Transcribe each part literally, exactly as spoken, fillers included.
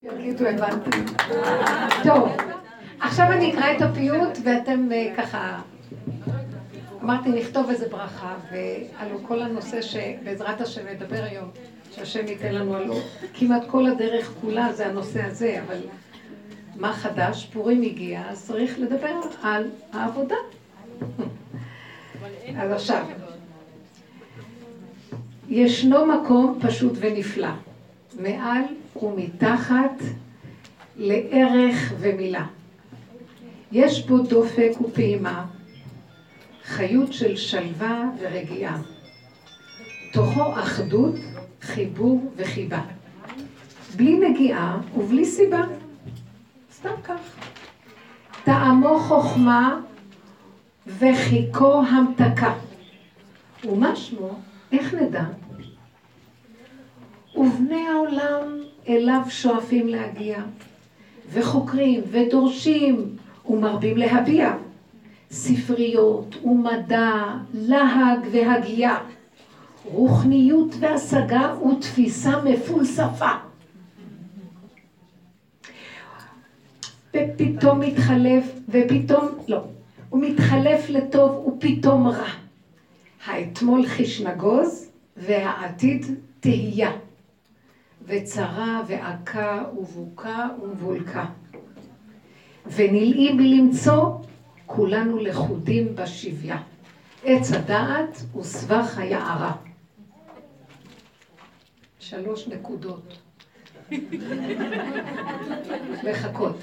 יגידו, הבנתי. טוב, עכשיו אני אקרא את הפיוט ואתם ככה, אמרתי נכתוב איזה ברכה ועלו כל הנושא שבעזרת השם נדבר היום, שהשם ייתן לנו עלו, כמעט כל הדרך כולה זה הנושא הזה, אבל מה חדש? פורים הגיע, אז צריך לדבר על העבודה. אז עכשיו, ישנו מקום פשוט ונפלא, מעל ומתחת לערך ומילה. יש בו דופק ופעימה, חיות של שלווה ורגיעה. תוכו אחדות, חיבור וחיבה. בלי נגיעה ובלי סיבה. סתם כך. טעמו חוכמה וחיכו המתקה. ומה שמו? איך נדע? ובני העולם אליו שואפים להגיע, וחוקרים ודורשים ומרבים להביע. ספריות ומדע, להג והגייה, רוחניות והשגה ותפיסה מפולספה. ופתאום מתחלף, ופתאום, לא, הוא מתחלף לטוב ופתאום רע. האתמול חיש נגוז והעתיד תהייה. וצרה ועקה ובוקה ומבולקה. ונלאים למצוא כולנו לחודים בשוויה. עץ הדעת וסבך היערה. שלוש נקודות. לחכות.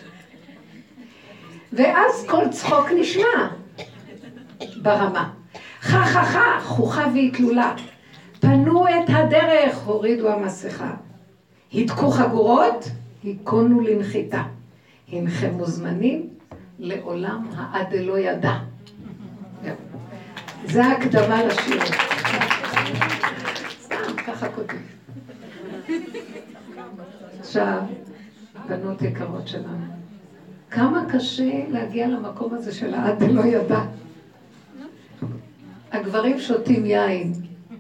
ואז כל צחוק נשמע ברמה. חה חה חה, חוכה והתלולה. פנו את הדרך, הורידו המסכה. התקו חגורות, היכונו לנחיתה. הנכם מוזמנים לעולם העד לא ידע. זה ההקדמה לשיר. סתם, ככה כותב. עכשיו, בנות יקרות שלנו, כמה קשה להגיע למקום הזה של העד לא ידע. הגברים שותים יין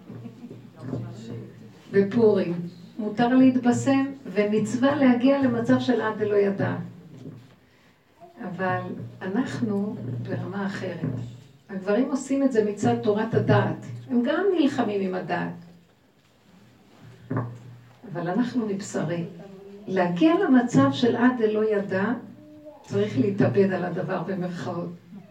בפורים. מותר להתבשם ומצווה להגיע למצב של עד לא ידע. אבל אנחנו ברמה אחרת. הגברים עושים את זה מצד תורת הדעת. הם גם נלחמים עם הדעת. אבל אנחנו מבשרי. להגיע למצב של עד לא ידע, צריך להתאבד על הדבר במרכאות.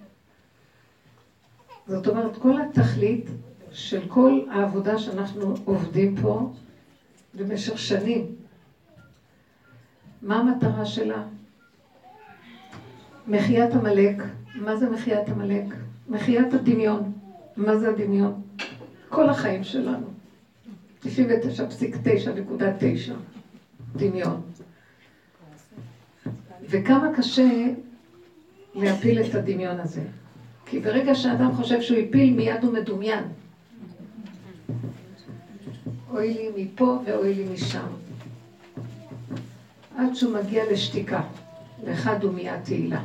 זאת אומרת, כל התכלית של כל העבודה שאנחנו עובדים פה, במשך שנים. מה המטרה שלה? מחיית המלאק. מה זה מחיית המלאק? מחיית הדמיון. מה זה הדמיון? כל החיים שלנו. תשעים ותשע נקודה תשע נקודה תשע. דמיון. וכמה קשה להפיל את הדמיון הזה. כי ברגע שאדם חושב שהוא יפיל, מיד הוא מדומיין. אוי לי מפה ואוי לי משם. עד שהוא מגיע לשתיקה, לאחד ומיד תהילה.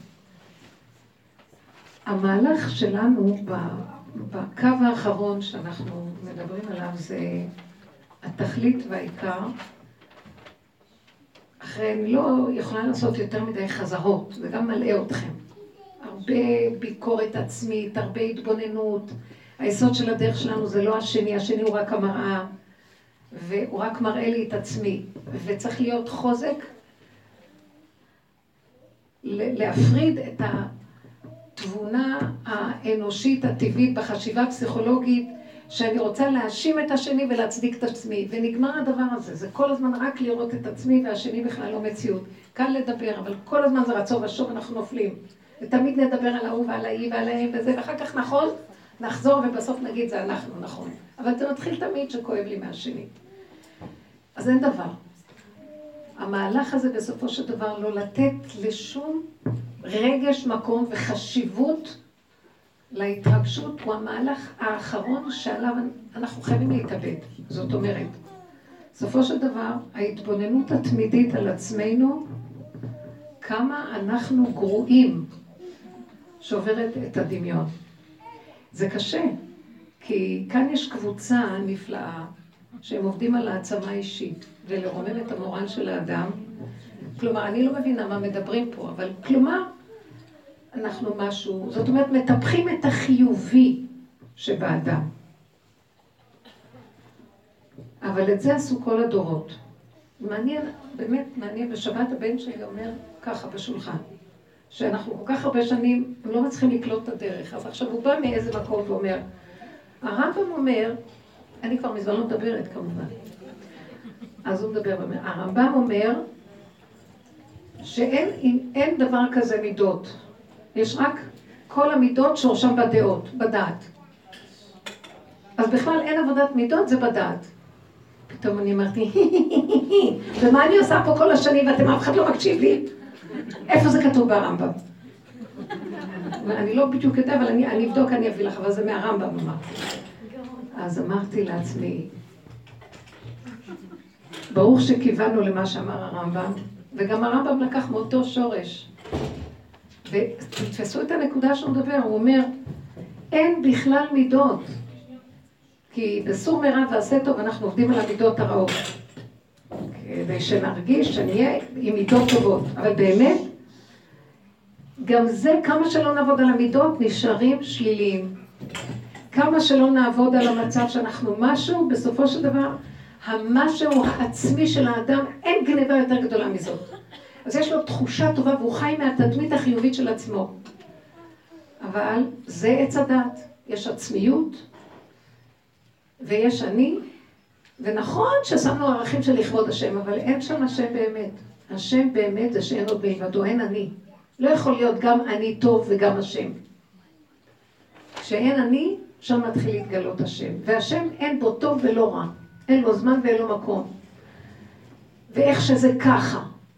המהלך שלנו בקו האחרון שאנחנו מדברים עליו זה התכלית והעיקר. אחרי אני לא יכולה לעשות יותר מדי חזרות, זה גם מלאה אתכם. הרבה ביקורת עצמית, הרבה התבוננות. היסוד של הדרך שלנו זה לא השני, השני הוא רק המראה, והוא רק מראה לי את עצמי, וצריך להיות חוזק, להפריד את התבונה האנושית הטבעית בחשיבה הפסיכולוגית, שאני רוצה להאשים את השני ולהצדיק את עצמי, ונגמר הדבר הזה, זה כל הזמן רק לראות את עצמי והשני בכלל לא מציאות. קל לדבר, אבל כל הזמן זה רצו ושוב אנחנו נופלים, ותמיד נדבר על ההוא ועל ההיא ועל ההיא וזה, ואחר כך נכון, נחזור ובסוף נגיד זה אנחנו נכון. אבל זה מתחיל תמיד שכואב לי מהשני. אז אין דבר. המהלך הזה בסופו של דבר לא לתת לשום רגש מקום וחשיבות להתרגשות, הוא המהלך האחרון שעליו אנחנו חייבים להתאבד. זאת אומרת, בסופו של דבר ההתבוננות התמידית על עצמנו, כמה אנחנו גרועים שעוברת את הדמיון. זה קשה, כי כאן יש קבוצה נפלאה שהם עובדים על העצמה אישית ולרומם את המורל של האדם כלומר, אני לא מבינה מה מדברים פה, אבל כלומר, אנחנו משהו, זאת אומרת, מטפחים את החיובי שבאדם. אבל את זה עשו כל הדורות. מעניין, באמת מעניין, בשבת הבן שלי אומר ככה בשולחן, שאנחנו כל כך הרבה שנים, הם לא מצליחים לקלוט את הדרך. אז עכשיו הוא בא מאיזה מקום ואומר, הרמב"ם אומר, אני כבר מזמן לא מדברת כמובן, אז הוא מדבר ואומר, הרמב"ם אומר, שאין אין דבר כזה מידות. יש רק כל המידות שורשם בדעות, בדעת. אז בכלל אין עבודת מידות, זה בדעת. פתאום אני אמרתי, ומה אני עושה פה כל השנים ואתם אף אחד לא מקשיב לי? איפה זה כתוב ברמב"ם? אני לא בדיוק יודע, אבל אני, אני אבדוק, אני אביא לך, אבל זה מהרמב"ם אמרתי. אז אמרתי לעצמי, ברוך שכיוונו למה שאמר הרמב"ם, וגם הרמב"ם לקח מאותו שורש. ותתפסו את הנקודה שהוא מדבר, הוא אומר, אין בכלל מידות. כי בסור מרע ועשה טוב אנחנו עובדים על המידות הרעות. כדי שנרגיש, שנהיה עם מידות טובות. אבל באמת, גם זה, כמה שלא נעבוד על המידות, נשארים שליליים. כמה שלא נעבוד על המצב שאנחנו משהו, בסופו של דבר, המשהו העצמי של האדם, אין גניבה יותר גדולה מזאת. אז יש לו תחושה טובה והוא חי מהתדמית החיובית של עצמו. אבל זה עץ הדת. יש עצמיות ויש אני, ונכון ששמנו ערכים של לכבוד השם, אבל אין שם השם באמת. השם באמת זה שאין עוד מלבדו, אין אני. לא יכול להיות גם אני טוב וגם השם. כשאין אני, שם מתחיל להתגלות השם. והשם אין בו טוב ולא רע. אין לו זמן ואין לו מקום. ואיך שזה ככה.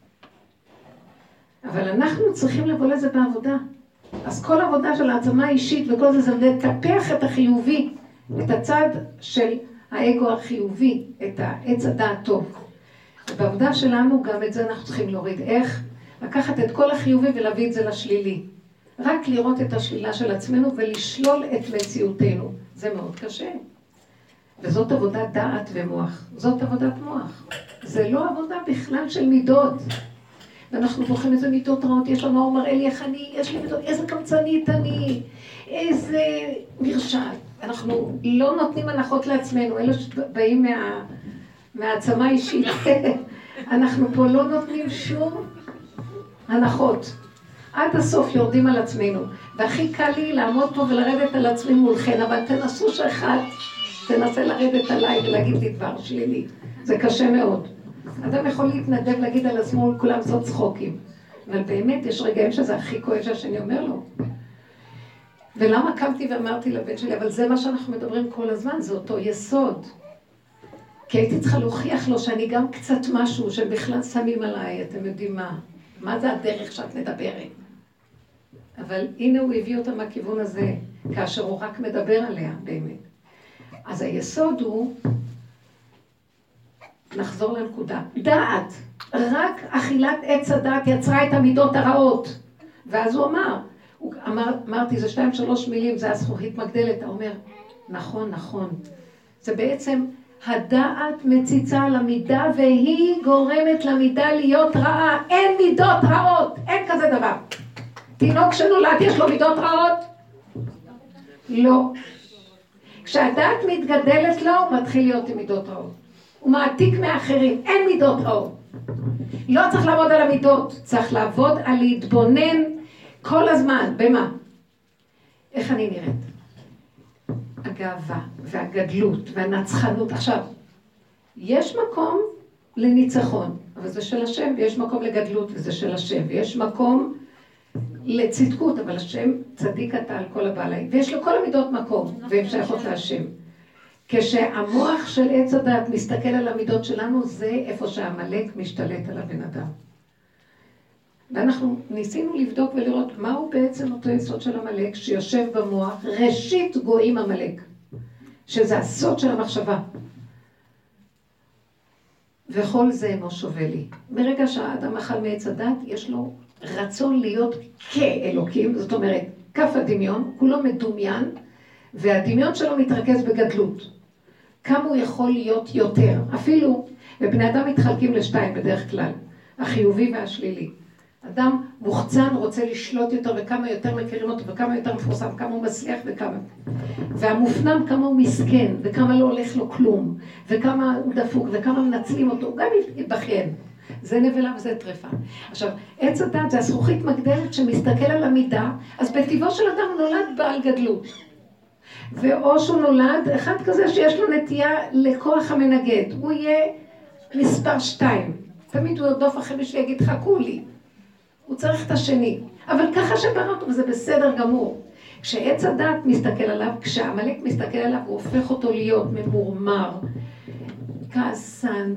אבל אנחנו צריכים לבוא לזה בעבודה. אז כל עבודה של העצמה האישית וכל זה, זה לטפח את החיובי, את הצד של האגו החיובי, את העץ הדעת טוב. ובעבודה שלנו גם את זה אנחנו צריכים להוריד. איך? לקחת את כל החיובי ולהביא את זה לשלילי. רק לראות את השלילה של עצמנו ולשלול את מציאותנו. זה מאוד קשה. וזאת עבודת דעת ומוח. זאת עבודת מוח. זה לא עבודה בכלל של מידות. ואנחנו בוחרים איזה מידות רעות. יש לנו, הוא מראה לי איך אני, יש לי מידות, איזה קמצנית אני, איזה מרשעת. אנחנו לא נותנים הנחות לעצמנו. אלה שבאים מה, מהעצמה אישית. אנחנו פה לא נותנים שום הנחות. עד הסוף יורדים על עצמנו. והכי קל לי לעמוד פה ולרדת על עצמי מולכן, אבל תנסו שאחד, תנסה לרדת עליי ולהגיד לי דבר שלילי. זה קשה מאוד. אדם יכול להתנדב להגיד על עצמו כולם זאת צחוקים. אבל באמת יש רגעים שזה הכי כואב שהשני אומר לו. ולמה קמתי ואמרתי לבן שלי, אבל זה מה שאנחנו מדברים כל הזמן, זה אותו יסוד. כי הייתי צריכה להוכיח לו שאני גם קצת משהו שבכלל שמים עליי, אתם יודעים מה? מה זה הדרך שאת מדברת? אבל הנה הוא הביא אותה מהכיוון הזה, כאשר הוא רק מדבר עליה באמת. אז היסוד הוא, נחזור לנקודה, דעת. רק אכילת עץ הדעת יצרה את המידות הרעות. ואז הוא אמר, הוא אמר, אמרתי, זה שתיים שלוש מילים, זה הזכוכית מגדלת, הוא אומר, נכון, נכון. זה בעצם הדעת מציצה על המידה והיא גורמת למידה להיות רעה. אין מידות רעות, אין כזה דבר. תינוק שנולד יש לו מידות רעות? לא. כשהדעת מתגדלת לו, הוא מתחיל להיות עם מידות רעות. הוא מעתיק מאחרים, אין מידות רעות. לא צריך לעבוד על המידות, צריך לעבוד על להתבונן כל הזמן. במה? איך אני נראית? הגאווה והגדלות והנצחנות. עכשיו, יש מקום לניצחון, אבל זה של השם, ויש מקום לגדלות, וזה של השם, ויש מקום לצדקות, אבל השם צדיק אתה על כל הבעלי, ויש לו כל המידות מקום, והן שייכות להשם. כשהמוח של עץ הדת מסתכל על המידות שלנו, זה איפה שהמלאק משתלט על הבן אדם. ואנחנו ניסינו לבדוק ולראות מהו בעצם אותו יסוד של המלאק שיושב במוח, ראשית גויים המלאק, שזה הסוד של המחשבה. וכל זה אינו שווה לי. מרגע שהאדם אכל מעץ הדת, יש לו רצון להיות כאלוקים, זאת אומרת, כף הדמיון, כולו מדומיין, והדמיון שלו מתרכז בגדלות. כמה הוא יכול להיות יותר? אפילו, ובני אדם מתחלקים לשתיים בדרך כלל. החיובי והשלילי. אדם מוחצן רוצה לשלוט יותר וכמה יותר מכירים אותו וכמה יותר מפורסם, כמה הוא מצליח וכמה. והמופנם כמה הוא מסכן וכמה לא הולך לו כלום וכמה הוא דפוק וכמה מנצלים אותו, הוא גם יתבכיין. זה נבלה וזה טרפה. עכשיו, עץ הדת זה הזכוכית מגדלת שמסתכל על המידה, אז בטבעו של אדם הוא נולד בעל גדלות. ואו שהוא נולד אחד כזה שיש לו נטייה לכוח המנגד, הוא יהיה מספר שתיים. תמיד הוא ירדוף אחרי מישהו ויגיד, חכו לי. הוא צריך את השני. אבל ככה שברא אותו, וזה בסדר גמור. כשעץ הדת מסתכל עליו, כשהעמלק מסתכל עליו, הוא הופך אותו להיות ממורמר, כעסן,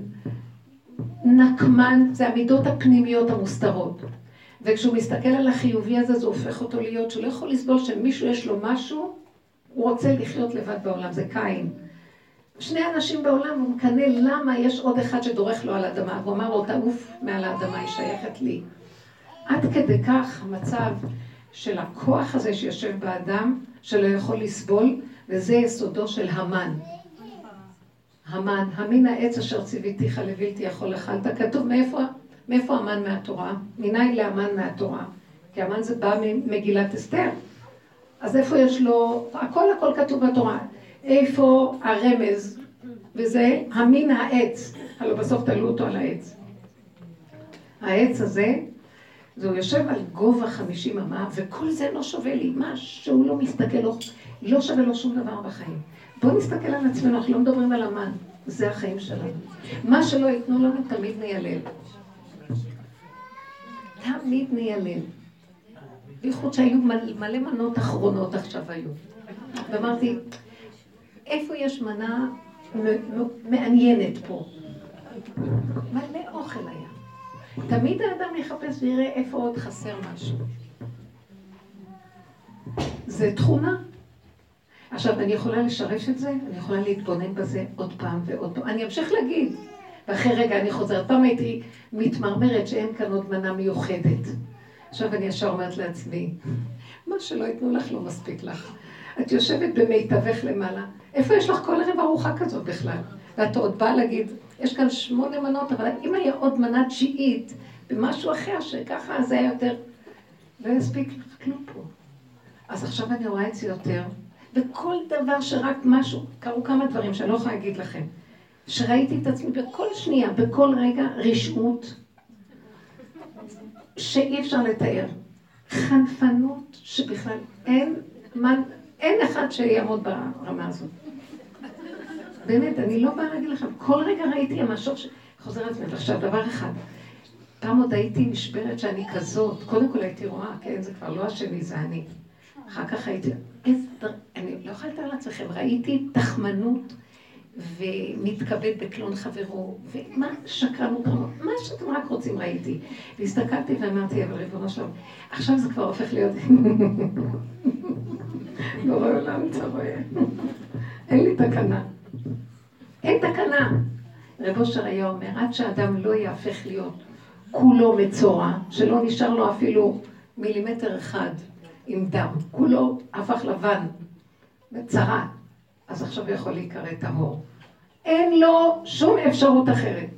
נקמן, זה המידות הפנימיות המוסתרות. וכשהוא מסתכל על החיובי הזה, זה הופך אותו להיות, שהוא לא יכול לסבול שמישהו יש לו משהו, הוא רוצה לחיות לבד בעולם, זה קין. שני אנשים בעולם, הוא מקנה למה יש עוד אחד שדורך לו על האדמה, והוא אמר לו, תעוף מעל האדמה, היא שייכת לי. עד כדי כך המצב של הכוח הזה שיושב באדם, שלא יכול לסבול, וזה יסודו של המן. המן, המין העץ אשר ציוויתיך לבלתי יכול אכלת, כתוב מאיפה, מאיפה המן מהתורה? מניין להמן מהתורה? כי המן זה בא ממגילת אסתר. אז איפה יש לו, הכל הכל כתוב בתורה. איפה הרמז, וזה המין העץ, הלוא בסוף תלו אותו על העץ. העץ הזה, זה הוא יושב על גובה חמישים אמה, וכל זה לא שווה לי, מה שהוא לא מסתכל, לא, לא שווה לו שום דבר בחיים. בואו נסתכל על עצמנו, אנחנו לא מדברים על המן, זה החיים שלנו. מה שלא ייתנו לנו, תמיד ניילל. תמיד ניילל. בייחוד שהיו מלא מנות אחרונות עכשיו היו. ואמרתי, איפה יש מנה מעניינת פה? מלא אוכל היה. תמיד האדם יחפש ויראה איפה עוד חסר משהו. זה תכונה. עכשיו, אני יכולה לשרש את זה, אני יכולה להתבונן בזה עוד פעם ועוד פעם. אני אמשיך להגיד, ואחרי רגע אני חוזרת. פעם הייתי מתמרמרת שאין כאן עוד מנה מיוחדת. עכשיו אני ישר אומרת לעצמי, מה שלא ייתנו לך לא מספיק לך. את יושבת במיטבך למעלה, איפה יש לך כל ערב ארוחה כזאת בכלל? ואת עוד באה להגיד, יש כאן שמונה מנות, אבל אם היה עוד מנה תשיעית במשהו אחר שככה זה היה יותר, לא יספיק לך כלום פה. אז עכשיו אני רואה את זה יותר, וכל דבר שרק משהו, קרו כמה דברים שאני לא יכולה להגיד לכם, שראיתי את עצמי בכל שנייה, בכל רגע, רשעות, שאי אפשר לתאר. חנפנות שבכלל אין, מה, אין אחד שיעמוד ברמה הזאת. באמת, אני לא באה להגיד לכם, כל רגע ראיתי המשוך שחוזר על עצמי. עכשיו, דבר אחד, פעם עוד הייתי נשברת שאני כזאת, קודם כל הייתי רואה, כן, זה כבר לא השני, זה אני. אחר כך הייתי, איזה, אני לא יכולה לתאר לעצמכם, ראיתי תחמנות ומתכבד בקלון חברו, ומה שקרנו כמה, מה שאתם רק רוצים ראיתי. והסתכלתי ואמרתי, אבל ריבונו שלום, עכשיו זה כבר הופך להיות, לא רואה עולם, אתה רואה, אין לי תקנה. אין תקנה. רב אושר היה אומר, עד שהאדם לא יהפך להיות כולו מצורע, שלא נשאר לו אפילו מילימטר אחד עם דם, כולו הפך לבן, מצרה, אז עכשיו הוא יכול להיקרא טהור. אין לו שום אפשרות אחרת.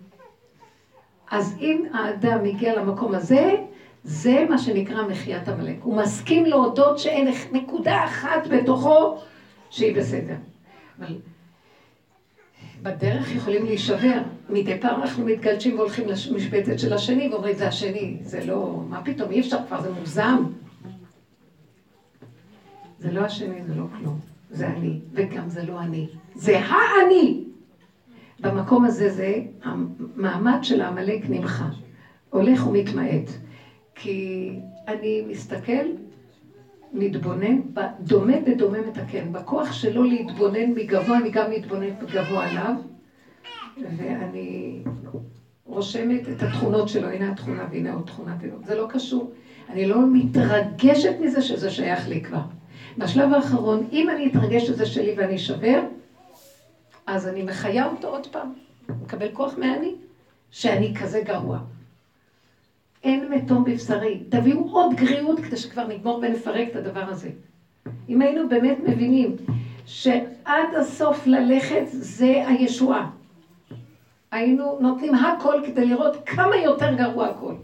אז אם האדם מגיע למקום הזה, זה מה שנקרא מחיית עמלק. הוא מסכים להודות שאין נקודה אחת בתוכו שהיא בסדר. אבל בדרך יכולים להישבר. מדי פעם אנחנו מתגלשים והולכים למשבצת של השני ואומרים, זה השני, זה לא, מה פתאום, אי אפשר כבר, זה מוגזם. זה לא השני, זה לא כלום. זה אני, וגם זה לא אני. זה האני. במקום הזה זה המעמד של העמלק נמחה. הולך ומתמעט. כי אני מסתכל, מתבונן, דומה בדומה מתקן. בכוח שלו להתבונן מגבוה, אני גם מתבונן בגבוה עליו, ואני רושמת את התכונות שלו, הנה התכונה והנה עוד תכונה. זה לא קשור. אני לא מתרגשת מזה שזה שייך לי כבר. בשלב האחרון, אם אני אתרגש את זה שלי ואני אשבר, אז אני מחיה אותו עוד פעם. מקבל כוח מעני, שאני כזה גרוע. אין מתום בבשרי. תביאו עוד גריעות כדי שכבר נגמור ונפרק את הדבר הזה. אם היינו באמת מבינים שעד הסוף ללכת זה הישועה. היינו נותנים הכל כדי לראות כמה יותר גרוע הכל.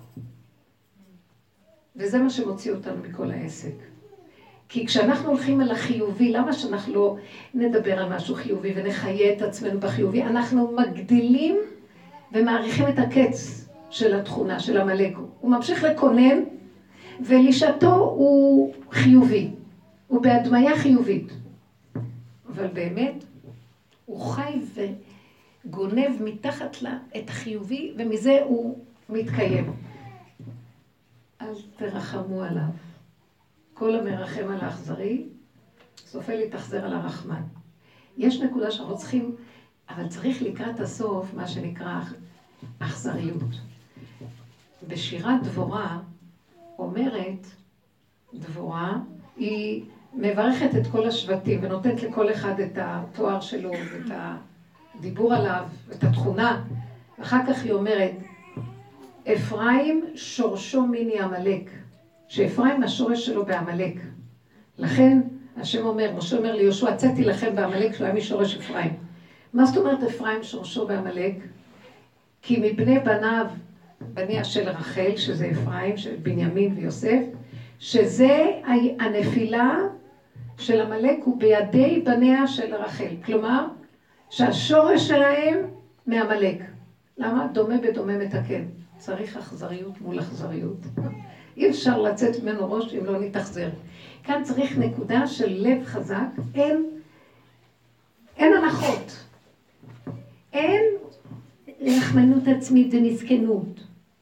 וזה מה שמוציא אותנו מכל העסק. כי כשאנחנו הולכים על החיובי, למה שאנחנו לא נדבר על משהו חיובי ונחיה את עצמנו בחיובי? אנחנו מגדילים ומעריכים את הקץ של התכונה, של המלאק. הוא ממשיך לקונן, ולשעתו הוא חיובי. הוא בהדמיה חיובית. אבל באמת, הוא חי וגונב מתחת לה את החיובי, ומזה הוא מתקיים. אל תרחמו עליו. כל המרחם על האכזרי, סופה להתאכזר על הרחמן. יש נקודה שאנחנו צריכים, אבל צריך לקראת הסוף מה שנקרא אכזריות. בשירת דבורה אומרת, דבורה היא מברכת את כל השבטים ונותנת לכל אחד את התואר שלו ואת הדיבור עליו ואת התכונה. אחר כך היא אומרת, אפרים שורשו מיני המלאק, שאפרים השורש שלו בעמלק. לכן השם אומר, משה אומר ליהושע, הצאתי לכם בעמלק שהוא היה משורש אפרים. מה זאת אומרת אפרים שורשו בעמלק? כי מבני בניו, בניה של רחל, שזה אפרים, של בנימין ויוסף, שזה הנפילה של עמלק הוא בידי בניה של רחל. כלומר, שהשורש שלהם מעמלק. למה? דומה בדומה מתקן. צריך אכזריות מול אכזריות. אי אפשר לצאת ממנו ראש אם לא נתאכזר. כאן צריך נקודה של לב חזק, אין, אין הנחות. אין רחמנות עצמית ומסכנות.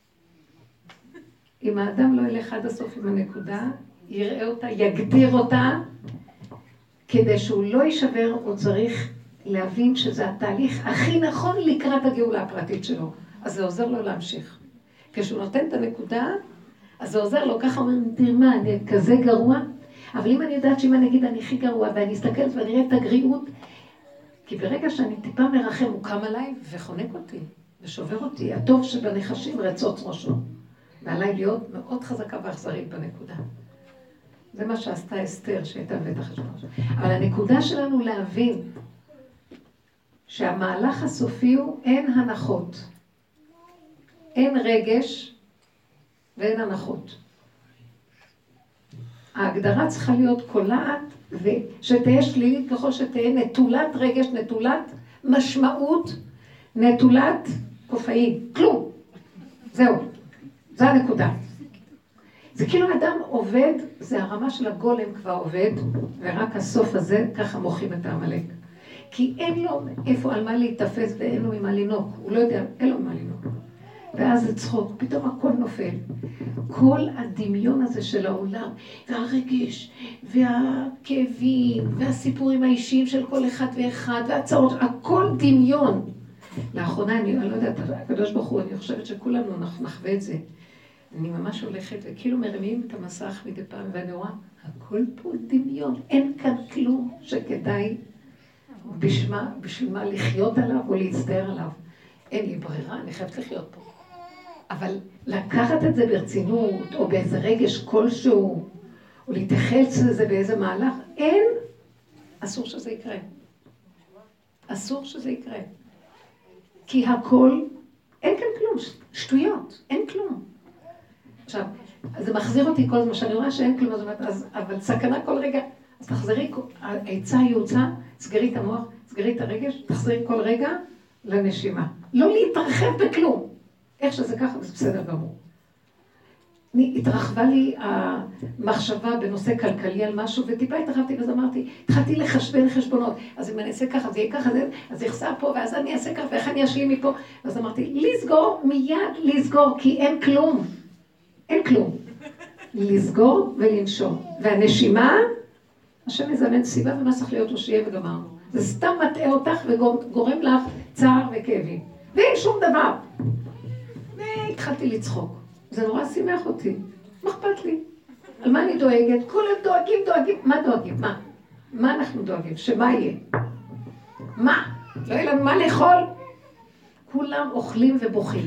אם האדם לא ילך עד הסוף עם הנקודה, יראה אותה, יגדיר אותה, כדי שהוא לא יישבר, הוא צריך להבין שזה התהליך הכי נכון לקראת הגאולה הפרטית שלו. אז זה עוזר לו להמשיך. כשהוא נותן את הנקודה, אז זה עוזר לו, ככה אומרים, תראה מה, אני כזה גרוע, אבל אם אני יודעת שאם אני אגיד אני הכי גרוע, ואני אסתכלת ואני אראה את הגריעות, כי ברגע שאני טיפה מרחם, הוא קם עליי וחונק אותי, ושובר אותי, הטוב שבנחשים רצות ראשו, ועליי להיות מאוד חזקה ואכזרית בנקודה. זה מה שעשתה אסתר, שהייתה בבית אחשוורוש. אבל הנקודה שלנו להבין, שהמהלך הסופי הוא אין הנחות, אין רגש, ואין הנחות. ההגדרה צריכה להיות קולעת, ושתהיה שלילית ככל שתהיה נטולת רגש, נטולת משמעות, נטולת קופאין. כלום. זהו. זה הנקודה. זה כאילו אדם עובד, זה הרמה של הגולם כבר עובד, ורק הסוף הזה, ככה מוחים את העמלק. כי אין לו איפה על מה להתאפס ואין לו ממה לנוק. הוא לא יודע, אין לו מה לנוק. ואז זה צחוק, פתאום הכל נופל. כל הדמיון הזה של העולם, והרגש, והכאבים, והסיפורים האישיים של כל אחד ואחד, והצעות, הכל דמיון. לאחרונה, אני לא יודעת, הקדוש ברוך הוא, אני חושבת שכולנו נחווה את זה. אני ממש הולכת, וכאילו מרימים את המסך מדי פעם, ואני רואה, הכל פה דמיון. אין כאן כלום שכדאי בשמה, בשביל מה לחיות עליו או להצטער עליו. אין לי ברירה, אני חייבת לחיות פה. אבל לקחת את זה ברצינות, או באיזה רגש כלשהו, או להתייחס לזה באיזה מהלך, אין, אסור שזה יקרה. אסור שזה יקרה. כי הכל, אין כאן כלום, שטויות, אין כלום. עכשיו, זה מחזיר אותי כל הזמן, שאני רואה שאין כלום, אז, אבל סכנה כל רגע, אז תחזרי, העצה יוצא, סגרי את המוח, סגרי את הרגש, תחזרי כל רגע לנשימה. לא להתרחב בכלום. איך שזה ככה, זה בסדר גמור. אני, התרחבה לי המחשבה בנושא כלכלי על משהו, וטיפה התרחבתי ואז אמרתי, התחלתי לחשבן חשבונות, אז אם אני אעשה ככה, זה יהיה ככה, אז זה יחסר פה, ואז אני אעשה ככה, ואיך אני אשלים מפה, אז אמרתי, לסגור, מיד לסגור, כי אין כלום. אין כלום. לסגור ולנשום. והנשימה, השם מזמן סיבה ומה צריך להיות לו שיהיה וגמרנו. זה סתם מטעה אותך וגורם לך צער וכאבים. ואין שום דבר. והתחלתי לצחוק. זה נורא שימח אותי. מה אכפת לי? על מה אני דואגת? כולם דואגים, דואגים. מה דואגים? מה? מה אנחנו דואגים? שמה יהיה? מה? לא יהיה לנו מה לאכול? כולם אוכלים ובוכים.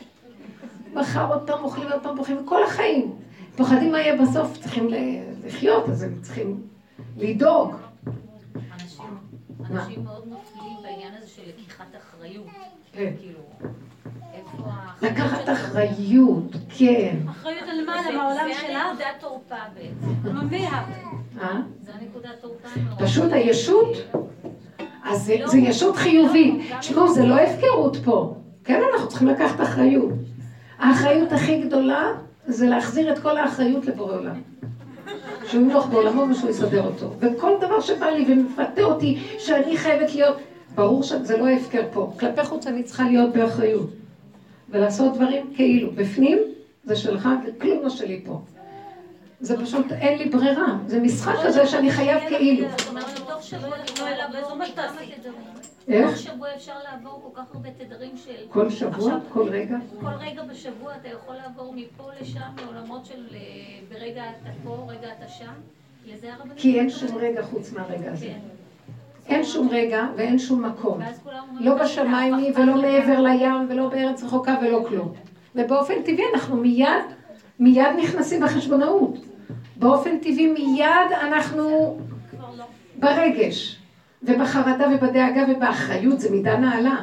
מחר עוד פעם אוכלים ועוד פעם בוכים. וכל החיים. פוחדים מה יהיה בסוף. צריכים לחיות, אז הם צריכים לדאוג. אנשים מאוד נופלים בעניין הזה של לקיחת אחריות. כאילו, איפה האחריות? לקחת אחריות, כן. אחריות על מה? למעולם שלך? זה הנקודת תורפה בעצם. ממיה. אה? זה הנקודת תורפה. פשוט הישות, אז זה ישות חיובית. תשמעו, זה לא הפקרות פה. כן, אנחנו צריכים לקחת אחריות. האחריות הכי גדולה זה להחזיר את כל האחריות לבורא עולם. שהוא ימלוך בעולמו ושהוא יסדר אותו. וכל דבר שבא לי ומפתה אותי שאני חייבת להיות, ברור שזה לא הפקר פה. כלפי חוץ אני צריכה להיות באחריות. ולעשות דברים כאילו. בפנים זה שלך וכלום לא שלי פה. זה פשוט אין לי ברירה. זה משחק כזה שאני חייב כאילו. זאת אומרת, תוך שבוע אפשר לעבור מכמה תדרים. איך? תוך שבוע אפשר לעבור כל כך הרבה תדרים של... כל שבוע? כל רגע? כל רגע בשבוע אתה יכול לעבור מפה לשם, לעולמות של ברגע אתה פה, רגע אתה שם. לזה הרבנית. כי אין שום רגע חוץ מהרגע הזה. אין שום רגע ואין שום מקום. לא בשמיים לי ולא מעבר לים ולא בארץ רחוקה ולא כלום. ובאופן טבעי אנחנו מיד, מיד נכנסים בחשבונאות. באופן טבעי מיד אנחנו ברגש. ובחרדה ובדאגה ובאחריות, זה מידה נעלה.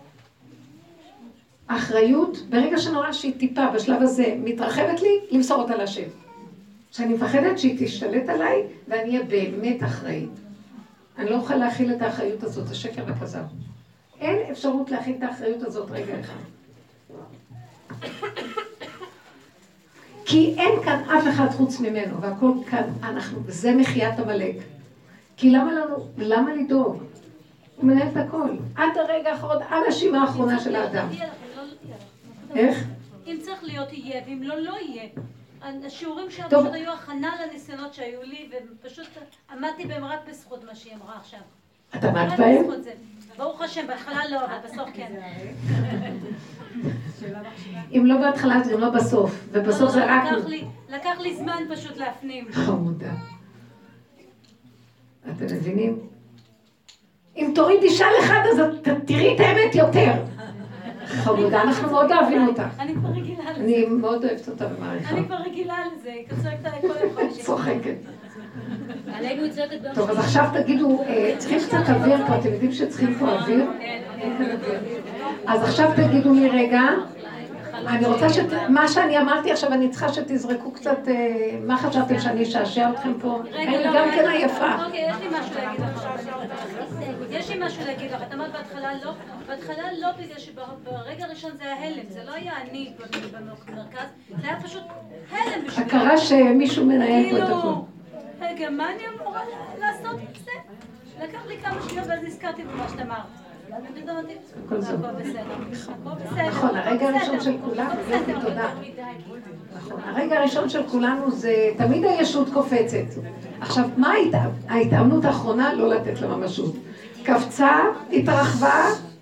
האחריות, ברגע שאני רואה שהיא טיפה בשלב הזה מתרחבת לי, למסור אותה להשם. שאני מפחדת שהיא תשתלט עליי ואני אהיה באמת אחראית. אני לא אוכל להכיל את האחריות הזאת, זה שקר וכזב. אין אפשרות להכיל את האחריות הזאת רגע אחד. כי אין כאן אף אחד חוץ ממנו, והכל כאן אנחנו, וזה מחיית המלאק. כי למה לנו, למה לדאוג? הוא מנהל את הכל. עד הרגע האחרון, עד השימה האחרונה של האדם. איך? אם צריך להיות יהיה, ואם לא, לא יהיה. השיעורים שם פשוט היו הכנה לניסיונות שהיו לי, ופשוט עמדתי בהם רק בזכות מה שהיא אמרה עכשיו. את עמדת בהם? ברוך השם, בהתחלה לא, אבל בסוף כן. אם לא בהתחלה, זה גם לא בסוף. ובסוף זה רק... לקח לי זמן פשוט להפנים. חמודה. אתם מבינים? אם תוריד אישה אחד, אז תראי את האמת יותר. חמודה, אנחנו מאוד אוהבים אותך. אני כבר רגילה לזה. אני מאוד אוהבת אותה ומעריכה. אני כבר רגילה לזה, היא צועקת עליי כל אחד. צוחקת. עלינו היא צועקת גם... טוב, אז עכשיו תגידו, צריכים קצת אוויר פה, אתם יודעים שצריכים פה אוויר? אז עכשיו תגידו לי רגע, אני רוצה ש... מה שאני אמרתי עכשיו, אני צריכה שתזרקו קצת, מה חשבתם שאני אשעשע אתכם פה? אני גם כן עייפה. אוקיי, יש לי משהו להגיד לך. יש לי משהו להגיד לך. את אמרת בהתחלה לא, בהתחלה לא בגלל שברגע הראשון זה היה הלם, זה לא היה אני במרכז, זה היה פשוט הלם. הכרה שמישהו מנהל פה את הכל. רגע, מה אני אמורה לעשות את זה? לקח לי כמה שניות ואז נזכרתי במה שאת אמרת. הכל זו. הכל בסדר. נכון, הרגע הראשון של כולנו, יופי, תודה. נכון, הרגע הראשון של כולנו זה תמיד הישות קופצת. עכשיו, מה ההתאמנות האחרונה? לא לתת לה ממשות. קפצה, התרחבה,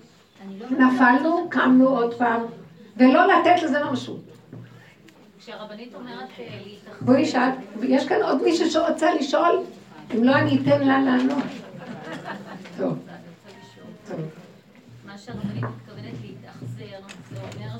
נפלנו, קמנו עוד פעם, ולא לתת לזה ממשות. כשהרבנית אומרת להתאחד... בואי שאל, יש כאן עוד מישהו שרוצה לשאול? אם לא, אני אתן לה לענות. טוב. טוב. מה שהרבנית מתכוונת להתאחזר, זה אומר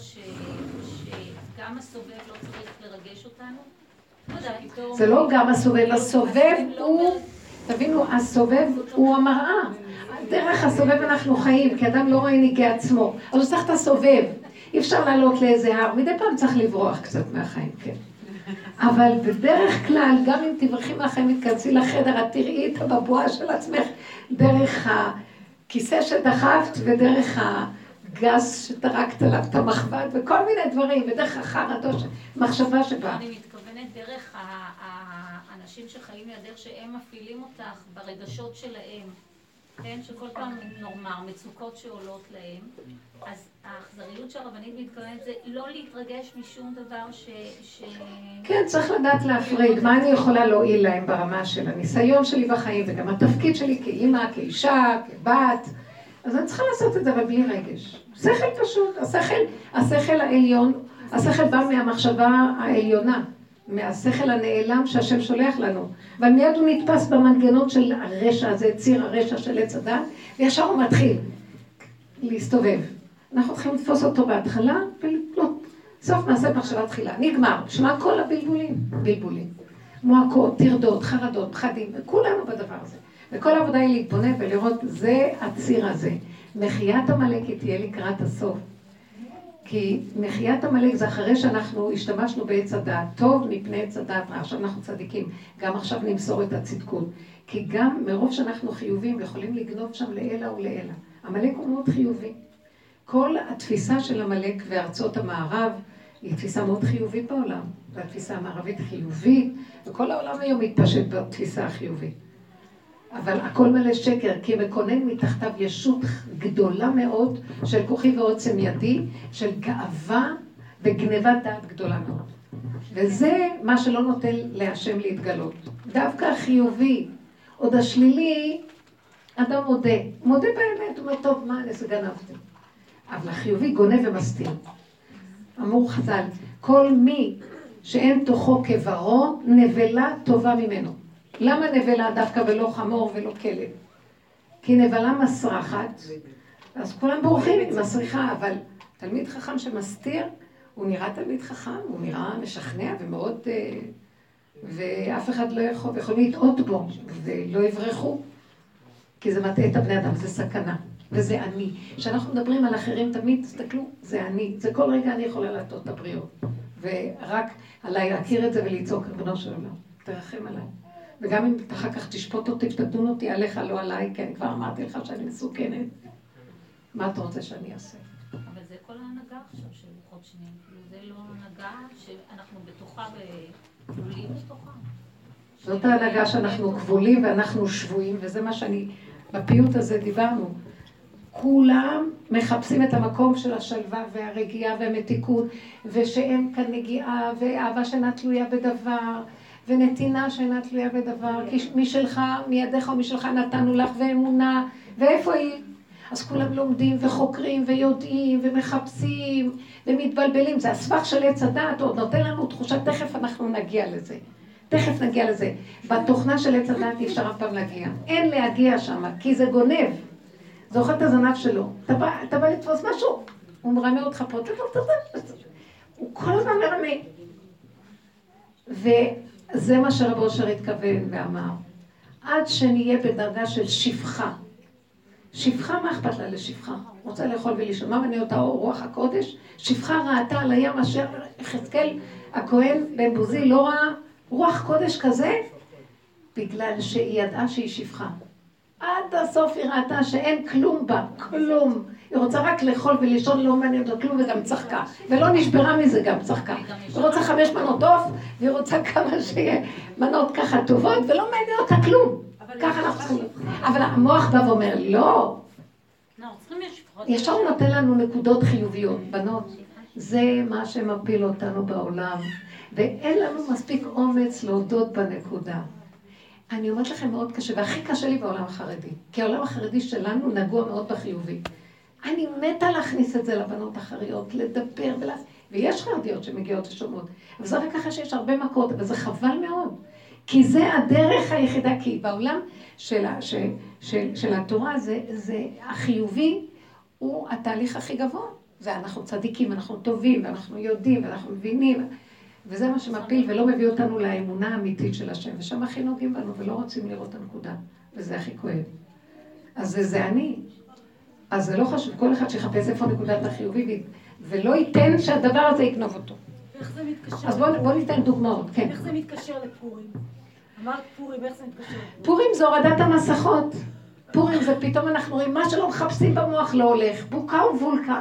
שגם הסובב לא צריך לרגש אותנו? זה לא גם הסובב, הסובב הוא, תבינו, הסובב הוא המראה. דרך הסובב אנחנו חיים, כי אדם לא רואה ניגי עצמו. אז הוא צריך את הסובב. אי אפשר לעלות לאיזה הר, מדי פעם צריך לברוח קצת מהחיים, כן. אבל בדרך כלל, גם אם תברכי מהחיים, מתכנסי לחדר, את תראי את הבבואה של עצמך, דרך הכיסא שדחפת ודרך הגז שטרקת עליו את המחבד, וכל מיני דברים, ודרך החרדות, מחשבה שבאה. אני מתכוונת דרך האנשים שחיים לידך, שהם מפעילים אותך ברגשות שלהם, כן, שכל פעם נורמר, מצוקות שעולות להם, אז האכזריות שהרבנית מתכוונת זה לא להתרגש משום דבר ש... ש... כן, צריך לדעת להפריד, מה אני יכולה להועיל להם ברמה של הניסיון שלי בחיים, וגם התפקיד שלי כאימא, כאישה, כבת, אז אני צריכה לעשות את זה, אבל בלי רגש. שכל פשוט, השכל, השכל העליון, השכל בא מהמחשבה העליונה, מהשכל הנעלם שהשם שולח לנו, אבל מיד הוא נתפס במנגנון של הרשע הזה, ציר הרשע של עץ הדת, וישר הוא מתחיל להסתובב. אנחנו צריכים לתפוס אותו בהתחלה, ולא, סוף מעשה מחשבה תחילה, נגמר, שמה כל הבלבולים, בלבולים, מועקות, תרדות, חרדות, פחדים, וכולנו בדבר הזה. וכל העבודה היא להתבונן ולראות, זה הציר הזה. מחיית עמלק היא תהיה לקראת הסוף. כי מחיית עמלק זה אחרי שאנחנו השתמשנו בעץ הדעת, טוב מפני עץ הדעת, עכשיו אנחנו צדיקים, גם עכשיו נמסור את הצדקות. כי גם מרוב שאנחנו חיובים יכולים לגנוב שם לאלה ולאלה. עמלק הוא מאוד חיובי. כל התפיסה של עמלק וארצות המערב היא תפיסה מאוד חיובית בעולם. והתפיסה המערבית חיובית, וכל העולם היום מתפשט בתפיסה החיובית. אבל הכל מלא שקר, כי מקונן מתחתיו ישות גדולה מאוד של כוחי ועוצם ידי, של גאווה וגנבת דעת גדולה מאוד. וזה מה שלא נותן להשם להתגלות. דווקא החיובי, עוד השלילי, אדם מודה. מודה באמת, הוא אומר, טוב, מה אני גנבתי? אבל החיובי גונב ומסתיר. אמרו חז"ל, כל מי שאין תוכו כברו, נבלה טובה ממנו. למה נבלה דווקא ולא חמור ולא כלב? כי נבלה מסרחת, אז כולם בורחים, היא מסריחה, אבל תלמיד חכם שמסתיר, הוא נראה תלמיד חכם, הוא נראה משכנע ומאוד, ואף אחד לא יכול, יכול להתעות בו, ולא יברחו, כי זה מטעה את הבני אדם, זה סכנה, וזה אני. כשאנחנו מדברים על אחרים, תמיד תסתכלו, זה אני, זה כל רגע אני יכולה להטעות את הבריאות, ורק עליי להכיר את זה ולצעוק, ריבונו של עולם, תרחם עליי. וגם אם אחר כך תשפוט אותי ותדון אותי עליך, לא עליי, כי אני כבר אמרתי לך שאני מסוכנת. מה אתה רוצה שאני אעשה? אבל זה כל ההנהגה עכשיו של רוחות שניים. זה לא הנהגה שאנחנו בתוכה וכבולים בתוכה. זאת ההנהגה שאנחנו כבולים ואנחנו שבויים, וזה מה שאני, בפיוט הזה דיברנו. כולם מחפשים את המקום של השלווה והרגיעה והמתיקות, ושאין כאן נגיעה ואהבה שאינה תלויה בדבר, ונתינה שאינה תלויה בדבר, כי משלך, מידיך ומשלך נתנו לך, ואמונה, ואיפה היא? אז כולם לומדים וחוקרים ויודעים ומחפשים ומתבלבלים. זה הסבך של עץ הדעת, עוד נותן לנו תחושה, תכף אנחנו נגיע לזה. תכף נגיע לזה. בתוכנה של עץ הדעת אי אפשר אף פעם להגיע. אין להגיע שם, כי זה גונב. זה אוכל את הזנב שלו. אתה בא, אתה בא לתפוס משהו, הוא מרמה אותך פה, הוא כל הזמן מרמה. וזה מה שרב אושר התכוון ואמר. עד שנהיה בדרגה של שפחה. שפחה, מה אכפת לה לשפחה? רוצה לאכול ולישון. מה מנה אותה רוח הקודש? שפחה ראתה על הים אשר יחזקאל הכהן בן בוזי לא ראה רוח קודש כזה, בגלל שהיא ידעה שהיא שפחה. עד הסוף היא ראתה שאין כלום בה, כלום. היא רוצה רק לאכול ולישון, לא מעניין אותה כלום, וגם צחקה. ולא נשברה מזה, גם צחקה. היא רוצה חמש מנות עוף, והיא רוצה כמה שיהיה מנות ככה טובות, ולא מעניין אותה כלום. ככה אנחנו צריכים. אבל המוח בא ואומר, לא. ישר הוא נותן לנו נקודות חיוביות, בנות. זה מה שמפיל אותנו בעולם. ואין לנו מספיק אומץ להודות בנקודה. אני אומרת לכם מאוד קשה, והכי קשה לי בעולם החרדי. כי העולם החרדי שלנו נגוע מאוד בחיובי. אני מתה להכניס את זה לבנות החרדיות, לדבר ולעש... ויש חרדיות שמגיעות ושומעות. אבל זה רק ככה שיש הרבה מכות, אבל זה חבל מאוד. כי זה הדרך היחידה, כי בעולם של, של, של, של התורה, זה, זה החיובי הוא התהליך הכי גבוה. זה אנחנו צדיקים, אנחנו טובים, ואנחנו יודעים, ואנחנו מבינים. וזה מה שמפיל ולא מביא אותנו לאמונה האמיתית של השם. ושם הכי נוגעים בנו ולא רוצים לראות את הנקודה. וזה הכי כואב. אז זה, זה אני. אז זה לא חשוב, כל אחד שיחפש איפה נקודת החיובי, ולא ייתן שהדבר הזה יקנוב אותו. איך זה מתקשר? אז בואו בוא ניתן דוגמאות, כן. איך זה מתקשר לפורים? אמרת פורים, איך זה מתקשר לפורים? פורים זה הורדת המסכות. פורים זה פתאום אנחנו רואים, מה שלא מחפשים במוח לא הולך, בוקה ובולקה.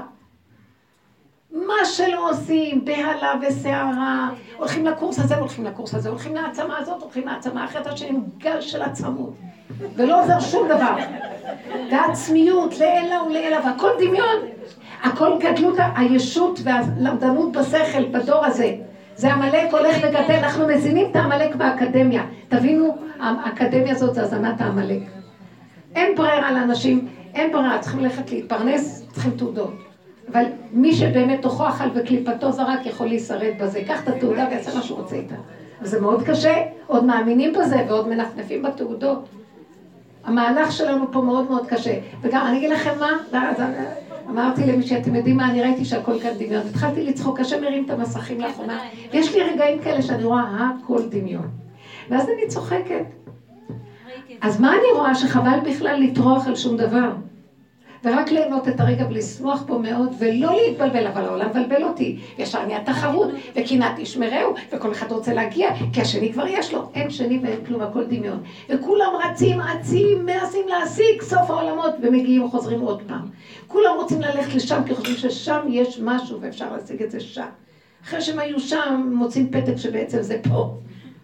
מה שלא עושים, בהלה וסערה, הולכים לקורס הזה, הולכים לקורס הזה, הולכים לעצמה הזאת, הולכים לעצמה אחרת, השם גל של עצמות. ולא עוזר שום דבר. והעצמיות, לעילה ולעילה, והכל דמיון. הכל גדלות, הישות והלמדנות בשכל, בדור הזה. זה המלאק הולך וגדל, אנחנו מזינים את המלאק באקדמיה. תבינו, האקדמיה הזאת זה הזנת המלאק. אין ברירה לאנשים, אין ברירה, צריכים ללכת להתפרנס, צריכים תעודות. אבל מי שבאמת תוכו אכל וקליפתו זרק יכול להישרד בזה. ייקח את התעודה ויעשה מה שהוא רוצה איתה. וזה מאוד קשה, עוד מאמינים בזה ועוד מנפנפים בתעודות. המהלך שלנו פה מאוד מאוד קשה. וגם אני אגיד לכם מה, ואז אמרתי למי שאתם יודעים מה, אני ראיתי שהכל כאן דמיון. התחלתי לצחוק, השם מרים את המסכים לאחרונה. ויש לי רגעים כאלה שאני רואה הכל דמיון. ואז אני צוחקת. אז מה אני רואה? שחבל בכלל לטרוח על שום דבר. ורק ליהנות את הרגע ולשמוח פה מאוד, ולא להתבלבל, אבל העולם מבלבל אותי. ישר נהיה תחרות, וקנאת ישמרהו, וכל אחד רוצה להגיע, כי השני כבר יש לו. אין שני ואין כלום, הכל דמיון. וכולם רצים, עצים, מנסים להשיג סוף העולמות, ומגיעים וחוזרים עוד פעם. כולם רוצים ללכת לשם, כי חושבים ששם יש משהו, ואפשר להשיג את זה שם. אחרי שהם היו שם, מוצאים פתק שבעצם זה פה.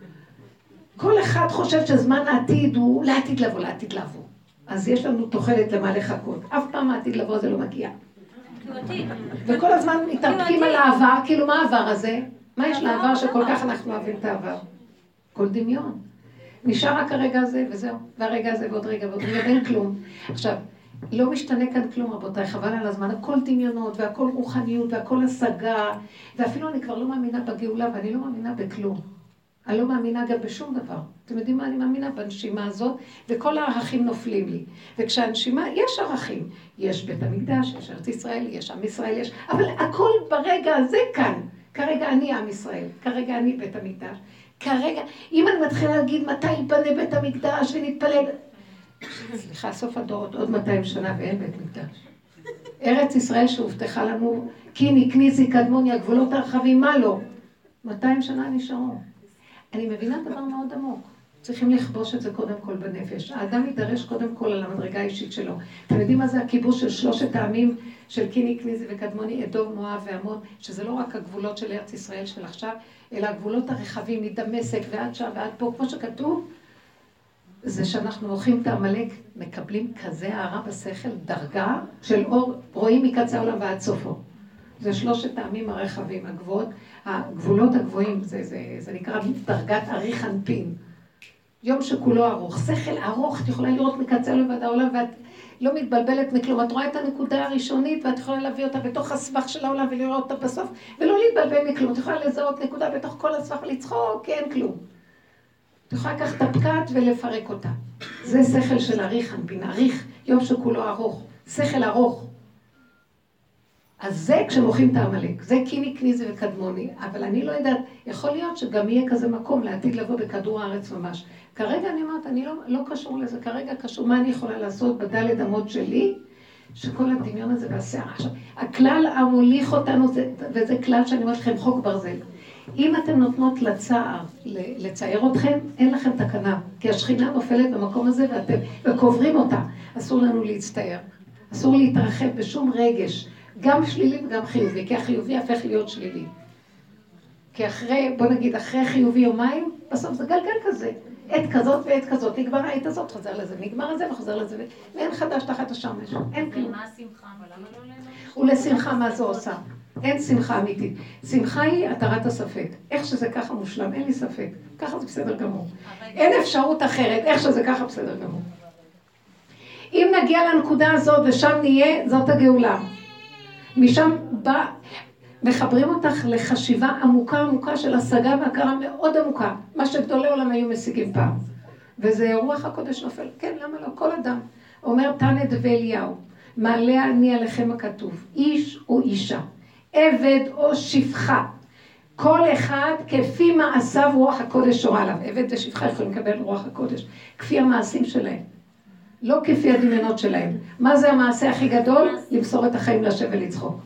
כל אחד חושב שזמן העתיד הוא לעתיד לבוא, לעתיד לבוא. אז יש לנו תוחלת למה לחכות. אף פעם העתיד לבוא זה לא מגיע. וכל הזמן מתאפקים על העבר, כאילו מה העבר הזה? מה יש לעבר שכל כך אנחנו אוהבים את העבר? כל דמיון. נשאר רק הרגע הזה וזהו, והרגע הזה ועוד רגע ועוד רגע, ואין כלום. עכשיו, לא משתנה כאן כלום רבותיי, חבל על הזמן, הכל דמיונות והכל רוחניות והכל השגה, ואפילו אני כבר לא מאמינה בגאולה ואני לא מאמינה בכלום. אני לא מאמינה גם בשום דבר. אתם יודעים מה אני מאמינה? בנשימה הזאת, וכל הערכים נופלים לי. וכשהנשימה, יש ערכים. יש בית המקדש, יש ארץ ישראל, יש עם ישראל, יש... אבל הכל ברגע הזה כאן. כרגע אני עם ישראל, כרגע אני בית המקדש. כרגע, אם אני מתחילה להגיד מתי ייבנה בית המקדש ונתפלל... סליחה, סוף הדורות, עוד מאתיים שנה ואין בית מקדש. ארץ ישראל שהובטחה לנו, קיני, כניסי, קדמוני, הגבולות הרחבים, מה לא? מאתיים שנה נשארו. אני מבינה דבר מאוד עמוק. צריכים לכבוש את זה קודם כל בנפש. האדם יידרש קודם כל על המדרגה האישית שלו. אתם יודעים מה זה הכיבוש של שלושת העמים של קיני, כניזי וקדמוני, אדום, מואב ועמון, שזה לא רק הגבולות של ארץ ישראל של עכשיו, אלא הגבולות הרחבים מדמשק ועד שם ועד פה, כמו שכתוב, זה שאנחנו הולכים את העמלק, מקבלים כזה הערה בשכל, דרגה של אור, רואים מקצה העולם ועד סופו. זה שלושת העמים הרחבים, הגבוהות, הגבולות הגבוהים, זה, זה, זה נקרא דרגת אריך אנפין. יום שכולו ארוך, שכל ארוך, את יכולה לראות מקצה העולם ועד העולם, ואת לא מתבלבלת מכלום. את רואה את הנקודה הראשונית, ואת יכולה להביא אותה בתוך הסבך של העולם ולראות אותה בסוף, ולא להתבלבל מכלום. את יכולה לזהות נקודה בתוך כל הסבך ולצחוק, כי אין כלום. את יכולה לקחת את הפקעת ולפרק אותה. זה שכל של אריך אנפין, אריך, יום שכולו ארוך, שכל ארוך. אז זה כשמוחים את העמלק, זה קיני, כניזי וקדמוני, אבל אני לא יודעת, יכול להיות שגם יהיה כזה מקום לעתיד לבוא בכדור הארץ ממש. כרגע אני אומרת, אני לא, לא קשור לזה, כרגע קשור מה אני יכולה לעשות בדלת אמות שלי, שכל הדמיון הזה והשיער. עכשיו, הכלל המוליך אותנו, זה, וזה כלל שאני אומרת לכם, חוק ברזל. אם אתם נותנות לצער, לצייר אתכם, אין לכם תקנה, כי השכינה נופלת במקום הזה ואתם וקוברים אותה. אסור לנו להצטער, אסור להתרחב בשום רגש. גם שלילי וגם חיובי, כי החיובי הפך להיות שלילי. כי אחרי, בוא נגיד, אחרי חיובי יומיים, בסוף זה גלגל כזה. עת כזאת ועת כזאת, נגמר העת הזאת, חוזר לזה, נגמר הזה וחוזר לזה, ואין חדש תחת השמש, אין כלום. מה השמחה? למה לא ליהנות? ולשמחה מה זה עושה? אין שמחה אמיתית. שמחה היא התרת הספק. איך שזה ככה מושלם, אין לי ספק. ככה זה בסדר גמור. אין אפשרות אחרת, איך שזה ככה בסדר גמור. אם נגיע לנקודה הזאת ושם נהיה, זאת הגאולה. משם בא, מחברים אותך לחשיבה עמוקה עמוקה של השגה והכרה מאוד עמוקה, מה שגדולי עולם היו משיגים פעם. וזה רוח הקודש נופל. כן, למה לא? כל אדם אומר תנא דבי אליהו, מעלה אני עליכם הכתוב, איש או אישה, עבד או שפחה, כל אחד כפי מעשיו רוח הקודש שורה עליו. עבד ושפחה יכולים לקבל רוח הקודש, כפי המעשים שלהם. לא כפי הדמיונות שלהם. מה זה המעשה הכי גדול? למסור את החיים להשם ולצחוק.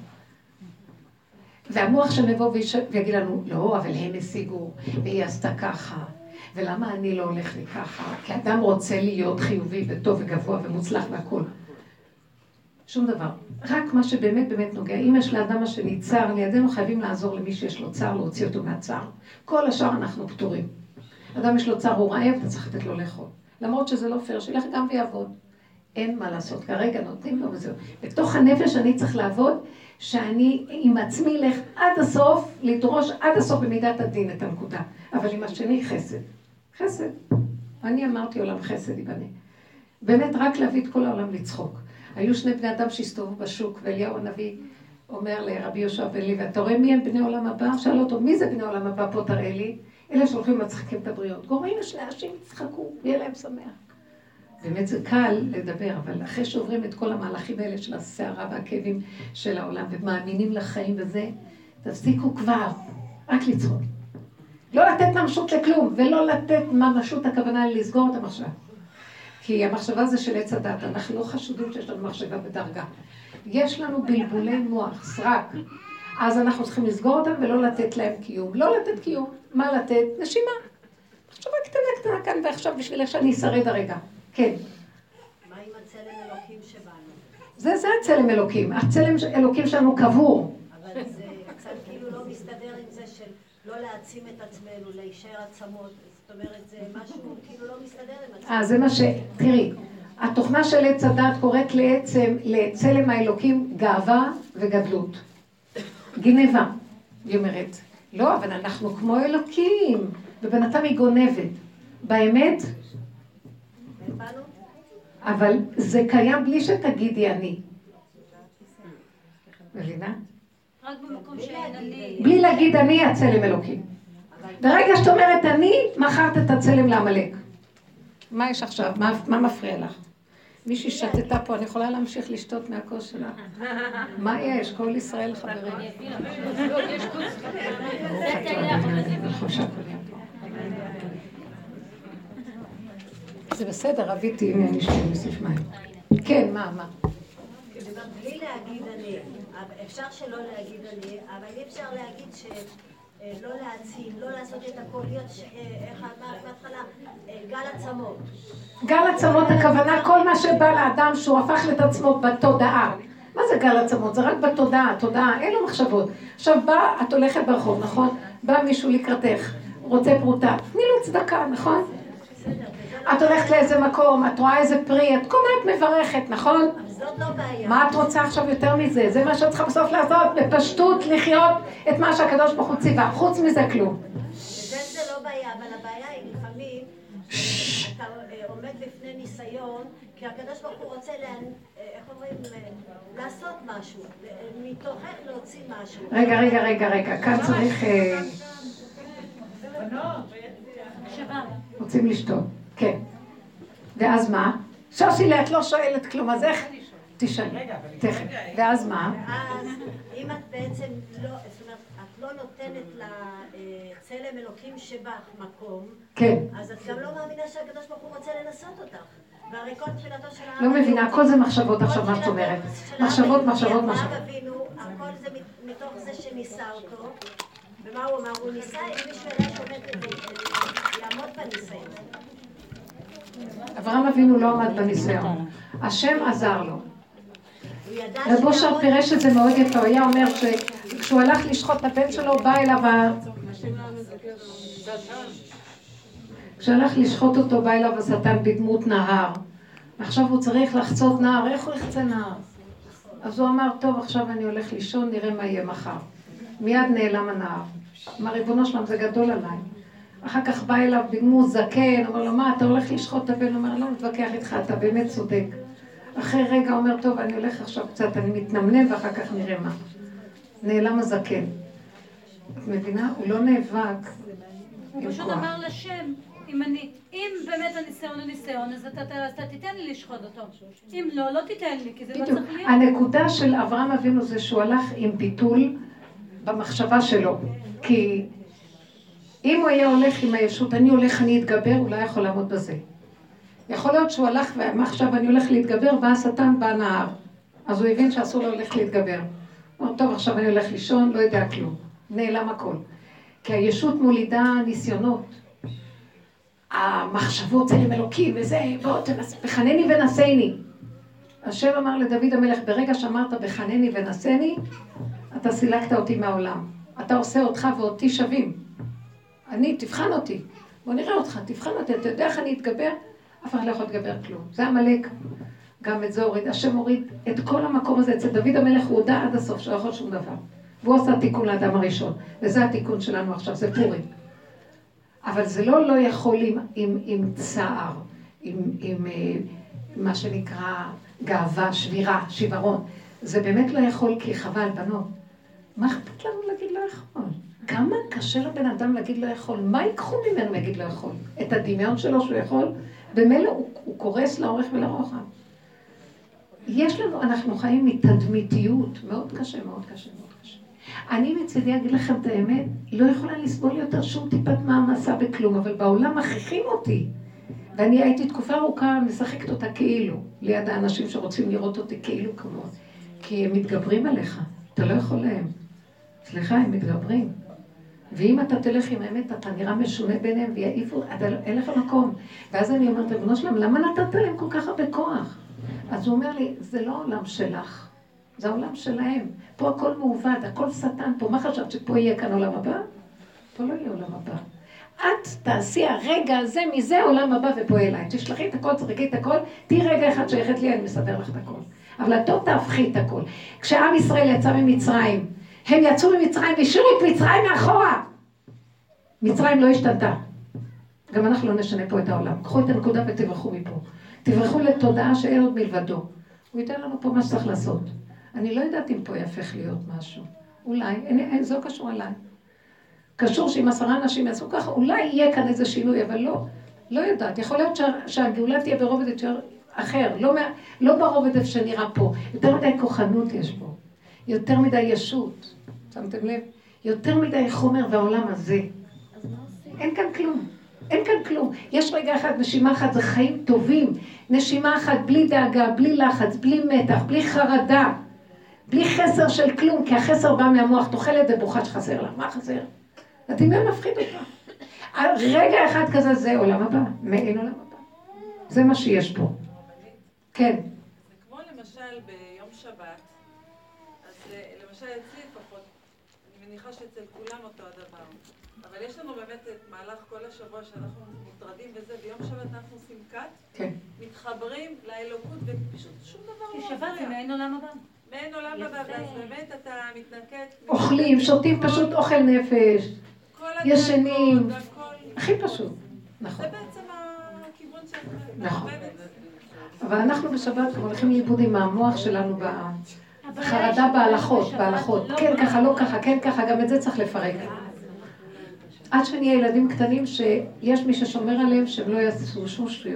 והמוח שנבוא ויגיד לנו, לא, אבל הם השיגו, והיא עשתה ככה, ולמה אני לא הולך לי ככה? כי אדם רוצה להיות חיובי וטוב וגבוה ומוצלח והכל. שום דבר. רק מה שבאמת באמת נוגע. אם יש לאדם השני צער, לידינו חייבים לעזור למי שיש לו צער, להוציא אותו מהצער. כל השאר אנחנו פטורים. אדם יש לו צער, הוא רעב, אתה צריך לתת לו לאכול. למרות שזה לא פייר, שילך גם ויעבוד. אין מה לעשות, כרגע נותנים לו וזהו. בתוך הנפש אני צריך לעבוד, שאני עם עצמי אלך עד הסוף, לדרוש עד הסוף במידת הדין את הנקודה. אבל עם השני חסד. חסד. אני אמרתי עולם חסד ייבנה. באמת רק להביא את כל העולם לצחוק. היו שני בני אדם שהסתובבו בשוק, ואליהו הנביא אומר לרבי יהושע בן לוי, אתה רואה מי הם בני עולם הבא? שאל אותו, מי זה בני עולם הבא? פה תראה לי. אלה שהולכים ומצחיקים את הבריות. גורמים לשני אנשים יצחקו, ויהיה להם שמח. באמת זה קל לדבר, אבל אחרי שעוברים את כל המהלכים האלה של הסערה והכאבים של העולם, ומאמינים לחיים וזה, תפסיקו כבר, רק לצחוק. לא לתת ממשות לכלום, ולא לתת ממשות הכוונה לסגור אותם עכשיו. כי המחשבה זה של עץ הדת, אנחנו לא חשודים שיש לנו מחשבה בדרגה. יש לנו בלבולי מוח, סרק. אז אנחנו צריכים לסגור אותם ולא לתת להם קיום. לא לתת קיום. מה לתת? נשימה. מחשבה קטנה קטנה כאן ועכשיו בשביל שאני אשרד הרגע. כן. מה עם הצלם אלוקים שבאנו? זה, זה הצלם אלוקים. הצלם אלוקים שלנו קבור. אבל זה קצת כאילו לא מסתדר עם זה של לא להעצים את עצמנו, להישאר עצמות. זאת אומרת, זה משהו כאילו לא מסתדר עם עצמנו. אה, זה מה ש... תראי, התוכנה של עץ הדת קוראת לעצם, לצלם האלוקים גאווה וגדלות. גנבה, היא אומרת. לא, אבל אנחנו כמו אלוקים, ובינתיים היא גונבת. באמת? אבל זה קיים בלי שתגידי אני. מבינה? רק במקום שאין אני. בלי להגיד אני הצלם אלוקים. ברגע שאת אומרת אני, מכרת את הצלם לעמלק. מה יש עכשיו? מה, מה מפריע לך? מישהי שתתה פה, אני יכולה להמשיך לשתות מהכוס שלה. מה יש? כל ישראל חברים. זה בסדר, רביתי, הנה אני שואל מוסיף מים. כן, מה, מה? בלי להגיד אני, אפשר שלא להגיד אני, אבל אי אפשר להגיד ש... לא להעצים, לא לעשות את הכל, להיות, איך אמרת בהתחלה, גל עצמות. גל עצמות הכוונה, כל מה שבא לאדם שהוא הפך את עצמו בתודעה. מה זה גל עצמות? זה רק בתודעה, תודעה, אין לו מחשבות. עכשיו בא, את הולכת ברחוב, נכון? בא מישהו לקראתך, רוצה פרוטה, תני לו צדקה, נכון? את הולכת לאיזה מקום, את רואה איזה פרי, את קומת מברכת, נכון? זאת לא בעיה. מה את רוצה עכשיו יותר מזה? זה מה שאת צריכה בסוף לעשות, בפשטות לחיות את מה שהקדוש ברוך הוא ציווה, חוץ מזה כלום. זה זה לא בעיה, אבל הבעיה היא לפעמים, אתה עומד בפני ניסיון, כי הקדוש ברוך הוא רוצה, איך אומרים, לעשות משהו, מתוכך להוציא משהו. רגע, רגע, רגע, רגע, כאן צריך... רוצים לשתות, כן. ואז מה? שושילה, את לא שואלת כלום, אז איך? תשאלי, תכף. ואז מה? אז אם את בעצם לא, זאת אומרת, את לא נותנת לצלם אלוקים שבך מקום, כן. אז את גם לא מאמינה שהקדוש ברוך הוא רוצה לנסות אותך. והרי כל תחילתו של העם... לא מבינה, הכל זה מחשבות עכשיו, מה שאת אומרת. מחשבות, מחשבות, מחשבות. הכל זה מתוך זה שניסה אותו. ומה הוא אמר? הוא ניסה, אם מישהו ידע שעומד לעמוד בניסיון. אברהם אבינו לא עמד בניסיון. השם עזר לו. רב אושר פירש את זה מאוד יפה, הוא היה אומר שכשהוא הלך לשחוט את הבן שלו, בא אליו ה... כשהוא הלך לשחוט אותו, בא אליו השטן בדמות נהר. עכשיו הוא צריך לחצות נהר, איך הוא יחצה נהר? אז הוא אמר, טוב, עכשיו אני הולך לישון, נראה מה יהיה מחר. מיד נעלם הנהר. אמר, ריבונו שלם, זה גדול עליי. אחר כך בא אליו בדמות זקן, אומר לו, מה, אתה הולך לשחוט את הבן? הוא אומר, לא מתווכח איתך, אתה באמת צודק. אחרי רגע אומר, טוב, אני הולך עכשיו קצת, אני מתנמנם ואחר כך נראה מה. נעלם הזקן. את מבינה? הוא לא נאבק. הוא פשוט אמר לשם, אם אני, אם באמת הניסיון הוא ניסיון, אז אתה, אתה, אתה תיתן לי לשחוט אותו. אם לא, לא תיתן לי, כי זה לא צריך להיות. הנקודה של אברהם אבינו זה שהוא הלך עם ביטול במחשבה שלו. כי אם הוא היה הולך עם הישות, אני הולך, אני אתגבר, הוא לא יכול לעמוד בזה. יכול להיות שהוא הלך ואמר עכשיו אני הולך להתגבר, בא השטן בנהר. אז הוא הבין שאסור לו הולך להתגבר. הוא אומר, טוב, עכשיו אני הולך לישון, לא יודע כלום. נעלם הכל. כי הישות מולידה ניסיונות. המחשבות צלם אלוקים וזה, בוא תנס... בחנני ונסני. השם אמר לדוד המלך, ברגע שאמרת בחנני ונסני, אתה סילקת אותי מהעולם. אתה עושה אותך ואותי שווים. אני, תבחן אותי. בוא נראה אותך, תבחן אותי. אתה יודע איך אני אתגבר? אף אחד לא יכול להתגבר כלום. זה המלאק. גם את זה הוריד. השם הוריד את כל המקום הזה. אצל דוד המלך הוא הודע עד הסוף שלא יכול שום דבר. והוא עושה תיקון לאדם הראשון. וזה התיקון שלנו עכשיו, זה פורים. אבל זה לא לא יכול עם, עם, עם צער, עם, עם מה שנקרא גאווה, שבירה, שיוורון. זה באמת לא יכול כי חבל בנות. מה אכפת לנו להגיד לא יכול? כמה קשה לבן אדם להגיד לא יכול? מה ייקחו ממנו להגיד לא יכול? את הדמיון שלו שהוא יכול? במילא הוא, הוא קורס לאורך ולרוחב. יש לנו, אנחנו חיים מתדמיתיות, מאוד קשה, מאוד קשה, מאוד קשה. אני מצידי אגיד לכם את האמת, לא יכולה לסבול יותר שום טיפת מעמסה בכלום, אבל בעולם מכריחים אותי. ואני הייתי תקופה ארוכה משחקת אותה כאילו, ליד האנשים שרוצים לראות אותי כאילו כמוה. כי הם מתגברים עליך, אתה לא יכול להם. סליחה, הם מתגברים. ואם אתה תלך עם האמת, אתה נראה משונה ביניהם ויעיפו, אין לך מקום. ואז אני אומרת, לבנו שלהם, למה נתת להם כל כך הרבה כוח? אז הוא אומר לי, זה לא העולם שלך, זה העולם שלהם. פה הכל מעובד, הכל שטן פה. מה חשבת שפה יהיה כאן עולם הבא? פה לא יהיה עולם הבא. את תעשי הרגע הזה, מזה עולם הבא ופה אליי. תשלחי את הכל, תזרקי את הכל, תהי רגע אחד שייכת לי, אני מסדר לך את הכל. אבל את לא תהפכי את הכל. כשעם ישראל יצא ממצרים, הם יצאו ממצרים והשאירו את מצרים מאחורה. מצרים לא השתנתה. גם אנחנו לא נשנה פה את העולם. קחו את הנקודה ותברחו מפה. תברחו לתודעה שאין עוד מלבדו. הוא ייתן לנו פה מה שצריך לעשות. אני לא יודעת אם פה יהפך להיות משהו. אולי, אין, אין, זה לא קשור עליי. קשור שאם עשרה אנשים יעשו ככה, אולי יהיה כאן איזה שינוי, אבל לא. לא יודעת. יכול להיות שה, שהגאולה תהיה ברובד יותר אחר. לא, לא ברובד איפה שנראה פה. יותר מדי כוחנות יש פה. יותר מדי ישות. שמתם לב? יותר מדי חומר והעולם הזה. אין כאן כלום. אין כאן כלום. יש רגע אחד, נשימה אחת, זה חיים טובים. נשימה אחת, בלי דאגה, בלי לחץ, בלי מתח, בלי חרדה. בלי חסר של כלום, כי החסר בא מהמוח, תאכלת ובוכה שחסר לה. מה חסר? הדמיון מפחיד אותה. רגע אחד כזה, זה עולם הבא. מאין עולם הבא. זה מה שיש פה. כן. זה כמו למשל ביום שבת, אז למשל אצלי לפחות, אני מניחה שאצל כולם אותו הדבר. אבל יש לנו באמת את מהלך כל השבוע שאנחנו מוטרדים וזה, ביום שבת אנחנו עושים קאט, כן. מתחברים לאלוקות ופשוט שום דבר לא עובר. שבת זה מעין עולם הבא. מעין עולם הבא, ואז באמת אתה מתנקט. אוכלים, שותים פשוט אוכל נפש, ישנים, הכי פשוט. נכון. זה בעצם הכיוון שאנחנו נכון. אבל אנחנו בשבת כבר הולכים לאיבוד עם המוח שלנו בחרדה בהלכות, בהלכות. כן ככה, לא ככה, כן ככה, גם את זה צריך לפרק. עד שנהיה ילדים קטנים שיש מי ששומר עליהם שהם לא יעשו שום שטויות.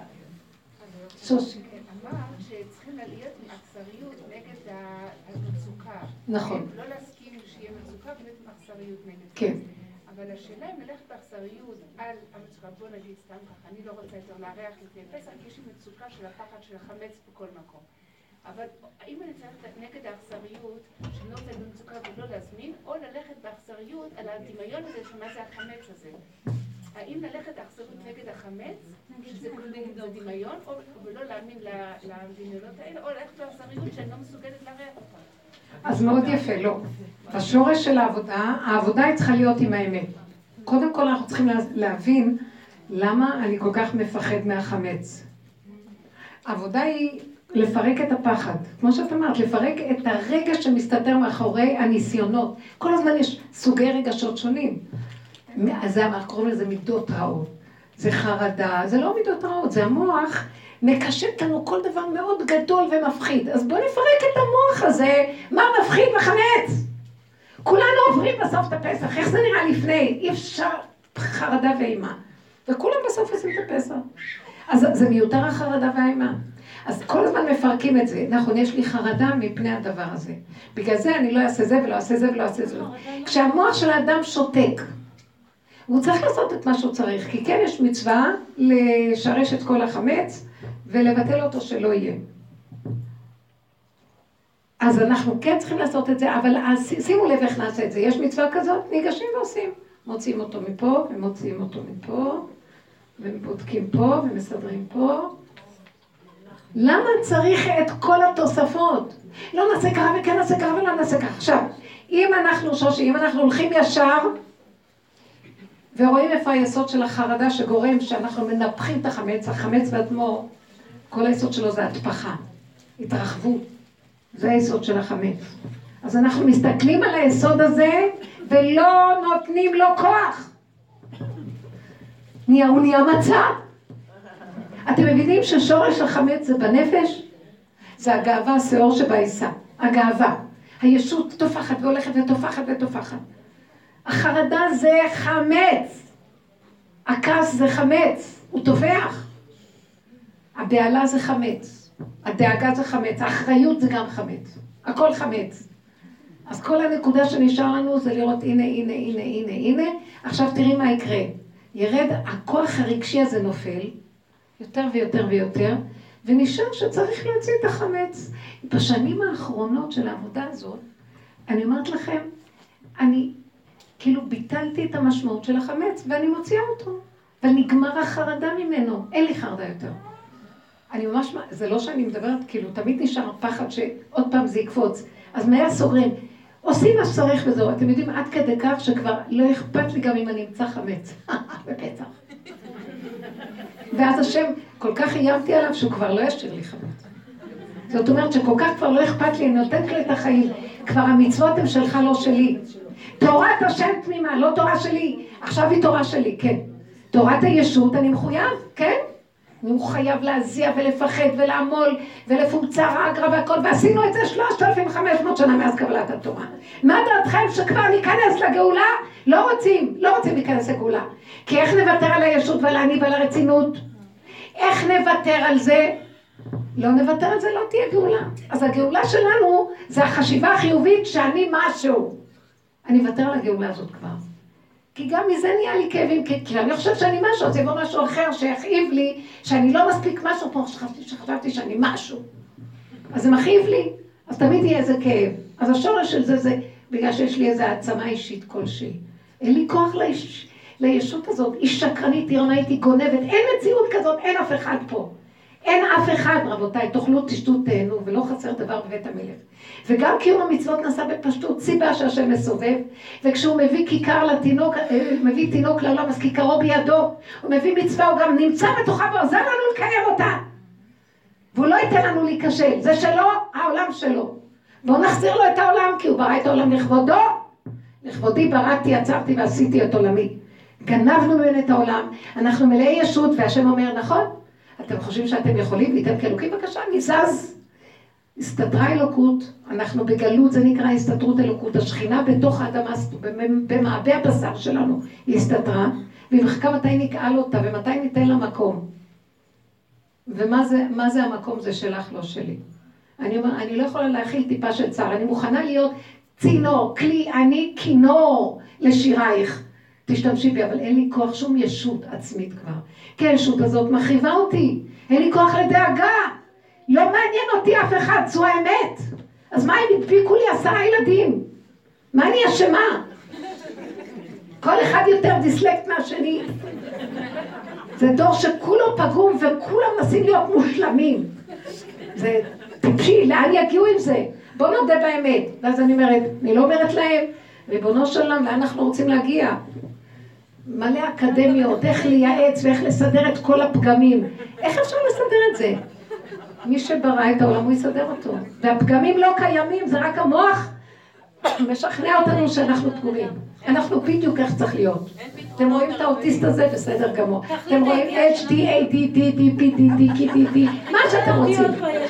סוס. אמר שצריכים להיות מאכזריות נגד המצוקה. נכון. לא להסכים שיהיה מצוקה באמת מאכזריות נגד. כן. אבל השאלה אם ללכת באכזריות על המצוקה, בוא נגיד סתם ככה, אני לא רוצה יותר לארח לפני פסח, כי יש לי מצוקה של הפחד של החמץ בכל מקום. אבל האם אני צריך נגד האכזריות, שאני לא רוצה במצוקה ולא להזמין, או ללכת באכזריות על הדמיון הזה, שמה זה החמץ הזה? האם ללכת האכזריות נגד החמץ, שזה דמיון, ולא להאמין לדמיונות האלה, או ללכת באכזריות שאני לא מסוגלת לארח אותה? אז מאוד יפה, לא. בשורש של העבודה, העבודה היא צריכה להיות עם האמת. קודם כל אנחנו צריכים להבין למה אני כל כך מפחד מהחמץ. העבודה היא לפרק את הפחד. כמו שאת אמרת, לפרק את הרגע שמסתתר מאחורי הניסיונות. כל הזמן יש סוגי רגשות שונים. אז אנחנו קוראים לזה מידות רעות. זה חרדה, זה לא מידות רעות, זה המוח. מקשט לנו כל דבר מאוד גדול ומפחיד. אז בואו נפרק את המוח הזה. מה מפחיד בחמץ? כולנו עוברים בסוף את הפסח. איך זה נראה לפני? אי אפשר חרדה ואימה. וכולם בסוף עושים את הפסח. אז זה מיותר החרדה והאימה. אז כל הזמן מפרקים את זה. נכון, יש לי חרדה מפני הדבר הזה. בגלל זה אני לא אעשה זה ולא אעשה זה ולא אעשה זה. כשהמוח של האדם שותק, הוא צריך לעשות את מה שהוא צריך. כי כן יש מצווה לשרש את כל החמץ, ולבטל אותו שלא יהיה. אז אנחנו כן צריכים לעשות את זה, אבל שימו לב איך נעשה את זה. יש מצווה כזאת, ניגשים ועושים. מוציאים אותו מפה, ומוציאים אותו מפה, ובודקים פה, ומסדרים פה. למה צריך את כל התוספות? לא נעשה ככה וכן נעשה ככה ולא נעשה ככה. עכשיו, אם אנחנו שושי, אם אנחנו הולכים ישר, ורואים איפה היסוד של החרדה שגורם שאנחנו מנפחים את החמץ, החמץ בעצמו, כל היסוד שלו זה התפחה, התרחבות. זה היסוד של החמץ. אז אנחנו מסתכלים על היסוד הזה, ולא נותנים לו כוח. נהיה, הוא נהיה מצע. אתם מבינים ששורש החמץ זה בנפש? זה הגאווה, השאור שבעיסה. הגאווה. הישות תופחת והולכת ותופחת ותופחת. החרדה זה חמץ. הכעס זה חמץ. הוא תופח. הבעלה זה חמץ. הדאגה זה חמץ. האחריות זה גם חמץ. הכל חמץ. אז כל הנקודה שנשאר לנו זה לראות הנה, הנה, הנה, הנה, הנה. עכשיו תראי מה יקרה. ירד, הכוח הרגשי הזה נופל, יותר ויותר ויותר, ונשאר שצריך להוציא את החמץ. בשנים האחרונות של העבודה הזאת, אני אומרת לכם, אני כאילו ביטלתי את המשמעות של החמץ, ואני מוציאה אותו, ונגמר החרדה ממנו, אין לי חרדה יותר. אני ממש, זה לא שאני מדברת, כאילו תמיד נשאר פחד שעוד פעם זה יקפוץ, אז מהר סוגרים, עושים מה שצריך וזהו, אתם יודעים עד כדי כך שכבר לא אכפת לי גם אם אני אמצא חמץ, בפתח. ואז השם, כל כך איימתי עליו שהוא כבר לא ישאיר לי חמץ. זאת אומרת שכל כך כבר לא אכפת לי, אני נותנת לו את החיים, כבר המצוות הן שלך לא שלי. תורת השם תמימה, לא תורה שלי, עכשיו היא תורה שלי, כן. תורת הישות אני מחויב, כן? אני חייב להזיע ולפחד ולעמול ולפומצר האגרה והכל, ועשינו את זה שלושת אלפים וחמש מאות שנה מאז קבלת התורה. מה דעתכם שכבר ניכנס לגאולה? לא רוצים, לא רוצים להיכנס לגאולה. כי איך נוותר על הישות ועל העני ועל הרצינות? איך נוותר על זה? לא נוותר על זה, לא תהיה גאולה. אז הגאולה שלנו זה החשיבה החיובית שאני משהו. אני מוותר על הגאולה הזאת כבר. כי גם מזה נהיה לי כאבים, כי, כי אני חושב שאני משהו, אז יבוא משהו אחר שיכאיב לי, שאני לא מספיק משהו פה, שחשבתי, שחשבתי שאני משהו. אז זה מכאיב לי, אז תמיד יהיה איזה כאב. אז השורש של זה זה בגלל שיש לי איזו העצמה אישית כלשהי. אין לי כוח ליש, לישות הזאת, היא שקרנית, היא היא גונבת, אין מציאות כזאת, אין אף אחד פה. אין אף אחד, רבותיי, תאכלו, תשתו, תהנו, ולא חסר דבר בבית המלך. וגם קיום המצוות נעשה בפשטות, סיבה שהשם מסובב, וכשהוא מביא כיכר לתינוק, מביא תינוק לעולם, אז כיכרו בידו, הוא מביא מצווה, הוא גם נמצא בתוכה ועוזר לנו לקיים אותה. והוא לא ייתן לנו להיכשל, זה שלו, העולם שלו. בואו נחזיר לו את העולם, כי הוא ברא את העולם לכבודו. לכבודי בראתי, עצרתי ועשיתי את עולמי. גנבנו ממנו את העולם, אנחנו מלאי ישות, והשם אומר, נכון? אתם חושבים שאתם יכולים להתאם כאלוקים? בבקשה, אני זז. הסתתרה אלוקות, אנחנו בגלות, זה נקרא הסתתרות אלוקות. השכינה בתוך האדמה, במעבה הבשר שלנו, היא הסתתרה, והיא מחכה מתי נקעל אותה, ומתי ניתן לה מקום. ומה זה, מה זה המקום? זה שלך, לא שלי. אני אומר, אני לא יכולה להכיל טיפה של צער, אני מוכנה להיות צינור, כלי, אני כינור לשירייך. תשתמשי בי, אבל אין לי כוח שום ישות עצמית כבר. כי הישות הזאת מכריבה אותי. אין לי כוח לדאגה. לא מעניין אותי אף אחד, זו האמת. אז מה אם הדביקו לי עשרה ילדים? מה אני אשמה? כל אחד יותר דיסלקט מהשני. זה דור שכולו פגום וכולם מנסים להיות מושלמים. זה טיפשי, לאן יגיעו עם זה? בוא נודה באמת. ואז אני אומרת, אני לא אומרת להם, ריבונו של עולם, לאן אנחנו רוצים להגיע? מלא אקדמיות, איך לייעץ ואיך לסדר את כל הפגמים. איך אפשר לסדר את זה? מי שברא את העולם הוא יסדר אותו. והפגמים לא קיימים, זה רק המוח משכנע אותנו שאנחנו פגומים. אנחנו בדיוק איך צריך להיות. אתם רואים את האוטיסט הזה? בסדר גמור. אתם רואים אייץ' די, איי די, די, די, פי די, די, קי די, די. מה שאתם רוצים.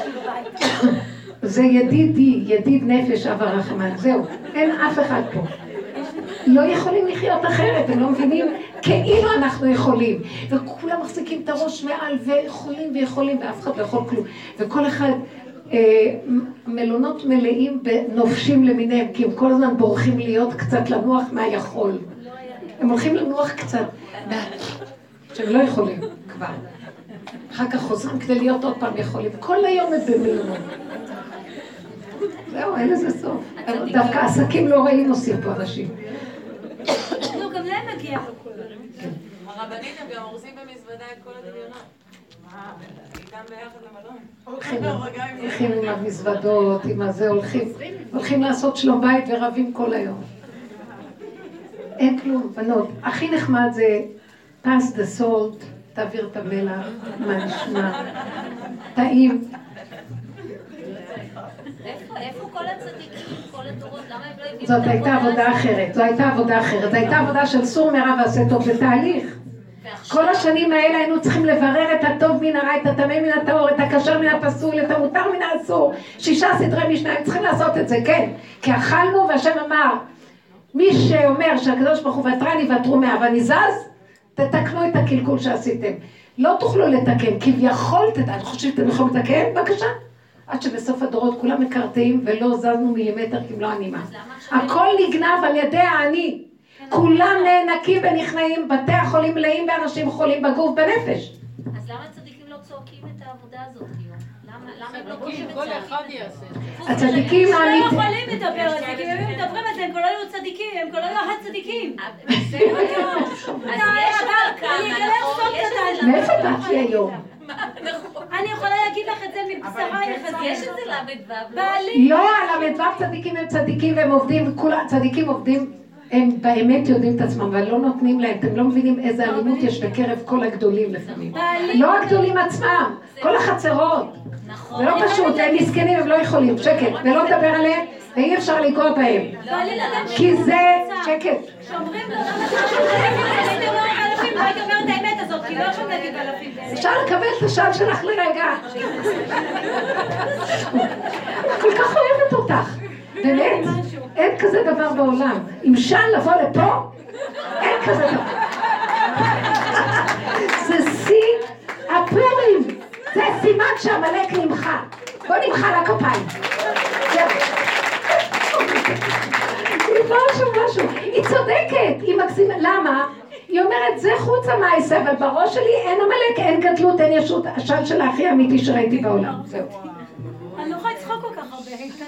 זה ידידי, ידיד נפש אב הרחמן. זהו, אין אף אחד פה. לא יכולים לחיות אחרת, הם לא מבינים כאילו אנחנו יכולים. וכולם מחזיקים את הראש מעל ויכולים ויכולים, ואף אחד לא יכול כלום. וכל אחד, אה, מלונות מלאים בנופשים למיניהם, כי הם כל הזמן בורחים להיות קצת לנוח מהיכול. הם הולכים לנוח קצת, שהם לא יכולים כבר. אחר כך חוזרים כדי להיות עוד פעם יכולים. כל היום הם במלונות. זהו, אין לזה סוף. דווקא עסקים לא רעים עושים פה אנשים. נו, גם להם מגיע. הרבנים הם גם הורסים במזוודה את כל הדמיונות. מה? איתם ביחד למלון? הולכים עם המזוודות, עם הזה, הולכים לעשות שלום בית ורבים כל היום. אין כלום, בנות. הכי נחמד זה pass the salt, תעביר את המלח, מה נשמע, טעים. איפה כל הצדיקים, כל הדורות, למה הם לא הביאו? זאת הייתה עבודה אחרת, זו הייתה עבודה אחרת, זו הייתה עבודה של סור מרע ועשה טוב, זה תהליך. כל השנים האלה היינו צריכים לברר את הטוב מן הרע, את הטמא מן הטהור, את הכשר מן הפסול, את המותר מן האסור. שישה סדרי משנה, הם צריכים לעשות את זה, כן. כי אכלנו והשם אמר, מי שאומר שהקדוש ברוך הוא ותרני ותרו מאה ואני זז, תתקנו את הקלקול שעשיתם. לא תוכלו לתקן, כביכול, אני חושב שאתם יכולים לתקן, בבקשה. עד שבסוף הדורות כולם מקרטעים ולא זזנו מילימטר כמלוא הנימה. הכל נגנב על ידי העני. כולם נאנקים ונכנעים, בתי החולים מלאים באנשים חולים בגוף בנפש. אז למה צדיקים צועקים את העבודה הזאת היום? למה הם לא קוראים את כל זה? אחד יעשה את זה. הצדיקים הם לא האמיתיים. יכולים לדבר על זה, כי הם מדברים על זה, הם כל היו צדיקים, הם כל היו הצדיקים. בסדר, אז יש דרכה, נכון? מאיפה באת לי היום? אני יכולה להגיד לך את זה מבשריי, יש איזה למד ו'. בעלי. לא, על המדבר צדיקים הם צדיקים והם עובדים, כולם צדיקים עובדים, הם באמת יודעים את עצמם, אבל לא נותנים להם, אתם לא מבינים איזה אלימות יש בקרב כל הגדולים לפעמים. לא הגדולים עצמם, כל החצרות. זה לא פשוט, הם מסכנים, הם לא יכולים, שקט, ולא לדבר עליהם, ואי אפשר לגוע בהם. כי זה שקט. שאומרים לו, למה אתה הייתי אומרת אלפים, לא הייתי אומרת האמת הזאת, כי לא יכולים להגיד אלפים. אפשר לקבל את השאל שלך לרגע. כל כך אוהבת אותך. באמת, אין כזה דבר בעולם. אם שאל לבוא לפה, אין כזה דבר. זה שיא הפורים. זה סימן שהמלאק נמחה. בוא נמחה לה כפיים. היא משהו משהו. היא צודקת. היא מקסימה. למה? היא אומרת, זה חוץ המעשה, אבל בראש שלי אין המלאק, אין גדלות, אין ישות. השאל של הכי אמיתי שראיתי בעולם. זהו. אני לא יכולה לצחוק כל כך הרבה.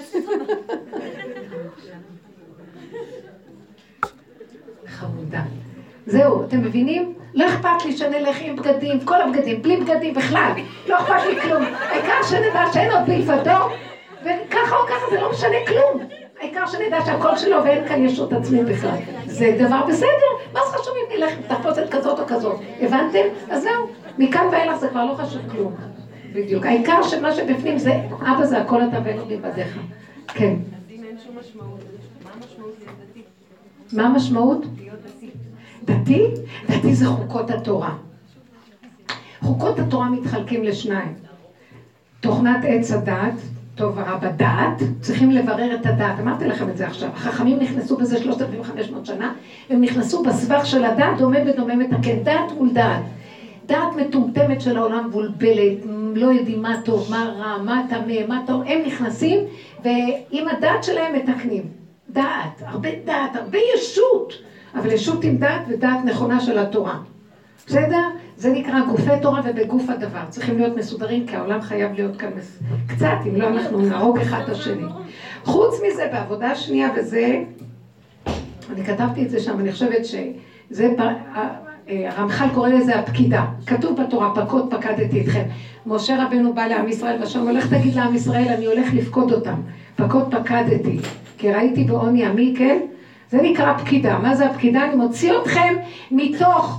חמודה. זהו, אתם מבינים? לא אכפת לי שנלך עם בגדים, כל הבגדים, בלי בגדים בכלל. לא אכפת לי כלום. העיקר שנדע שאין עוד בלבדו, וככה או ככה זה לא משנה כלום. העיקר שנדע שהכל שלו ואין כאן ישות עצמית בכלל. זה דבר בסדר. מה זה חשוב אם נלך תחפושת כזאת או כזאת? הבנתם? אז זהו. מכאן ואילך זה כבר לא חשוב כלום. בדיוק. העיקר שמה שבפנים זה, אבא זה הכל אתה ואין עוד לבדיך. כן. אין שום משמעות. מה המשמעות להיות דתי? מה המשמעות? להיות דתי. דתי? דתי זה חוקות התורה. חוקות התורה מתחלקים לשניים. תוכנת עץ הדעת, טוב ורע בדעת, צריכים לברר את הדעת. אמרתי לכם את זה עכשיו. החכמים נכנסו בזה שלושת אלפים וחמש מאות שנה, והם נכנסו בסבך של הדעת, דומה ודומה מתקן. דעת מול דעת. דעת מטומטמת של העולם בולבלת, לא יודעים מה טוב, מה רע, מה טמא, מה טוב. הם נכנסים, ועם הדעת שלהם מתקנים. דעת, הרבה דעת, הרבה ישות. אבל ישות עם דעת ודעת נכונה של התורה. בסדר? זה נקרא גופי תורה ובגוף הדבר. צריכים להיות מסודרים, כי העולם חייב להיות כאן מס... קצת, אם לא אנחנו נהרוג אחד את השני. חוץ מזה, בעבודה שנייה, וזה, אני כתבתי את זה שם, אני חושבת שזה, הרמח"ל קורא לזה הפקידה. כתוב בתורה, פקוד פקדתי אתכם. משה רבנו בא לעם ישראל, ושם הולך תגיד לעם ישראל, אני הולך לפקוד אותם. פקוד פקדתי, כי ראיתי בעוני עמי, כן? זה נקרא פקידה. מה זה הפקידה? אני מוציא אתכם מתוך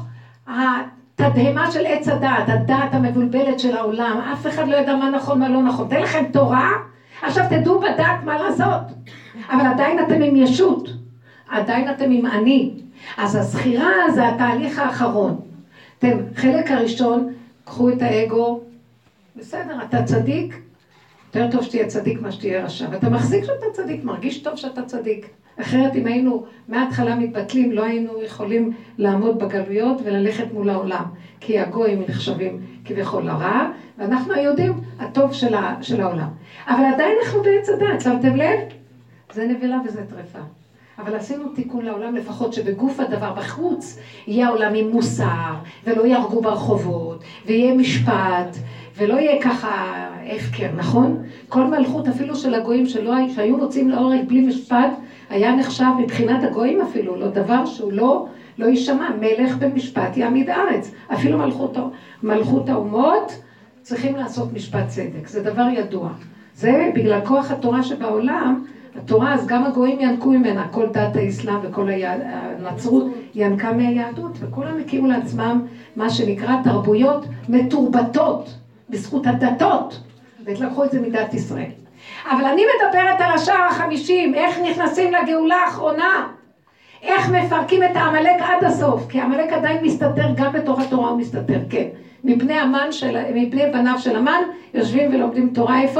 התדהמה של עץ הדעת, הדעת המבולבלת של העולם. אף אחד לא יודע מה נכון, מה לא נכון. תן לכם תורה, עכשיו תדעו בדעת מה לעשות. אבל עדיין אתם עם ישות. עדיין אתם עם אני. אז הזכירה זה התהליך האחרון. אתם, חלק הראשון, קחו את האגו. בסדר, אתה צדיק. יותר טוב שתהיה צדיק מה שתהיה רשע. ואתה מחזיק שאתה צדיק, מרגיש טוב שאתה צדיק. אחרת אם היינו מההתחלה מתבטלים, לא היינו יכולים לעמוד בגלויות וללכת מול העולם. כי הגויים נחשבים כביכול לרע, ואנחנו היהודים הטוב של, ה, של העולם. אבל עדיין אנחנו בעץ הדעת, שמתם לב? זה נבלה וזה טרפה. אבל עשינו תיקון לעולם לפחות שבגוף הדבר בחוץ יהיה העולם עם מוסר, ולא ירגו ברחובות, ויהיה משפט, ולא יהיה ככה הפקר, נכון? כל מלכות אפילו של הגויים שלא, שהיו רוצים להורג בלי משפט, היה נחשב מבחינת הגויים אפילו, לא דבר שהוא לא, לא יישמע, מלך במשפט יעמיד ארץ. אפילו מלכות, מלכות האומות צריכים לעשות משפט צדק, זה דבר ידוע. זה בגלל כוח התורה שבעולם, התורה אז גם הגויים ינקו ממנה, כל דת האסלאם וכל הנצרות ינקה מהיהדות, וכולם הקימו לעצמם מה שנקרא תרבויות מתורבתות, בזכות הדתות, והתלקחו את זה מדת ישראל. אבל אני מדברת על השער החמישים, איך נכנסים לגאולה האחרונה, איך מפרקים את העמלק עד הסוף, כי העמלק עדיין מסתתר, גם בתוך התורה הוא מסתתר, כן. מבני המן של, מבני בניו של המן, יושבים ולומדים תורה איפה?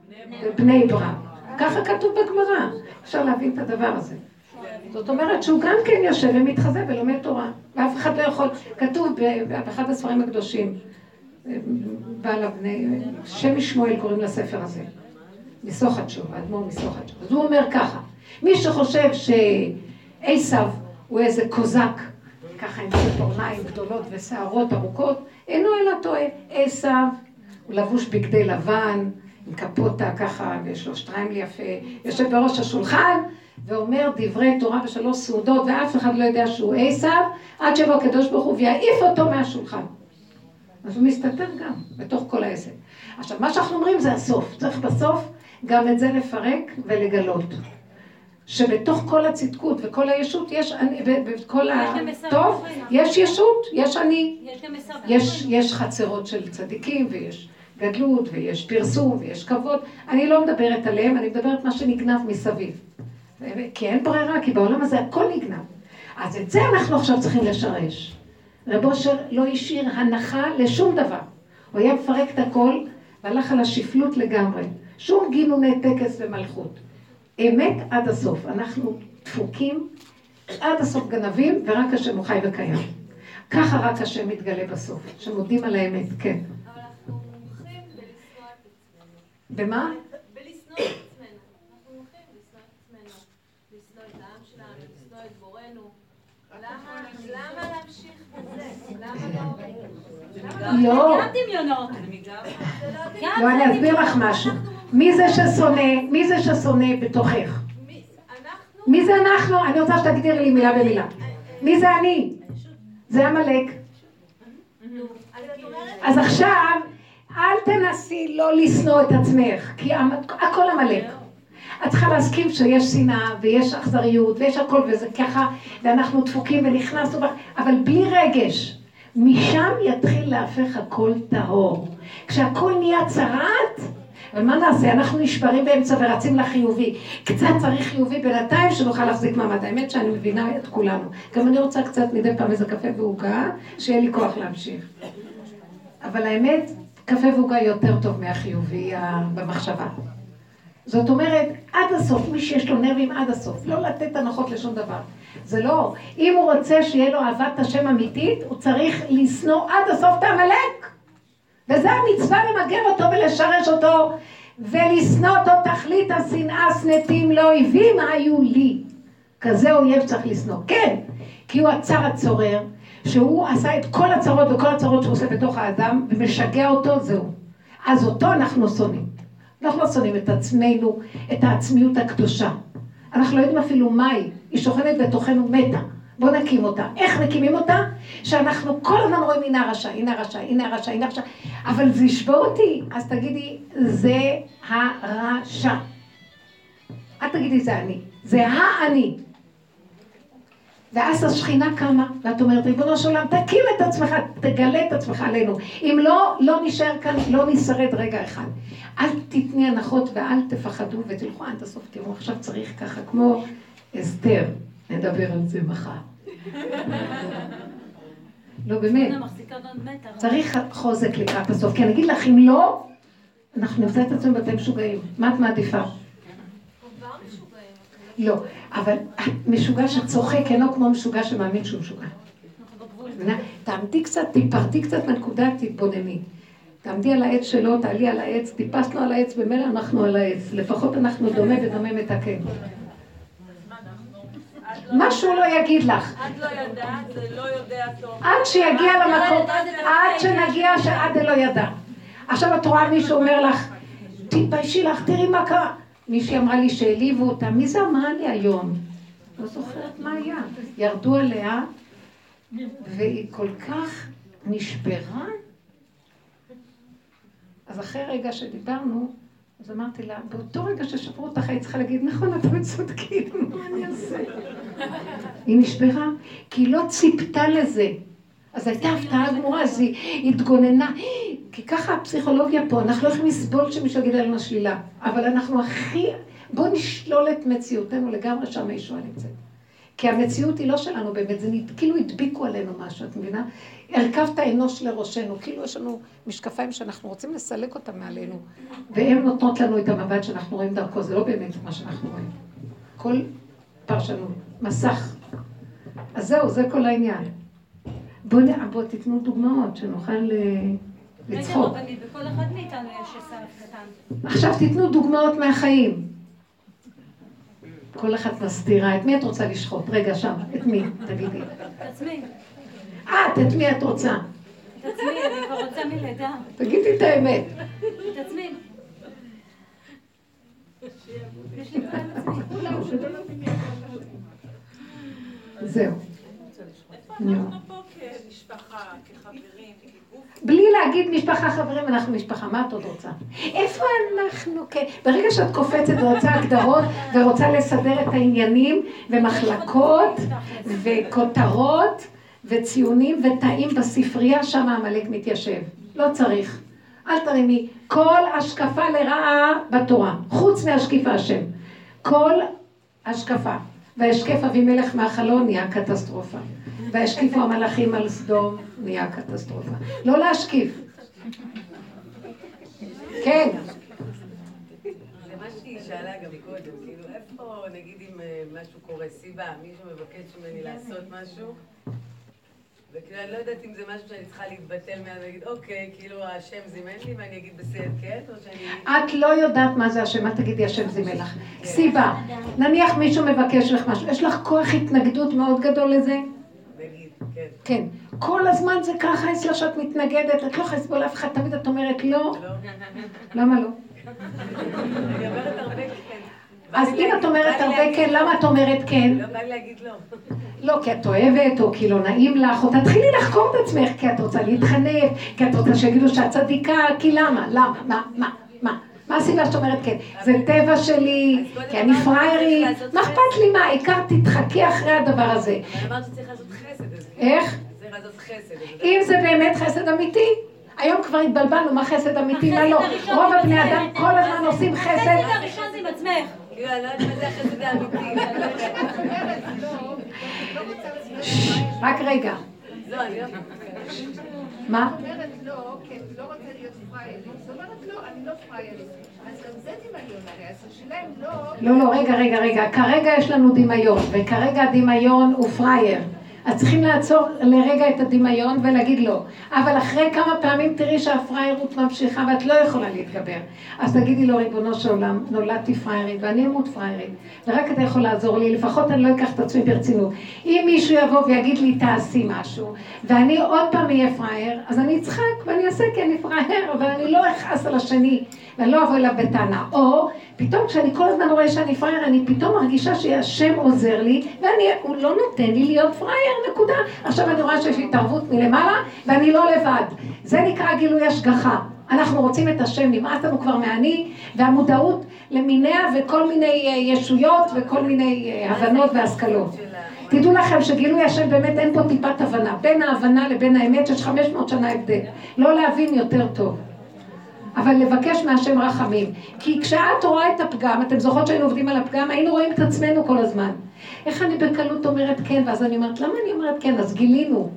בני ברא. ככה כתוב בגמרא, אפשר להבין את הדבר הזה. זאת אומרת שהוא גם כן יושב ומתחזה ולומד תורה, ואף אחד לא יכול, כתוב באחד הספרים הקדושים, בעל הבני, שם שמואל קוראים לספר הזה, מסוך התשובה, אדמו"ר מסוך התשובה. אז הוא אומר ככה, מי שחושב שעשיו הוא איזה קוזק, ככה עם ציפורניים גדולות ושערות ארוכות, אינו אלא טועה. עשיו הוא לבוש בגדי לבן, עם קפוטה ככה, ויש לו שטריימל יפה, יושב בראש השולחן, ואומר דברי תורה בשלוש סעודות, ואף אחד לא יודע שהוא עשיו, עד שבוא הקדוש ברוך הוא ויעיף אותו מהשולחן. אז הוא מסתתר גם, בתוך כל העסק. עכשיו, מה שאנחנו אומרים זה הסוף. צריך בסוף גם את זה לפרק ולגלות. שבתוך כל הצדקות וכל הישות, יש אני, בכל הטוב, יש ישות, יש אני. יש, יש חצרות של צדיקים, ויש גדלות, ויש פרסום, ויש כבוד. אני לא מדברת עליהם, אני מדברת מה שנגנב מסביב. כי אין ברירה, כי בעולם הזה הכל נגנב. אז את זה אנחנו עכשיו צריכים לשרש. רב אושר לא השאיר הנחה לשום דבר. הוא היה מפרק את הכל, והלך על השפלות לגמרי. שום גינוני טקס ומלכות. אמת עד הסוף. אנחנו דפוקים עד הסוף גנבים, ורק השם הוא חי וקיים. ככה רק השם מתגלה בסוף, שמודים על האמת, כן. אבל אנחנו מומחים בלשנוא את עצמנו. במה? בלשנוא את עצמנו. אנחנו מומחים בלשנוא את עצמנו. לשנוא את העם שלנו, לשנוא את בורנו. למה להמשיך בזה? למה לא? לא. גם דמיונות. לא, אני אסביר לך משהו. מי זה ששונא? מי זה ששונא בתוכך? מי זה אנחנו? אני רוצה שתגדירי לי מילה במילה. מי זה אני? זה המלאק. אז עכשיו, אל תנסי לא לשנוא את עצמך, כי הכל המלאק. את צריכה להסכים שיש שנאה ויש אכזריות ויש הכל וזה ככה, ואנחנו דפוקים ונכנסנו, אבל בלי רגש. משם יתחיל להפך הכל טהור. כשהכל נהיה צרעת, אבל מה נעשה? אנחנו נשברים באמצע ורצים לחיובי. קצת צריך חיובי בינתיים שנוכל להחזיק מעמד. האמת שאני מבינה את כולנו. גם אני רוצה קצת מדי פעם איזה קפה ועוגה, שיהיה לי כוח להמשיך. אבל האמת, קפה ועוגה יותר טוב מהחיובי במחשבה. זאת אומרת, עד הסוף, מי שיש לו נרבים עד הסוף, לא לתת הנחות לשום דבר. זה לא, אם הוא רוצה שיהיה לו אהבת השם אמיתית, הוא צריך לשנוא עד הסוף את המלאק. וזה המצווה למגר אותו ולשרש אותו, ולשנוא אותו תכלית השנאה, שנאתים לא אויבים היו לי. כזה אויב צריך לשנוא. כן, כי הוא הצר הצורר, שהוא עשה את כל הצרות וכל הצרות שהוא עושה בתוך האדם, ומשגע אותו, זהו. אז אותו אנחנו שונאים. אנחנו לא שונאים את עצמנו, את העצמיות הקדושה. אנחנו לא יודעים אפילו מה היא. היא שוכנת בתוכנו מתה. בוא נקים אותה. איך נקימים אותה? שאנחנו כל הזמן רואים הנה הרשע, הנה הרשע, הנה הרשע, הנה הרשע. אבל זה ישבור אותי. אז תגידי, זה הרשע. את תגידי, זה אני. זה האני. ואז השכינה קמה, ואת אומרת, ריבונו של עולם, תקים את עצמך, תגלה את עצמך עלינו. אם לא, לא נשאר כאן, לא נשרד רגע אחד. אל תתני הנחות ואל תפחדו ותלכו עד הסוף. תראו, עכשיו צריך ככה, כמו אסתר. נדבר על זה מחר. לא, באמת. צריך חוזק לקראת הסוף. כי אני אגיד לך, אם לא, אנחנו נמצא את עצמם בתי משוגעים. מה את מעדיפה? לא, אבל משוגע שצוחק אינו כמו משוגע שמאמין שהוא משוגע. תעמדי קצת, תיפרתי קצת מהנקודה, תתבונני. תעמדי על העץ שלו, תעלי על העץ, טיפסנו על העץ, במילא אנחנו על העץ. לפחות אנחנו דומה ודומה מתקן. משהו לא יגיד לך. עד לא ידע, זה לא יודע טוב. עד שיגיע למקום, עד שנגיע שעד לא ידע. עכשיו את רואה מישהו אומר לך, תתביישי לך, תראי מה קרה. מישהי אמרה לי שהעליבו אותה, מי זה אמרה לי היום? לא זוכרת מה היה. ירדו עליה, והיא כל כך נשברה. אז אחרי רגע שדיברנו, אז אמרתי לה, באותו רגע ששברו אותך, היא צריכה להגיד, נכון, אתם צודקים, מה אני אעשה? היא נשברה, כי היא לא ציפתה לזה. אז הייתה הפתעה גמורה, אז היא התגוננה. כי ככה הפסיכולוגיה פה, אנחנו לא יכולים לסבול שמישהו יגיד עלינו שלילה. אבל אנחנו הכי... בואו נשלול את מציאותנו לגמרי שם הישועה נמצאת. כי המציאות היא לא שלנו באמת, זה כאילו הדביקו עלינו משהו, את מבינה? הרכבת האנוש לראשנו, כאילו יש לנו משקפיים שאנחנו רוצים לסלק אותם מעלינו, והן נותנות לנו את המבט שאנחנו רואים דרכו, זה לא באמת מה שאנחנו רואים. כל פרשנות, מסך. אז זהו, זה כל העניין. בואו בוא, תתנו דוגמאות שנוכל לצחוק. בכל אחד מאיתנו יש סרף קטן. עכשיו תתנו דוגמאות מהחיים. כל אחת מסתירה. את מי את רוצה לשחוט? רגע שם, את מי? תגידי. את עצמי. את, את מי את רוצה? את תעצמי, אני כבר רוצה מלידה. תגידי את האמת. תעצמי. יש לי פעם עצמי. זהו. אנחנו פה כמשפחה, כחברים, כגוף. בלי להגיד משפחה חברים, אנחנו משפחה, מה את עוד רוצה? איפה אנחנו? ברגע שאת קופצת ורוצה הגדרות ורוצה לסדר את העניינים ומחלקות וכותרות וציונים ותאים בספרייה, שם המלאק מתיישב. לא צריך. אל תרימי. כל השקפה לרעה בתורה, חוץ מהשקיף השם. כל השקפה. והשקף אבימלך מהחלון נהיה קטסטרופה. והשקיפו המלאכים על סדום נהיה קטסטרופה. לא להשקיף. כן. זה מה שהיא שאלה גם קודם, כאילו איפה נגיד אם משהו קורה, סיבה, מישהו מבקש ממני לעשות משהו, וכאילו אני לא יודעת אם זה משהו שאני צריכה להתבטל ממנו ולהגיד אוקיי, כאילו השם זימן לי ואני אגיד בסדר כן, או שאני... את לא יודעת מה זה השם, מה תגידי השם זימן לך. סיבה, נניח מישהו מבקש לך משהו, יש לך כוח התנגדות מאוד גדול לזה? נגיד, כן. כן. כל הזמן זה ככה אצלך שאת מתנגדת, את לא יכולה לסבול אף אחד, תמיד את אומרת לא. לא. למה לא? אני אומרת הרבה כן. אז אם את אומרת הרבה כן, למה את אומרת כן? לא בא לי להגיד לא. לא, כי את אוהבת, או כי לא נעים לך, או תתחילי לחקור את עצמך, כי את רוצה להתחנף, כי את רוצה שיגידו שאת צדיקה, כי למה? למה? מה? מה? מה? מה הסיבה שאת אומרת כן? זה טבע שלי, כי אני פריירית, מה אכפת לי מה? העיקר תתחכי אחרי הדבר הזה. אני אמרת שצריך לעשות חסד. איך? צריך לעשות חסד. אם זה באמת חסד אמיתי, היום כבר התבלבלנו מה חסד אמיתי, מה לא. רוב הבני אדם כל הזמן עושים חסד. החסד הראשון זה עם עצמך. כאילו, אני לא יודעת מה זה החסד האמיתי. רק רגע. לא, אני לא... מה? זאת אומרת לא, כן, לא רוצה להיות פריירית. זאת אומרת לא, אני לא פריירית. אז גם זה דמיון הרי, אז השאלה אם לא... לא, לא, רגע, רגע, רגע. כרגע יש לנו דמיון, וכרגע הדמיון הוא פרייר. אז צריכים לעצור לרגע את הדמיון ולהגיד לא. אבל אחרי כמה פעמים תראי שהפריירות ממשיכה ואת לא יכולה להתגבר. אז תגידי לו, ריבונו של עולם, נולדתי פריירית ואני אמות פריירית. ורק אתה יכול לעזור לי, לפחות אני לא אקח את עצמי ברצינות. אם מישהו יבוא ויגיד לי, תעשי משהו, ואני עוד פעם אהיה פרייר, אז אני אצחק ואני אעשה כי אני פרייר, אבל אני לא אכעס על השני, ואני לא אבוא אליו בטענה. או פתאום כשאני כל הזמן רואה שאני פרייר, אני פתאום מרגישה שהשם עוזר לי, והוא לא נותן לי להיות פרייר, נקודה. עכשיו אני רואה שיש התערבות מלמעלה, ואני לא לבד. זה נקרא גילוי השגחה. אנחנו רוצים את השם, נמאס לנו כבר מעני, והמודעות למיניה וכל מיני ישויות וכל מיני הבנות והשכלות. תדעו לכם שגילוי השם באמת אין פה טיפת הבנה. בין ההבנה לבין האמת יש חמש מאות שנה הבדל. לא להבין יותר טוב. אבל לבקש מהשם רחמים. כי כשאת רואה את הפגם, אתם זוכרות שהיינו עובדים על הפגם, היינו רואים את עצמנו כל הזמן. איך אני בקלות אומרת כן, ואז אני אומרת, למה אני אומרת כן? אז גילינו.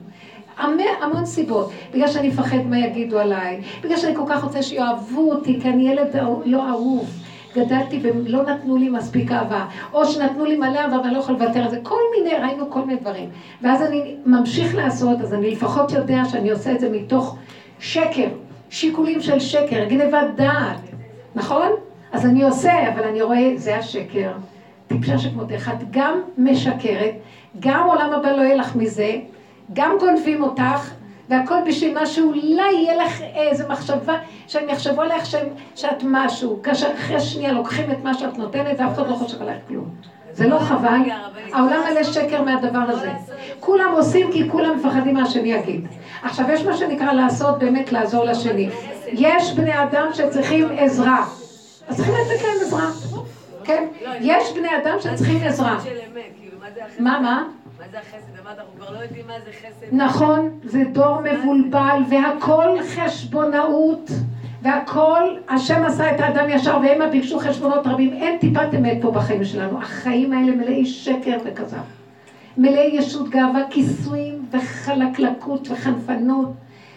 המון סיבות. בגלל שאני מפחד מה יגידו עליי, בגלל שאני כל כך רוצה שיאהבו אותי, כי אני ילד לא אהוב. גדלתי ולא נתנו לי מספיק אהבה, או שנתנו לי מלא אהבה ואני לא יכול לוותר על זה. כל מיני, ראינו כל מיני דברים. ואז אני ממשיך לעשות, אז אני לפחות יודע שאני עושה את זה מתוך שקר. שיקולים של שקר, גנבת דעת, נכון? אז אני עושה, אבל אני רואה, זה השקר. טיפשה שכמותך, את גם משקרת, גם עולם הבא לא יהיה לך מזה, גם גונבים אותך, והכל בשביל מה שאולי יהיה לך איזו מחשבה, שהם יחשבו עליך שהם, שאת משהו, כאשר אחרי שנייה לוקחים את מה שאת נותנת, ואף אחד לא חושב עליך כלום. זה לא חבל, העולם מלא שקר מהדבר הזה. כולם עושים כי כולם מפחדים מה השני יגיד. עכשיו יש מה שנקרא לעשות, באמת לעזור לשני. יש בני אדם שצריכים עזרה. אז צריכים לתת להם עזרה. כן? יש בני אדם שצריכים עזרה. מה, מה? מה זה החסד? אמרת, אנחנו כבר לא יודעים מה זה חסד. נכון, זה דור מבולבל, והכל חשבונאות, והכל, השם עשה את האדם ישר, והם ביקשו חשבונות רבים. אין טיפת אמת פה בחיים שלנו. החיים האלה מלאי שקר וכזב. מלאי ישות גאווה, כיסויים וחלקלקות וחנפנות,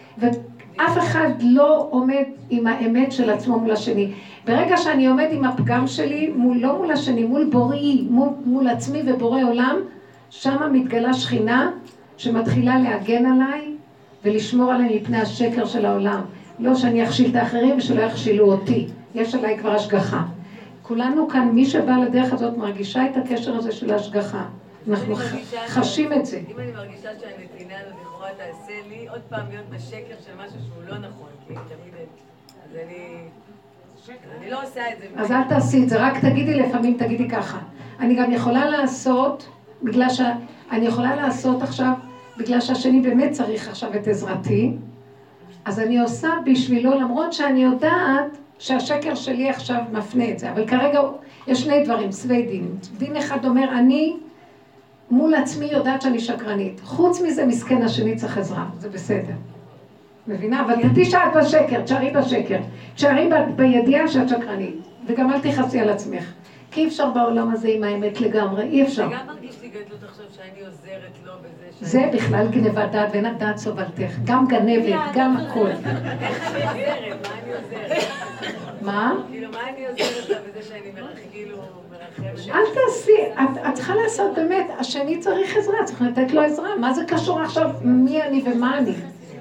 ואף אחד לא עומד עם האמת של עצמו מול השני. ברגע שאני עומד עם הפגם שלי, מול, לא מול השני, מול בוראי, מול, מול עצמי ובורא עולם, שמה מתגלה שכינה שמתחילה להגן עליי ולשמור עליי מפני השקר של העולם. לא שאני אכשיל את האחרים ושלא יכשילו אותי. יש עליי כבר השגחה. כולנו כאן, מי שבא לדרך הזאת מרגישה את הקשר הזה של ההשגחה. אנחנו חשים את זה. אם אני מרגישה שהנתינה הזאת לכאורה תעשה לי עוד פעם להיות בשקר של משהו שהוא לא נכון, כי תמיד... אז אני... אני לא עושה את זה. אז אל תעשי את זה, רק תגידי לפעמים, תגידי ככה. אני גם יכולה לעשות, בגלל ש... אני יכולה לעשות עכשיו, בגלל שהשני באמת צריך עכשיו את עזרתי, אז אני עושה בשבילו, למרות שאני יודעת שהשקר שלי עכשיו מפנה את זה. אבל כרגע יש שני דברים, סבי דין. דין אחד אומר, אני מול עצמי יודעת שאני שקרנית. חוץ מזה, מסכן השני צריך עזרה, זה בסדר. מבינה? אבל תדעי שאת בשקר, תשארי בשקר. תשארי בידיעה שאת שקרנית. וגם אל תכעסי על עצמך. כי אי אפשר בעולם הזה עם האמת לגמרי, אי אפשר. זה גם מרגיש לי גדלות עכשיו שאני עוזרת לו בזה ש... זה בכלל גנבת דעת ואין הדעת סובלתך. גם גנבת, גם הכל. איך אני עוזרת? מה אני עוזרת? מה? כאילו, מה אני עוזרת לה בזה שאני כאילו מרחבת? אל תעשי, את צריכה לעשות באמת, השני צריך עזרה, צריך לתת לו עזרה. מה זה קשור עכשיו מי אני ומה אני?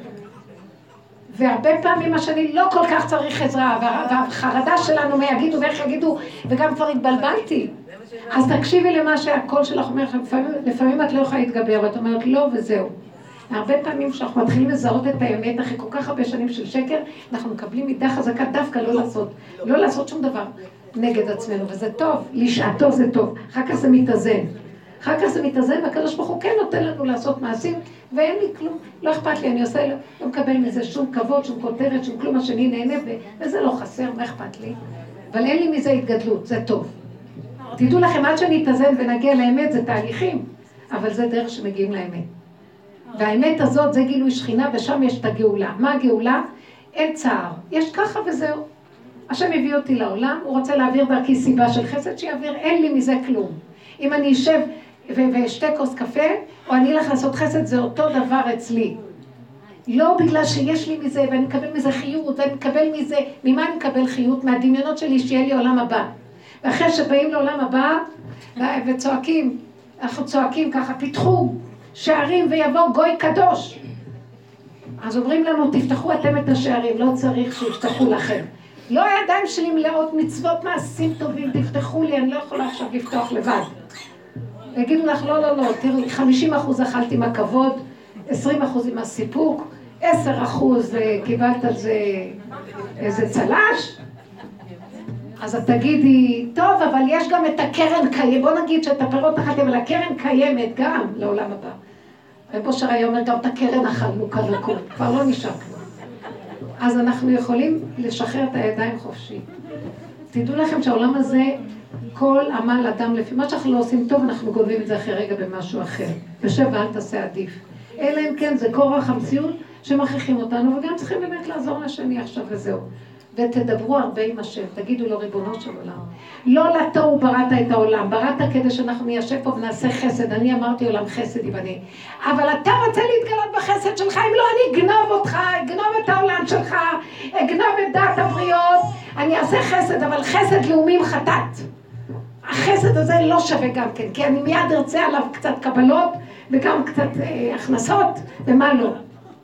והרבה פעמים השני לא כל כך צריך עזרה, והחרדה שלנו מה יגידו ואיך יגידו, וגם כבר התבלבלתי. אז תקשיבי למה שהקול שלך אומר, לפעמים את לא יכולה להתגבר, ואת אומרת לא וזהו. הרבה פעמים שאנחנו מתחילים לזהות את האמת, אחרי כל כך הרבה שנים של שקר, אנחנו מקבלים מידה חזקה דווקא לא לעשות, לא לעשות שום דבר נגד עצמנו, וזה טוב, לשעתו זה טוב, אחר כך זה מתאזן. אחר כך זה מתאזן, והקדוש ברוך הוא כן נותן לנו לעשות מעשים, ואין לי כלום, לא אכפת לי, אני עושה, לא מקבל מזה שום כבוד, שום כותרת, שום כלום, השני נהנה, וזה לא חסר, מה אכפת לי? אבל אין לי מזה התגדלות, זה טוב. תדעו לכם, עד שנתאזן ונגיע לאמת, זה תהליכים, אבל זה דרך שמגיעים לאמת. והאמת הזאת זה גילוי שכינה, ושם יש את הגאולה. מה הגאולה? אין צער, יש ככה וזהו. השם הביא אותי לעולם, הוא רוצה להעביר דרכי סיבה של חסד, שיעביר, אין לי מזה כלום. אם אני אשב ואשתה כוס קפה, או אני אלך לעשות חסד, זה אותו דבר אצלי. לא בגלל שיש לי מזה, ואני מקבל מזה חיות, ואני מקבל מזה, ממה אני מקבל חיות? מהדמיונות שלי שיהיה לי עולם הבא. ואחרי שבאים לעולם הבא, וצועקים, אנחנו צועקים ככה, פיתחו שערים ויבוא גוי קדוש. אז אומרים לנו, תפתחו אתם את השערים, לא צריך שיפתחו לכם. לא הידיים שלי מלאות מצוות מעשים טובים, תפתחו לי, אני לא יכולה עכשיו לפתוח לבד. יגידו לך, לא, לא, לא, תראי, חמישים אחוז אכלתי מהכבוד, עשרים אחוז עם הסיפוק, עשר אחוז קיבלת על זה איזה צלש. אז את תגידי, טוב, אבל יש גם את הקרן קיימת, בוא נגיד שאת הפירות אכלתם, אבל הקרן קיימת גם לעולם הבא. רב אושר היה אומר, גם את הקרן אכלנו כאן הכל, כבר לא נשאר כבר. אז אנחנו יכולים לשחרר את הידיים חופשי. תדעו לכם שהעולם הזה, כל עמל אדם לפי מה שאנחנו לא עושים טוב, אנחנו גונבים את זה אחרי רגע במשהו אחר. יושב ואל תעשה עדיף. אלא אם כן, זה כורח המציאות שמכריחים אותנו, וגם צריכים באמת לעזור לשני עכשיו וזהו. ותדברו הרבה עם השם, תגידו לו ריבונו של עולם. לא לתוהו בראת את העולם, בראת כדי שאנחנו ניישב פה ונעשה חסד, אני אמרתי עולם חסד יבנה. אבל אתה רוצה להתגלות בחסד שלך, אם לא אני אגנוב אותך, אגנוב את העולם שלך, אגנוב את דעת הבריות, אני אעשה חסד, אבל חסד לאומים חטאת. החסד הזה לא שווה גם כן, כי אני מיד ארצה עליו קצת קבלות, וגם קצת אה, הכנסות, ומה לא.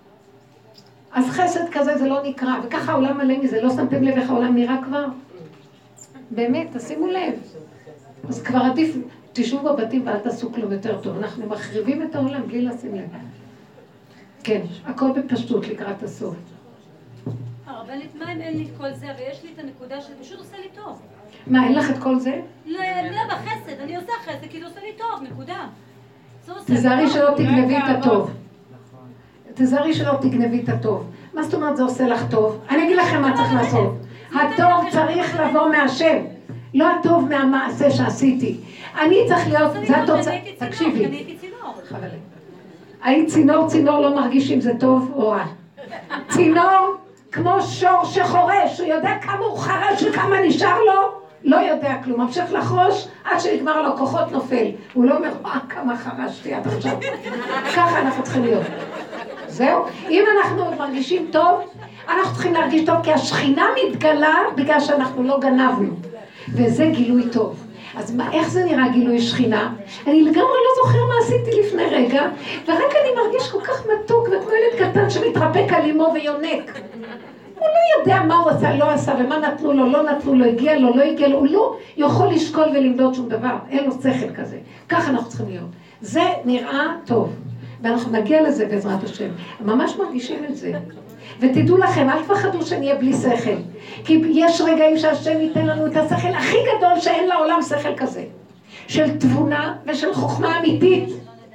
אז חסד כזה זה לא נקרא, וככה העולם מלא מזה, לא שמתם לב איך העולם נראה כבר? באמת, תשימו לב. אז כבר עדיף, תשבו בבתים ואל תעשו כלום יותר טוב. אנחנו מחריבים את העולם בלי לשים לב. כן, הכל בפשטות לקראת הסוף. הרבנית, מה אם אין לי את כל זה, ויש לי את הנקודה שזה פשוט עושה לי טוב? מה, אין לך את כל זה? לא, לא, בחסד, אני עושה חסד, כי זה עושה לי טוב, נקודה. תזהרי שלא תגנבי את הטוב. תזהרי שלא תגנבי את הטוב. מה זאת אומרת זה עושה לך טוב? אני אגיד לכם מה צריך לעשות. הטוב צריך לבוא מהשם. לא הטוב מהמעשה שעשיתי. אני צריך להיות, זה התוצאה. תקשיבי. אני הייתי צינור. היית צינור, צינור לא מרגיש אם זה טוב או רע. צינור כמו שור שחורש, הוא יודע כמה הוא חרש וכמה נשאר לו, לא יודע כלום. ממשיך לחרוש עד שנגמר לו כוחות נופל. הוא לא אומר, אה, כמה חרשתי עד עכשיו. ככה אנחנו צריכים להיות. זהו. אם אנחנו מרגישים טוב, אנחנו צריכים להרגיש טוב, כי השכינה מתגלה בגלל שאנחנו לא גנבנו. וזה גילוי טוב. אז מה, איך זה נראה גילוי שכינה? אני לגמרי לא זוכר מה עשיתי לפני רגע, ורק אני מרגיש כל כך מתוק וכמו ילד קטן שמתרפק על אמו ויונק. הוא לא יודע מה הוא עשה, לא עשה, ומה נתנו לו, לא נתנו לו, הגיע לו, לא הגיע לו, הוא לא יכול לשקול ולמדוד שום דבר, אין לו שכל כזה. ככה אנחנו צריכים להיות. זה נראה טוב. ואנחנו נגיע לזה בעזרת השם. ממש מרגישים את זה. ותדעו לכם, אל תפחדו שנהיה בלי שכל. כי יש רגעים שהשם ייתן לנו את השכל הכי גדול שאין לעולם שכל כזה. של תבונה ושל חוכמה אמיתית.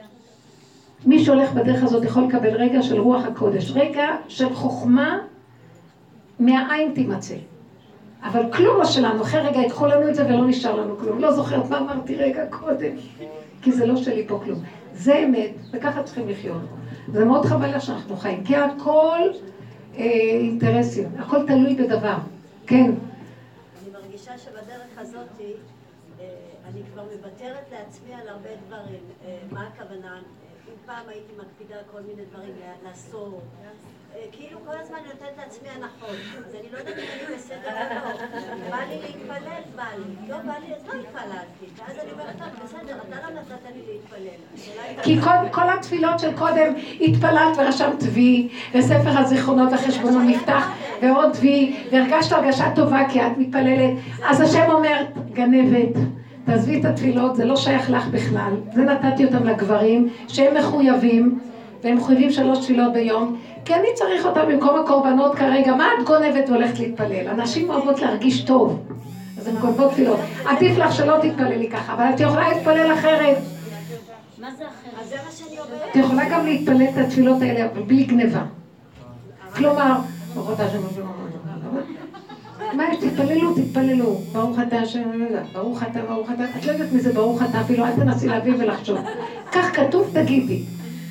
מי שהולך בדרך הזאת יכול לקבל רגע של רוח הקודש. רגע של חוכמה מהעין תימצא. אבל כלום לא שלנו. אחרי רגע יקחו לנו את זה ולא נשאר לנו כלום. לא זוכרת מה אמרתי רגע קודם. כי זה לא שלי פה כלום. זה אמת, וככה צריכים לחיות. זה מאוד חבל שאנחנו חיים, כי הכל אה, אינטרסים, הכל תלוי בדבר. כן. אני מרגישה שבדרך הזאת אה, אני כבר מבטרת לעצמי על הרבה דברים. אה, מה הכוונה? אם פעם הייתי מקפידה כל מיני דברים לעשות, כאילו כל הזמן נותנת לעצמי הנחות, אז אני לא יודעת אם אני בסדר או לא. בא לי להתפלל, בא לי. לא בא לי, אז לא התפללתי. ואז אני אומרת, טוב, בסדר, אתה לא נתת לי להתפלל. כי כל התפילות של קודם התפללת ורשמת וי, וספר הזיכרונות החשבונות נפתח, ועוד וי, והרגשת הרגשה טובה כי את מתפללת. אז השם אומר, גנבת, תעזבי את התפילות, זה לא שייך לך בכלל. זה נתתי אותם לגברים שהם מחויבים, והם מחויבים שלוש תפילות ביום, כי אני צריך אותם במקום הקורבנות כרגע. מה את גונבת והולכת להתפלל? אנשים אוהבות להרגיש טוב, אז הן גונבות תפילות. עדיף לך שלא תתפללי ככה, אבל את יכולה להתפלל אחרת. מה זה אחרת? אז זה מה שאני אומרת. את יכולה גם להתפלל את התפילות האלה, אבל בלי גניבה. כלומר, ברוך אתה השם, מה יש? תתפללו, תתפללו. ברוך אתה השם, ברוך אתה, ברוך אתה. את לא יודעת מי זה ברוך אתה, אפילו אל תנסי להביא ולחשוב. כך כתוב, תגידי.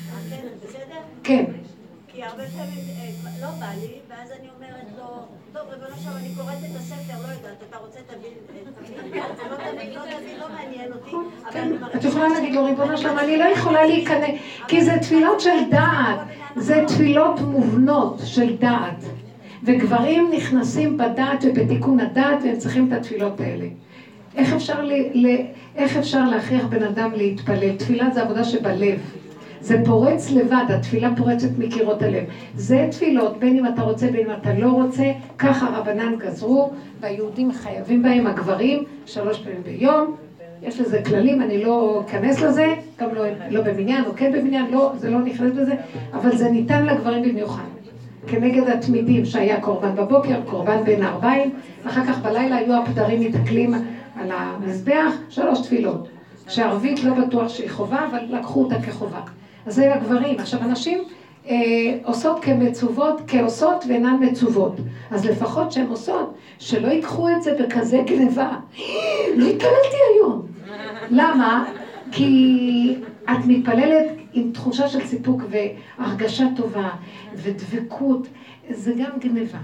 כן. כי הרבה פעמים לא בא לי, ואז אני אומרת לו, טוב, ריבונו שם, אני קוראת את הספר, לא יודעת, אתה רוצה תבין, תבין, זה לא תבין, לא תבין, לא מעניין אותי, אבל אני מרגישה... את יכולה להגיד לו, ריבונו שם, אני לא יכולה להיכנס, כי זה תפילות של דעת, זה תפילות מובנות של דעת, וגברים נכנסים בדעת ובתיקון הדעת, והם צריכים את התפילות האלה. איך אפשר, ל... איך אפשר להכריח בן אדם להתפלל? תפילה זה עבודה שבלב. זה פורץ לבד, התפילה פורצת מקירות הלב. זה תפילות, בין אם אתה רוצה, בין אם אתה לא רוצה, ככה רבנן גזרו, והיהודים חייבים בהם, הגברים, שלוש פעמים ביום. יש לזה כללים, אני לא אכנס לזה, גם לא, לא במניין, או כן במניין, לא, זה לא נכנס בזה, אבל זה ניתן לגברים במיוחד. כנגד התמידים שהיה קורבן בבוקר, קורבן בין הארבעים, אחר כך בלילה היו הפדרים מתקלים על המזבח, שלוש תפילות. שהערבית לא בטוח שהיא חובה, אבל לקחו אותה כחובה. אז זה הגברים. עכשיו, אנשים אה, עושות כמצוות, כעושות ואינן מצוות. אז לפחות שהן עושות, שלא ייקחו את זה בכזה גניבה. לא התפללתי היום. למה? כי את מתפללת עם תחושה של סיפוק והרגשה טובה ודבקות. זה גם גניבה.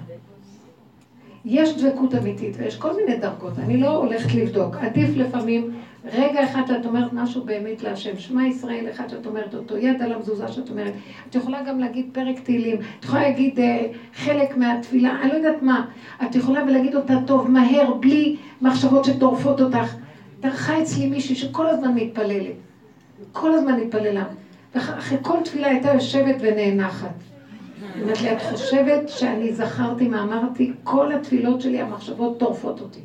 יש דבקות אמיתית ויש כל מיני דרגות. אני לא הולכת לבדוק. עדיף לפעמים רגע אחד שאת אומרת משהו באמת להשם. שמע ישראל אחד שאת אומרת אותו. יד על המזוזה שאת אומרת. את יכולה גם להגיד פרק תהילים. את יכולה להגיד אה, חלק מהתפילה. אני לא יודעת מה. את יכולה להגיד אותה טוב, מהר, בלי מחשבות שטורפות אותך. דרכה אצלי מישהי שכל הזמן מתפללת. כל הזמן מתפללה. ואחרי כל תפילה הייתה יושבת ונאנחת. אומרת לי, את חושבת שאני זכרתי מה אמרתי, כל התפילות שלי, המחשבות טורפות אותי.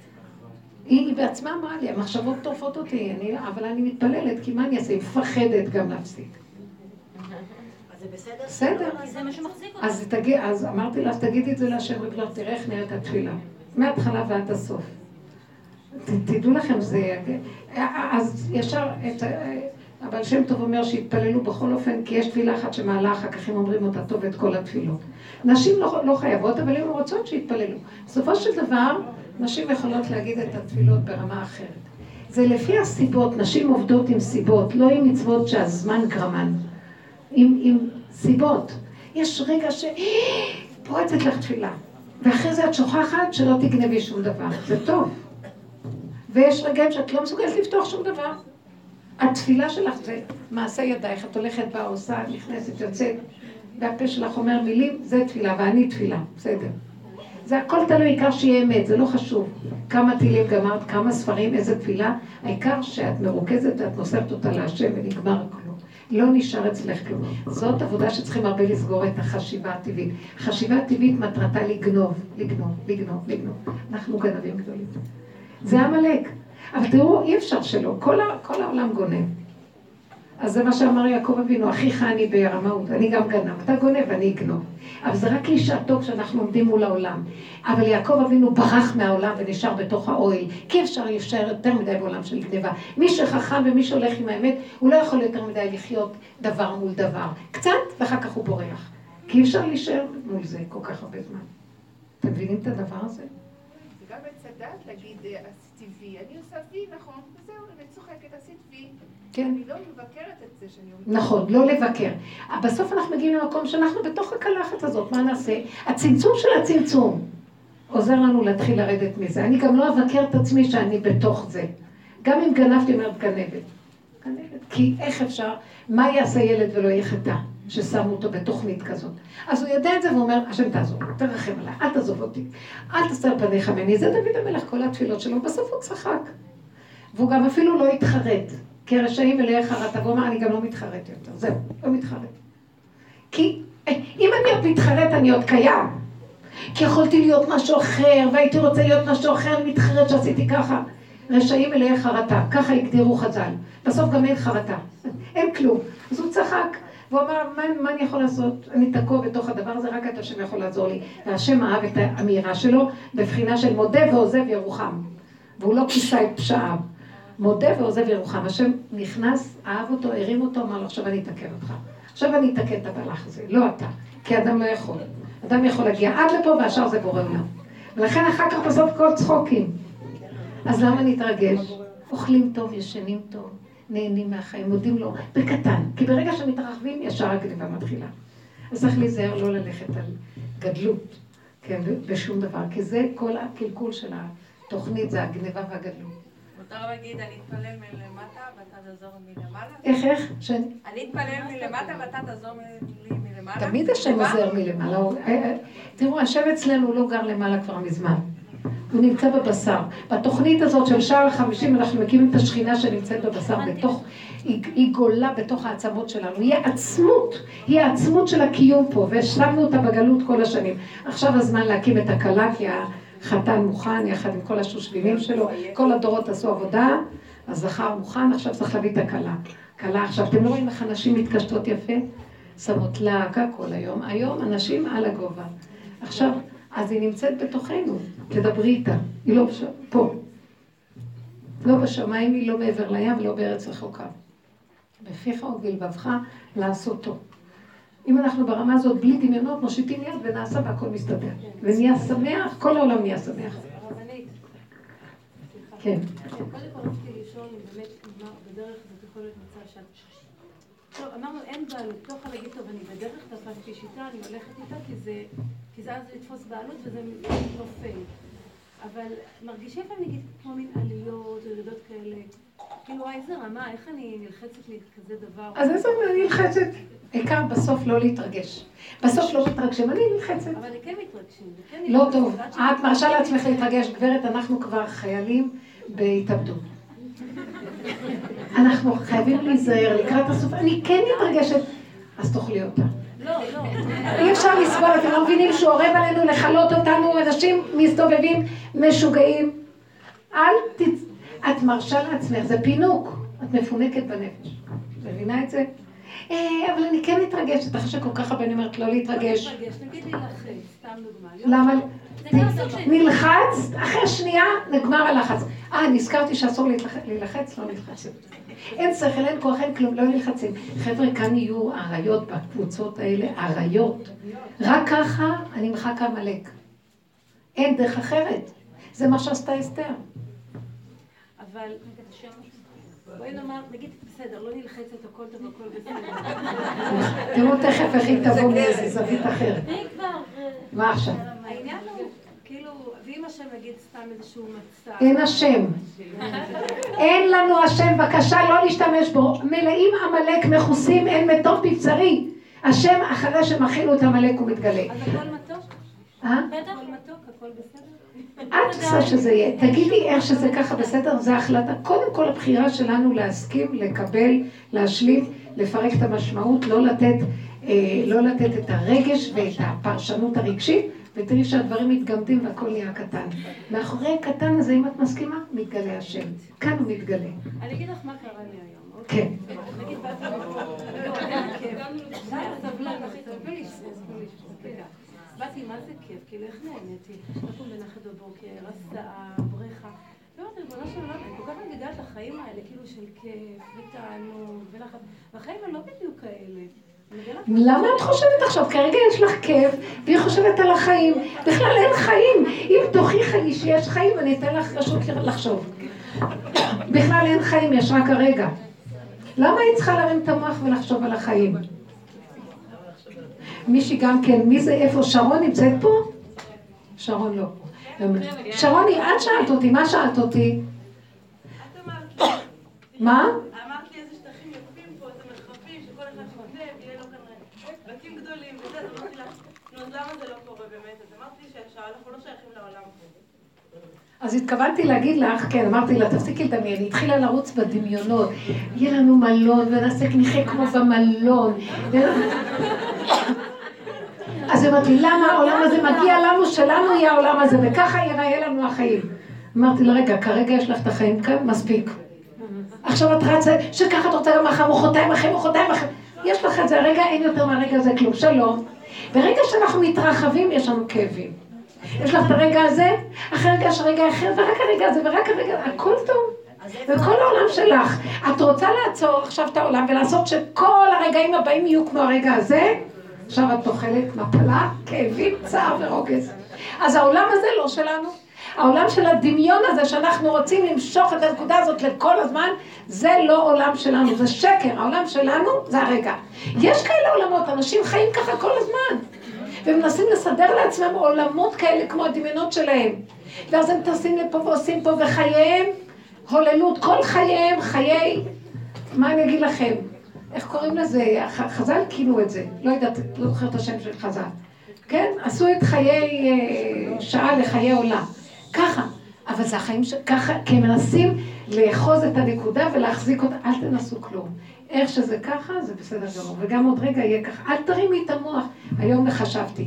היא בעצמה אמרה לי, המחשבות טורפות אותי, אני, אבל אני מתפללת, כי מה אני אעשה? היא מפחדת גם להפסיק. אז זה בסדר? בסדר. זה מה שמחזיק אותך. אז, תגיד, אז אמרתי לה, תגידי את זה להשם וכבר תראה איך נראית התפילה. מההתחלה ועד הסוף. ת, תדעו לכם, זה... אז ישר... את, אבל שם טוב אומר שהתפללו בכל אופן, כי יש תפילה אחת שמעלה אחר כך הם אומרים אותה טוב את כל התפילות. נשים לא, לא חייבות, אבל הן רוצות שהתפללו. בסופו של דבר, נשים יכולות להגיד את התפילות ברמה אחרת. זה לפי הסיבות, נשים עובדות עם סיבות, לא עם מצוות שהזמן גרמן. עם, עם סיבות. יש רגע שפורצת לך תפילה, ואחרי זה את שוכחת שלא תגנבי שום דבר. זה טוב. ויש רגעים שאת לא מסוגלת לפתוח שום דבר. התפילה שלך זה מעשה ידייך, את הולכת בה, עושה, נכנסת, יוצאת, והפה שלך אומר מילים, זה תפילה, ואני תפילה, בסדר. זה הכל תלוי, העיקר שיהיה אמת, זה לא חשוב. כמה תהילים גמרת, כמה ספרים, איזה תפילה, העיקר שאת מרוכזת ואת נוספת אותה להשם ונגמר כלום. לא נשאר אצלך כלום. זאת עבודה שצריכים הרבה לסגור את החשיבה הטבעית. חשיבה הטבעית מטרתה לגנוב, לגנוב, לגנוב, לגנוב. אנחנו גנבים גדולים. זה המלאק. אבל תראו, אי אפשר שלא, כל, ה, כל העולם גונב. אז זה מה שאמר יעקב אבינו, אחיך אני ברמאות, אני גם גנב, אתה גונב, אני אגנוב. אבל זה רק לשעתו כשאנחנו עומדים מול העולם. אבל יעקב אבינו ברח מהעולם ונשאר בתוך האוהל, כי אפשר להישאר יותר מדי בעולם של גניבה. מי שחכם ומי שהולך עם האמת, הוא לא יכול יותר מדי לחיות דבר מול דבר. קצת, ואחר כך הוא בורח. כי אפשר להישאר מול זה כל כך הרבה זמן. אתם מבינים את הדבר הזה? זה גם בצדת להגיד, עשיתי וי, אני עושה וי, נכון, וזהו, אני צוחקת, עשית וי. כן. אני לא מבקרת את זה שאני אומרת. נכון, לא לבקר. בסוף אנחנו מגיעים למקום שאנחנו בתוך הקלחת הזאת, מה נעשה? הצמצום של הצמצום עוזר לנו להתחיל לרדת מזה. אני גם לא אבקר את עצמי שאני בתוך זה. גם אם גנבתי אומרת גנבת. גנבת. כי איך אפשר, מה יעשה ילד ולא יחטא, ששמו אותו בתוכנית כזאת. אז הוא יודע את זה ואומר, השם תעזור, תרחם עליי, אל תעזוב אותי, אל תסתר פניך ממני. זה דוד המלך, כל התפילות שלו, בסוף הוא צחק. והוא גם אפילו לא התחרט. כי הרשעים מלאי חרטה, והוא אמר, אני גם לא מתחרט יותר, זהו, לא מתחרט. כי אם אני עוד מתחרט, אני עוד קיים. כי יכולתי להיות משהו אחר, והייתי רוצה להיות משהו אחר, אני מתחרט שעשיתי ככה. רשעים מלאי חרטה, ככה הגדירו חז"ל. בסוף גם אין חרטה, אין כלום. אז הוא צחק, והוא אמר, מה, מה אני יכול לעשות? אני תקוע בתוך הדבר הזה, רק את השם יכול לעזור לי. והשם אהב את האמירה שלו, בבחינה של מודה ועוזב ירוחם. והוא לא כיסה את פשעיו. מודה ועוזב ירוחם. השם נכנס, אהב אותו, הרים אותו, אמר לו, עכשיו אני אתקן אותך. עכשיו אני אתקן את המהלך הזה, לא אתה. כי אדם לא יכול. אדם יכול להגיע עד לפה והשאר זה בורא עולם. ולכן אחר כך בסוף כל צחוקים. אז למה נתרגש? אוכלים טוב, ישנים טוב, נהנים מהחיים, מודים לו בקטן. כי ברגע שמתרחבים, ישר הגניבה מתחילה. אז צריך להיזהר לא ללכת על גדלות, כן, בשום דבר. כי זה כל הקלקול של התוכנית, זה הגניבה והגדלות. מותר להגיד, אני אתפלל מלמטה ואתה תעזור מלמעלה? איך, איך? שאני... אני אתפלל מלמטה ואתה תעזור לי מלמעלה? תמיד השם עוזר מלמעלה. תראו, השם אצלנו לא גר למעלה כבר מזמן. הוא נמצא בבשר. בתוכנית הזאת של שער החמישים אנחנו מקימים את השכינה שנמצאת בבשר, בתוך, היא, היא גולה בתוך העצמות שלנו. היא העצמות, היא העצמות של הקיום פה, והשלמנו אותה בגלות כל השנים. עכשיו הזמן להקים את הכלה, כי החתן מוכן יחד עם כל השושבינים שלו, כל הדורות עשו עבודה, הזכר מוכן, עכשיו צריך להביא את הכלה. כלה עכשיו, אתם לא רואים איך אנשים מתקשטות יפה? שמות להקה כל היום. היום אנשים על הגובה. עכשיו, אז היא נמצאת בתוכנו, תדברי איתה, היא לא בש... פה. לא בשמיים, היא לא מעבר לים ולא בארץ רחוקה. בפיך ובלבבך לעשותו. אם אנחנו ברמה הזאת בלי דמיונות, מושיטים יד ונעשה והכל מסתדר. ונהיה שמח, כל העולם נהיה שמח. כן. קודם כל רציתי לשאול אם באמת בדרך הזאת יכול להיות מצב שאת... טוב, אמרנו אין בעלות, לא יכולה להגיד טוב, אני בדרך תפסתי שיטה, אני הולכת איתה כי זה... כי זה אז לתפוס בעלות וזה נופל. אבל מרגישים פעם נגיד כמו מין עליות ורדות כאלה. כאילו, איזה רמה, איך אני נלחצת לי כזה דבר? אז איזה אני נלחצת? עיקר בסוף לא להתרגש. בסוף לא מתרגשים, אני נלחצת. אבל אני כן מתרגשים. לא טוב, את מרשה לעצמך להתרגש, גברת, אנחנו כבר חיילים בהתאבדות. אנחנו חייבים להיזהר לקראת הסוף, אני כן מתרגשת, אז תאכלי אותה. לא, לא. אי אפשר לסבול, אתם לא מבינים שהוא עורב עלינו לחלות אותנו, אנשים מסתובבים משוגעים. אל ת... את מרשה לעצמך, זה פינוק, את מפונקת בנפש. מבינה את זה? אבל אני כן מתרגשת, אחרי שכל כך הרבה אני אומרת לא להתרגש. לא להתרגש, נגיד להילחץ, סתם דוגמה. למה? נלחץ, אחרי שנייה נגמר הלחץ. אה, נזכרתי שאסור להילחץ, לא נלחצים. אין שכל, אין כוח, אין כלום, לא נלחצים. חבר'ה, כאן יהיו עריות בקבוצות האלה, עריות. רק ככה אני מחכה מלאק. אין דרך אחרת. זה מה שעשתה אסתר. אבל, בואי נאמר, נגיד, בסדר, לא נלחצת, הכל טוב, הכל בסדר. תראו תכף איך היא תבוא מאיזה זווית אחרת. היא כבר... מה עכשיו? העניין הוא, כאילו, ואם השם נגיד סתם איזשהו מצב... אין השם. אין לנו השם, בבקשה לא להשתמש בו. מלאים עמלק מכוסים, אין מתום בבשרי. השם אחרי שמכינו את עמלק הוא מתגלה. אז הכל מתוק? אה? הכל מתוק, הכל בסדר? את עושה שזה יהיה. תגידי איך שזה ככה בסדר, זה החלטה. קודם כל הבחירה שלנו להסכים, לקבל, להשלים, לפרק את המשמעות, לא לתת, אה, לא לתת את הרגש ואת הפרשנות הרגשית, ותראי שהדברים מתגמדים והכל נהיה קטן. מאחורי הקטן הזה, אם את מסכימה, מתגלה השם. כאן הוא מתגלה. אני אגיד לך מה קרה לי היום. כן. נגיד, באתי, מה זה כיף? כאילו, איך נהניתי? לקום בנחת בבוקר, הסעה, בריכה. לא, ריבונו של עולם, אני כל כך מגיעה את החיים האלה, כאילו של כיף, ותענוג, ונחת. והחיים הם לא בדיוק כאלה. למה את חושבת עכשיו? כרגע יש לך כיף, והיא חושבת על החיים. בכלל אין חיים. אם תוכיחי לי שיש חיים, אני אתן לך רשות לחשוב. בכלל אין חיים, יש רק הרגע. למה היא צריכה להרים את המוח ולחשוב על החיים? מישהי גם כן, מי זה, איפה? שרון נמצאת פה? שרון לא פה. שרוני, את שאלת אותי, מה שאלת אותי? מה? אמרת לי איזה שטחים יפים פה, את המרחבים, שכל אחד חונה, ויהיה לו כאן בתים גדולים וזה, אז אמרתי לך, נו, אז למה זה לא קורה באמת? אז אמרתי שאנחנו לא שייכים לעולם פה. אז התכוונתי להגיד לך, כן, אמרתי לה, תפסיקי לדמיין, היא התחילה לרוץ בדמיונות, יהיה לנו מלון ונעשה כניחי כמו במלון. אז אמרתי, למה העולם הזה מגיע לנו, שלנו יהיה העולם הזה, וככה ייראה לנו החיים. אמרתי לה, רגע, כרגע יש לך את החיים כאן, מספיק. עכשיו את רצה, שככה את רוצה גם אחר מוחותיים, אחר מוחותיים, אחר... יש לך את זה, הרגע אין יותר מהרגע הזה כלום, שלום. ברגע שאנחנו מתרחבים, יש לנו כאבים. יש לך את הרגע הזה, אחרי רגע יש רגע אחר, ורק הרגע הזה, ורק הרגע, הכל טוב. וכל העולם שלך, את רוצה לעצור עכשיו את העולם ולעשות שכל הרגעים הבאים יהיו כמו הרגע הזה, עכשיו את תאכלת מפלה, כאבים, צער ורוגז. אז העולם הזה לא שלנו. העולם של הדמיון הזה שאנחנו רוצים למשוך את הנקודה הזאת לכל הזמן, זה לא עולם שלנו, זה שקר. העולם שלנו זה הרגע. יש כאלה עולמות, אנשים חיים ככה כל הזמן. ומנסים לסדר לעצמם עולמות כאלה כמו הדמיונות שלהם. ואז הם טסים לפה ועושים פה, וחייהם הוללות, כל חייהם, חיי, מה אני אגיד לכם? איך קוראים לזה? חז"ל כאילו את זה, לא יודעת, לא זוכר את השם של חז"ל. כן? עשו את חיי שעה לחיי עולם. ככה. אבל זה החיים שככה, כי הם מנסים לאחוז את הנקודה ולהחזיק אותה, אל תנסו כלום. איך שזה ככה, זה בסדר גמור. וגם עוד רגע יהיה ככה, אל תרימי את המוח. היום חשבתי,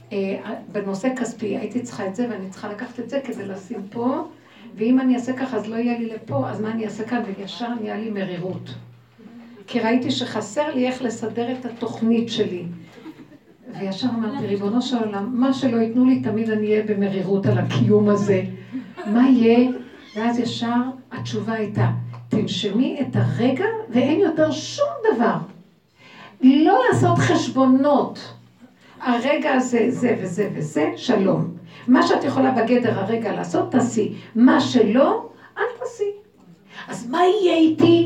בנושא כספי, הייתי צריכה את זה ואני צריכה לקחת את זה כדי לשים פה, ואם אני אעשה ככה אז לא יהיה לי לפה, אז מה אני אעשה כאן? וישר נהיה לי מרירות. כי ראיתי שחסר לי איך לסדר את התוכנית שלי. וישר אמרתי, ריבונו של עולם, מה שלא ייתנו לי, תמיד אני אהיה במרירות על הקיום הזה. מה יהיה? ואז ישר התשובה הייתה, תנשמי את הרגע ואין יותר שום דבר. לא לעשות חשבונות. הרגע הזה, זה וזה וזה, שלום. מה שאת יכולה בגדר הרגע לעשות, תעשי. מה שלא, אל תעשי. אז מה יהיה איתי?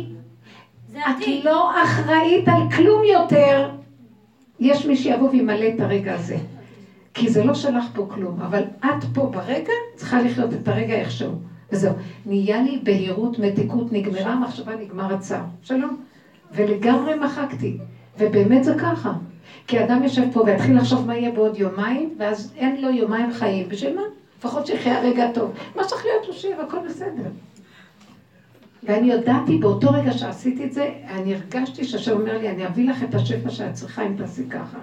את לא אחראית על כלום יותר. יש מי שיבוא וימלא את הרגע הזה. כי זה לא שלך פה כלום, אבל את פה ברגע צריכה לחיות את הרגע איכשהו. וזהו, נהיה לי בהירות, מתיקות, נגמרה המחשבה, נגמר הצער. שלום. ולגמרי מחקתי. ובאמת זה ככה. כי אדם יושב פה והתחיל לחשוב מה יהיה בעוד יומיים, ואז אין לו יומיים חיים. בשביל מה? לפחות שיחיה הרגע טוב. מה צריך להיות לו שיהיה, הכל בסדר. ואני יודעתי באותו רגע שעשיתי את זה, אני הרגשתי שהשם אומר לי, אני אביא לך את השפע שאת צריכה אם תעשי ככה.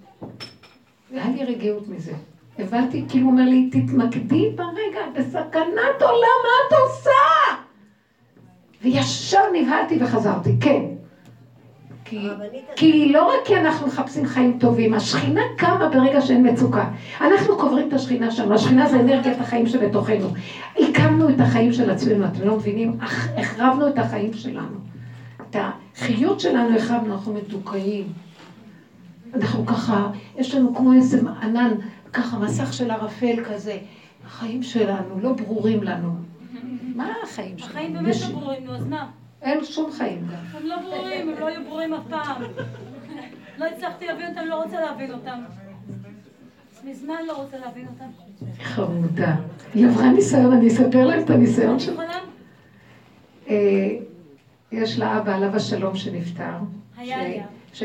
והיה לי רגיעות מזה. הבנתי, כאילו אומר לי, תתמקדי ברגע, בסכנת עולם, מה את עושה? וישר נבהלתי וחזרתי, כן. כי, כי לא רק כי אנחנו מחפשים חיים טובים, השכינה קמה ברגע שאין מצוקה. אנחנו קוברים את השכינה שם, השכינה זה אנרגיית החיים שבתוכנו. הקמנו את החיים של עצמנו, אתם לא מבינים? החרבנו את החיים שלנו. את החיות שלנו החרבנו, אנחנו מדוכאים. אנחנו ככה, יש לנו כמו איזה ענן, ככה מסך של ערפל כזה. החיים שלנו לא ברורים לנו. מה החיים שלנו? החיים באמת לא ברורים, נו, אז מה? אין שום חיים גם. הם לא ברורים, הם לא יהיו ברורים אף פעם. לא הצלחתי להבין אותם, לא רוצה להבין אותם. מזמן לא רוצה להבין אותם. חמודה. היא עברה ניסיון, אני אספר להם את הניסיון שלו. יש לה אבא, עליו השלום שנפטר. היה לה.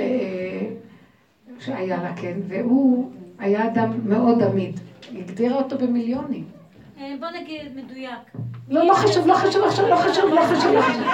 שהיה לה, כן. והוא היה אדם מאוד עמיד. היא הגדירה אותו במיליונים. בוא נגיד מדויק. לא, לא חשוב, לא חשוב, עכשיו, לא חשוב, לא חשוב, לא חשוב.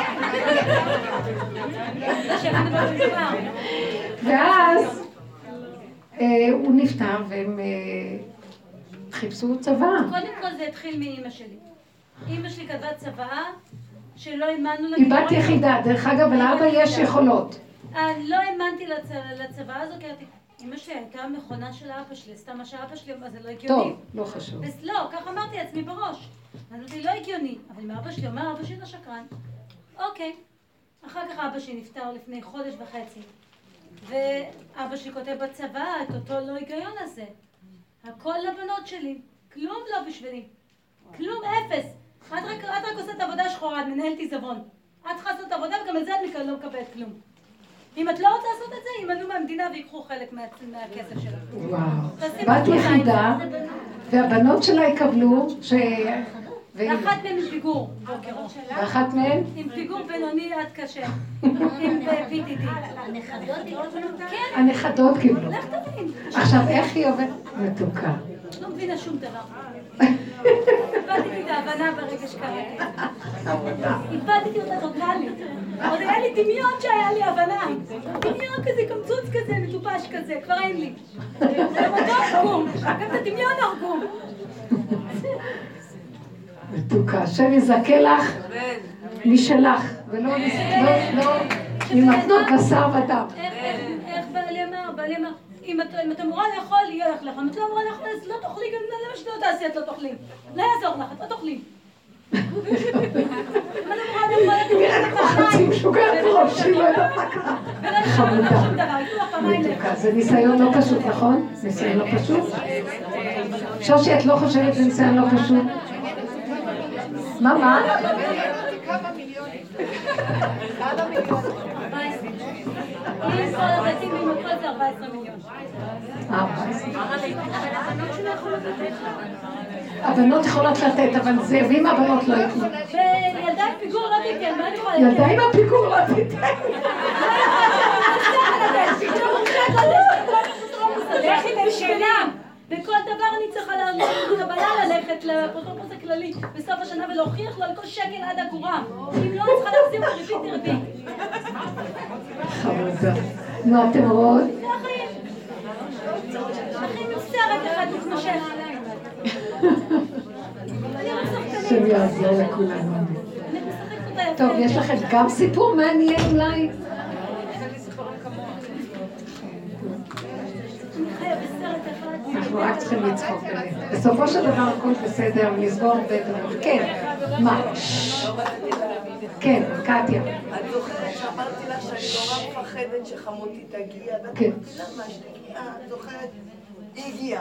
ואז הוא נפטר והם חיפשו צבא. קודם כל זה התחיל מאמא שלי. אמא שלי כתבה צבאה שלא האמנו לה... היא בת יחידה, דרך אגב, לאבא יש יכולות. לא האמנתי לצבא הזו, כי אמא שלי הייתה מכונה של אבא שלי, סתם מה שאבא שלי, אז זה לא הגיוני. טוב, לא חשוב. לא, ככה אמרתי לעצמי בראש. אז אמרתי, לא הגיוני. אבל אם אבא שלי אומר, אבא שלי לא שקרן. אוקיי. אחר כך אבא שלי נפטר לפני חודש וחצי. ואבא שלי כותב בצבא את אותו לא היגיון הזה. הכל לבנות שלי. כלום לא בשבילי. כלום, אפס. את רק, את רק עושה את העבודה שחורה, את מנהלת עיזבון. את צריכה לעשות את העבודה וגם על זה את לא מקבלת כלום. אם את לא רוצה לעשות את זה, ימנו מהמדינה ויקחו חלק מה, מהכסף שלה. וואו. בת יחידה, והבנות שלה יקבלו ש... ואחת מהן עם פיגור. ואחת מהן? עם פיגור בינוני עד קשה. עם פי טי די. הנכדות קיבלו? כן. הנכדות קיבלו. לך תבין. עכשיו, איך היא עובדת? מתוקה. לא מבינה שום דבר. איבדתי את ההבנה ברגע שקראתי. איבדתי אותה טוטלית. עוד היה לי דמיון שהיה לי הבנה. דמיון כזה, קמצוץ כזה, מטופש כזה, כבר אין לי. גם אותו הרגום, גם את הדמיון הרגום. מתוקה, השם יזכה לך משלך, ולא ממתנות בשר ודם. איך בעלי אמר? בעלי אמר, אם את אמורה לאכול, יהיה לך לך. אם את לא אמורה לאכול, אז לא תאכלי, גם למה שלא תעשי, את לא תאכלי. לא יעזור לך, את לא תאכלי. אם את אמורה לאכול, נראה כמו חצי משוגעת בראש שהיא לא יודעת מה קרה. חמודה. מתוקה, זה ניסיון לא פשוט, נכון? ניסיון לא פשוט? שושי, את לא חושבת זה ניסיון לא פשוט? מה, מה? כמה מיליונים? כמה מיליונים? אם כל הבתים עם הכל זה ארבע עשרה מיליון. ארבע עשרה. הבנות שלא יכולות לתת לך? הבנות יכולות לתת, אבל זה, ואם הבנות לא ייתנו? וילדה עם פיגור לא תיתן, מה אני יכולה לתת? ילדה עם הפיגור לא תיתן. לכי בשבילה. בכל דבר אני צריכה להרגיש קבלה ללכת לאפוטרופוס הכללי בסוף השנה ולהוכיח לו על כל שקל עד אגורה. אם לא, אני צריכה להחזיר בריבית דריבית. חמודה. נו, אתם רואות? זה החיים. החיים עם סרט אחד מתמשך. השם יעזור לכולנו. טוב, יש לכם גם סיפור מעניין אולי? אנחנו רק צריכים לצחוק עליהם. בסופו של דבר הכל בסדר, לסגור בית דבר. כן, מה? כן, קטיה. את זוכרת שאמרתי לך שאני נורא מפחדת שחמותי תגיע, ואת אמרתי למה שתגיע, את זוכרת? היא הגיעה.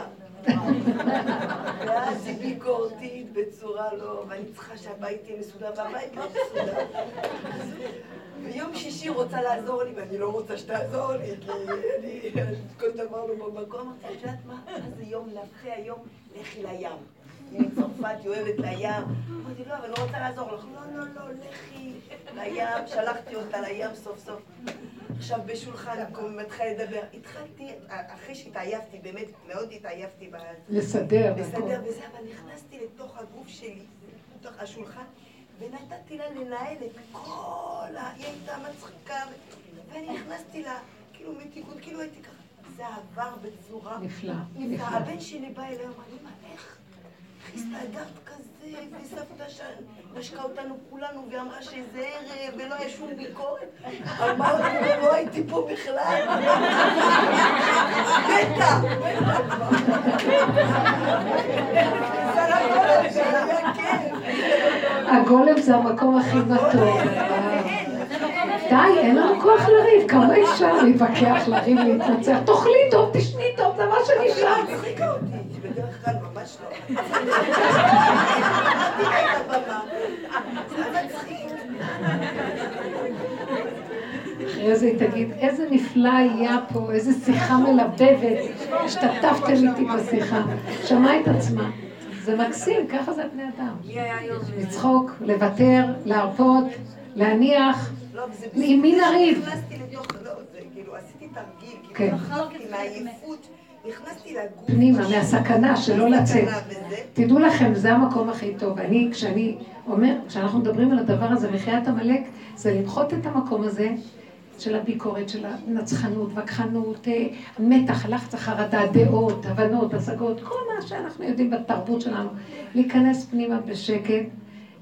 ואז היא ביקורתית בצורה לא, ואני צריכה שהבית יהיה מסודר, והבית לא מסודר. ביום שישי רוצה לעזור לי, ואני לא רוצה שתעזור לי, כי אני כל דבר לא במקום. אמרתי, את יודעת מה? אז זה יום נפה היום, לכי לים. היא מצרפת, היא אוהבת לים. אמרתי, לא, אבל אני לא רוצה לעזור לך. לא, לא, לא, לכי לים. שלחתי אותה לים סוף סוף. עכשיו בשולחן, אני מתחילה לדבר. התחלתי, אחרי שהתעייפתי, באמת מאוד התעייפתי. לסדר. לסדר וזה, אבל נכנסתי לתוך הגוף שלי, לתוך השולחן. ונתתי לה לנהל את כל ה... היא הייתה מצחיקה, ואני נכנסתי לה, כאילו מתיקות, כאילו הייתי ככה. זה עבר בצורה... נפלא, נפלא. הבן שלי בא אליי, אמר לי, מה, איך? איך הסתדרת כזה, וסבתא שנשקה אותנו כולנו, ואמרה שזה ערב, ולא היה שום ביקורת. אמרתי, לא הייתי פה בכלל. בטח! הגולם זה המקום הכי מתוק. די, אין לנו כוח לריב, כמה אפשר להתווכח, לריב, להתנצח. תאכלי טוב, תשני טוב, זה מה שנשאר. מצחיקה אותי, שבדרך כלל ממש לא. זה מצחיק. אחרי זה היא תגיד, איזה נפלא היה פה, איזה שיחה מלבבת, השתתפתם איתי בשיחה. שמעה את עצמה. זה מקסים, ככה זה בני אדם. לצחוק, לוותר, להרפות, להניח. עם מי נריב? נכנסתי לתוך, לא, זה כאילו, עשיתי תרגיל, כאילו, חלקתי מהעייפות, נכנסתי לגוף. פנימה, מהסכנה, שלא לצאת. תדעו לכם, זה המקום הכי טוב. אני, כשאני אומר, כשאנחנו מדברים על הדבר הזה, מחיית המלאק, זה למחות את המקום הזה, של הביקורת, של הנצחנות, וכחנות, מתח, הלחץ, החרדה, דעות, הבנות, השגות, כל מה שאנחנו יודעים בתרבות שלנו, להיכנס פנימה בשקט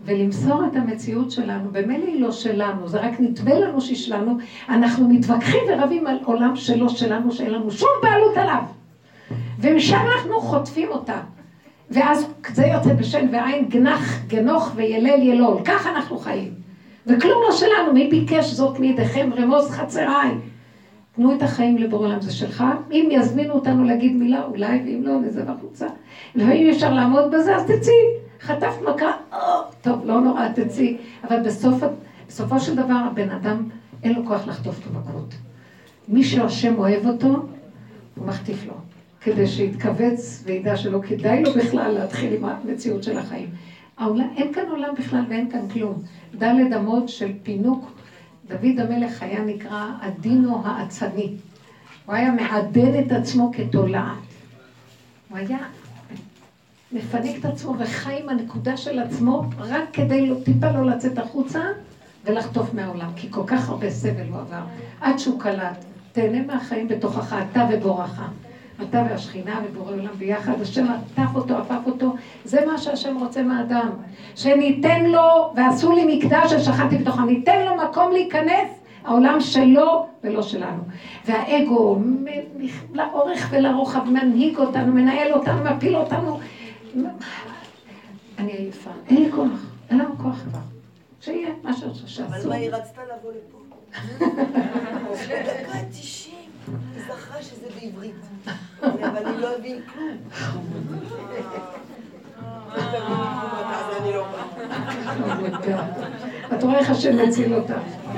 ולמסור את המציאות שלנו. במילא היא לא שלנו, זה רק נתווה לנו שהיא שלנו. אנחנו מתווכחים ורבים על עולם שלו שלנו, שאין לנו שום בעלות עליו. ומשם אנחנו חוטפים אותה. ואז זה יוצא בשן ועין גנח, גנוך וילל ילול. כך אנחנו חיים. וכלום לא שלנו. מי ביקש זאת מידיכם רמוז חצריי? תנו את החיים לבורא עולם, זה שלך. אם יזמינו אותנו להגיד מילה, אולי, ואם לא, נזב החוצה. ואם אפשר לעמוד בזה, אז תצאי. חטפת מכה, או, טוב, לא נורא, תצאי. אבל בסוף, בסופו של דבר, הבן אדם, אין לו כוח לחטוף את המכות. מי שהשם אוהב אותו, הוא מחטיף לו. כדי שיתכווץ וידע שלא כדאי לו בכלל להתחיל עם המציאות של החיים. העולם, אין כאן עולם בכלל ואין כאן כלום. דלת אמות של פינוק. דוד המלך היה נקרא עדינו העצני. הוא היה מעדן את עצמו כתולעת. הוא היה מפנק את עצמו וחי עם הנקודה של עצמו, רק כדי לא, טיפה לא לצאת החוצה ולחטוף מהעולם. כי כל כך הרבה סבל הוא עבר. עד שהוא קלט, תהנה מהחיים בתוכך, אתה ובורך. אתה והשכינה ובורא עולם ביחד, השם עטף אותו, עפף אותו, זה מה שהשם רוצה מהאדם. שניתן לו, ועשו לי מקדש ששכנתי בתוכם, ניתן לו מקום להיכנס, העולם שלו ולא שלנו. והאגו, לאורך ולרוחב, מנהיג אותנו, מנהל אותנו, מפיל אותנו. אני עייפה, אין לי כוח, אין לנו כוח כבר. שיהיה משהו שעשו. אבל מה, היא רצתה לבוא לפה? בדקה תשעים, היא זכרה שזה בעברית. אבל אני לא אבין כלום. אז אני לא באה. את רואה איך השם מציל אותה.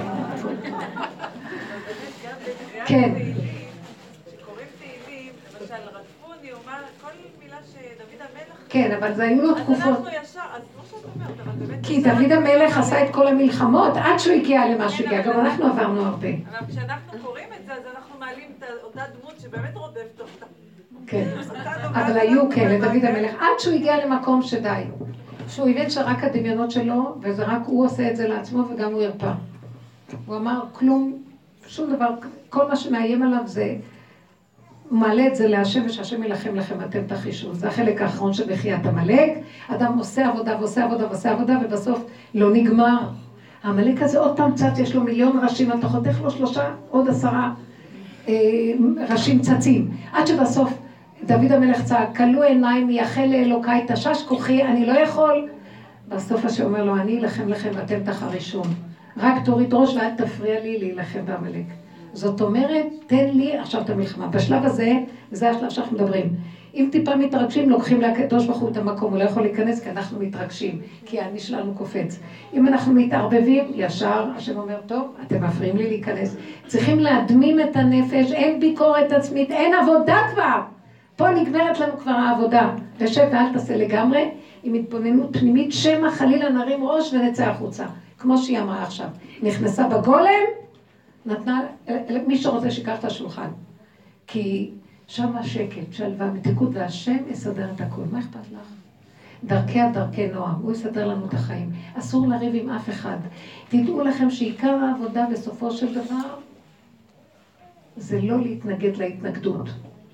כן. שקוראים תהילים, למשל רדפוני, הוא אומר כל מילה שדוד המלך... כן, אבל זה היו לו תקופות. אז אנחנו ישר, אז כמו שאת אומרת, אבל באמת... כי דוד המלך עשה את כל המלחמות עד שהוא הגיע למה שהגיע, גם אנחנו עברנו הרבה. אבל כשאנחנו קוראים את זה, אז אנחנו מעלים את אותה דמות שבאמת רודפת אותה. כן, אבל היו כן לדוד המלך, עד שהוא הגיע למקום שדי. שהוא הבין שרק הדמיונות שלו, וזה רק הוא עושה את זה לעצמו וגם הוא ירפא. הוא אמר כלום, שום דבר, כל מה שמאיים עליו זה, הוא מעלה את זה להשם ושהשם ילחם לכם, אתם תחישו. זה החלק האחרון של בחיית המלך. אדם עושה עבודה ועושה עבודה ועושה עבודה, ובסוף לא נגמר. המלך הזה עוד פעם צץ, יש לו מיליון ראשים, אתה חותך לו שלושה, עוד עשרה אה, ראשים צצים. עד שבסוף דוד המלך צעק, כלו עיניי מייחל לאלוקיי, תשש כוחי, אני לא יכול. בסוף השם אומר לו, אני אלחם לכם ואתם תחרישון. רק תוריד ראש ואל תפריע לי להילחם בעמלק. זאת אומרת, תן לי עכשיו את המלחמה. בשלב הזה, וזה השלב שאנחנו מדברים, אם טיפה מתרגשים, לוקחים לקדוש ברוך הוא את המקום, הוא לא יכול להיכנס כי אנחנו מתרגשים, כי האני שלנו קופץ. אם אנחנו מתערבבים, ישר, השם אומר, טוב, אתם מפריעים לי להיכנס. צריכים להדמים את הנפש, אין ביקורת עצמית, אין עבודה כבר. פה נגמרת לנו כבר העבודה. תשב ואל תעשה לגמרי, עם התבוננות פנימית, שמה חלילה נרים ראש ונצא החוצה. כמו שהיא אמרה עכשיו. נכנסה בגולם, נתנה, מי שרוצה שיקח את השולחן. כי שם השקט, שלווה, מתיקות, והשם יסדר את הכל. מה אכפת לך? דרכיה דרכי נועם, הוא יסדר לנו את החיים. אסור לריב עם אף אחד. תדעו לכם שעיקר העבודה בסופו של דבר, זה לא להתנגד להתנגדות.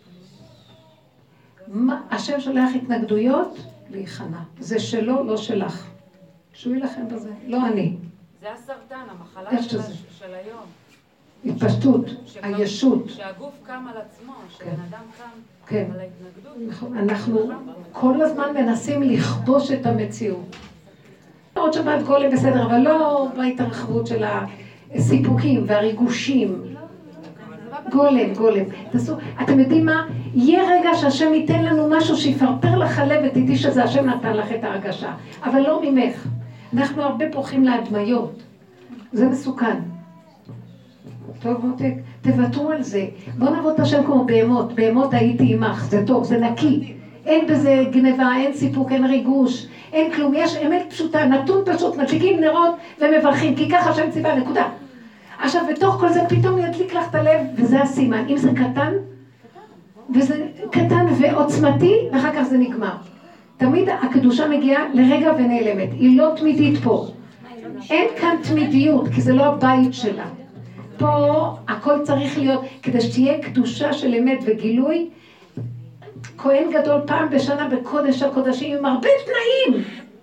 מה, השם שולח התנגדויות להיכנע. זה שלו, לא שלך. שהוא ילחם בזה, לא אני. זה הסרטן, המחלה של, של היום. התפשטות, הישות. שהגוף קם על עצמו, שבן אדם קם כן. על ההתנגדות. נכון, אנחנו כל הזמן מנסים לכבוש את המציאות. עוד שבת גולם בסדר, אבל לא בהתרחבות של הסיפוקים והריגושים. גולם, גולם. תעשו, אתם יודעים מה? יהיה רגע שהשם ייתן לנו משהו שיפרפר לך הלב ותדעי שזה השם נתן לך את ההרגשה. אבל לא ממך. אנחנו הרבה פורחים להדמיות. זה מסוכן. טוב מותק, תוותרו על זה. בוא נעבוד את השם כמו בהמות. בהמות הייתי עמך, זה טוב, זה נקי. אין בזה גניבה, אין סיפוק, אין ריגוש, אין כלום. יש אמת פשוטה, נתון פשוט, מדליקים נרות ומברכים, כי ככה השם ציווה, נקודה. עכשיו, בתוך כל זה פתאום ידליק לך את הלב, וזה הסימן. אם זה קטן, וזה קטן ועוצמתי, ואחר כך זה נגמר. תמיד הקדושה מגיעה לרגע ונעלמת. היא לא תמידית פה. אין כאן תמידיות, כי זה לא הבית שלה. פה הכל צריך להיות, כדי שתהיה קדושה של אמת וגילוי, כהן גדול פעם בשנה בקודש הקודשים עם הרבה תנאים.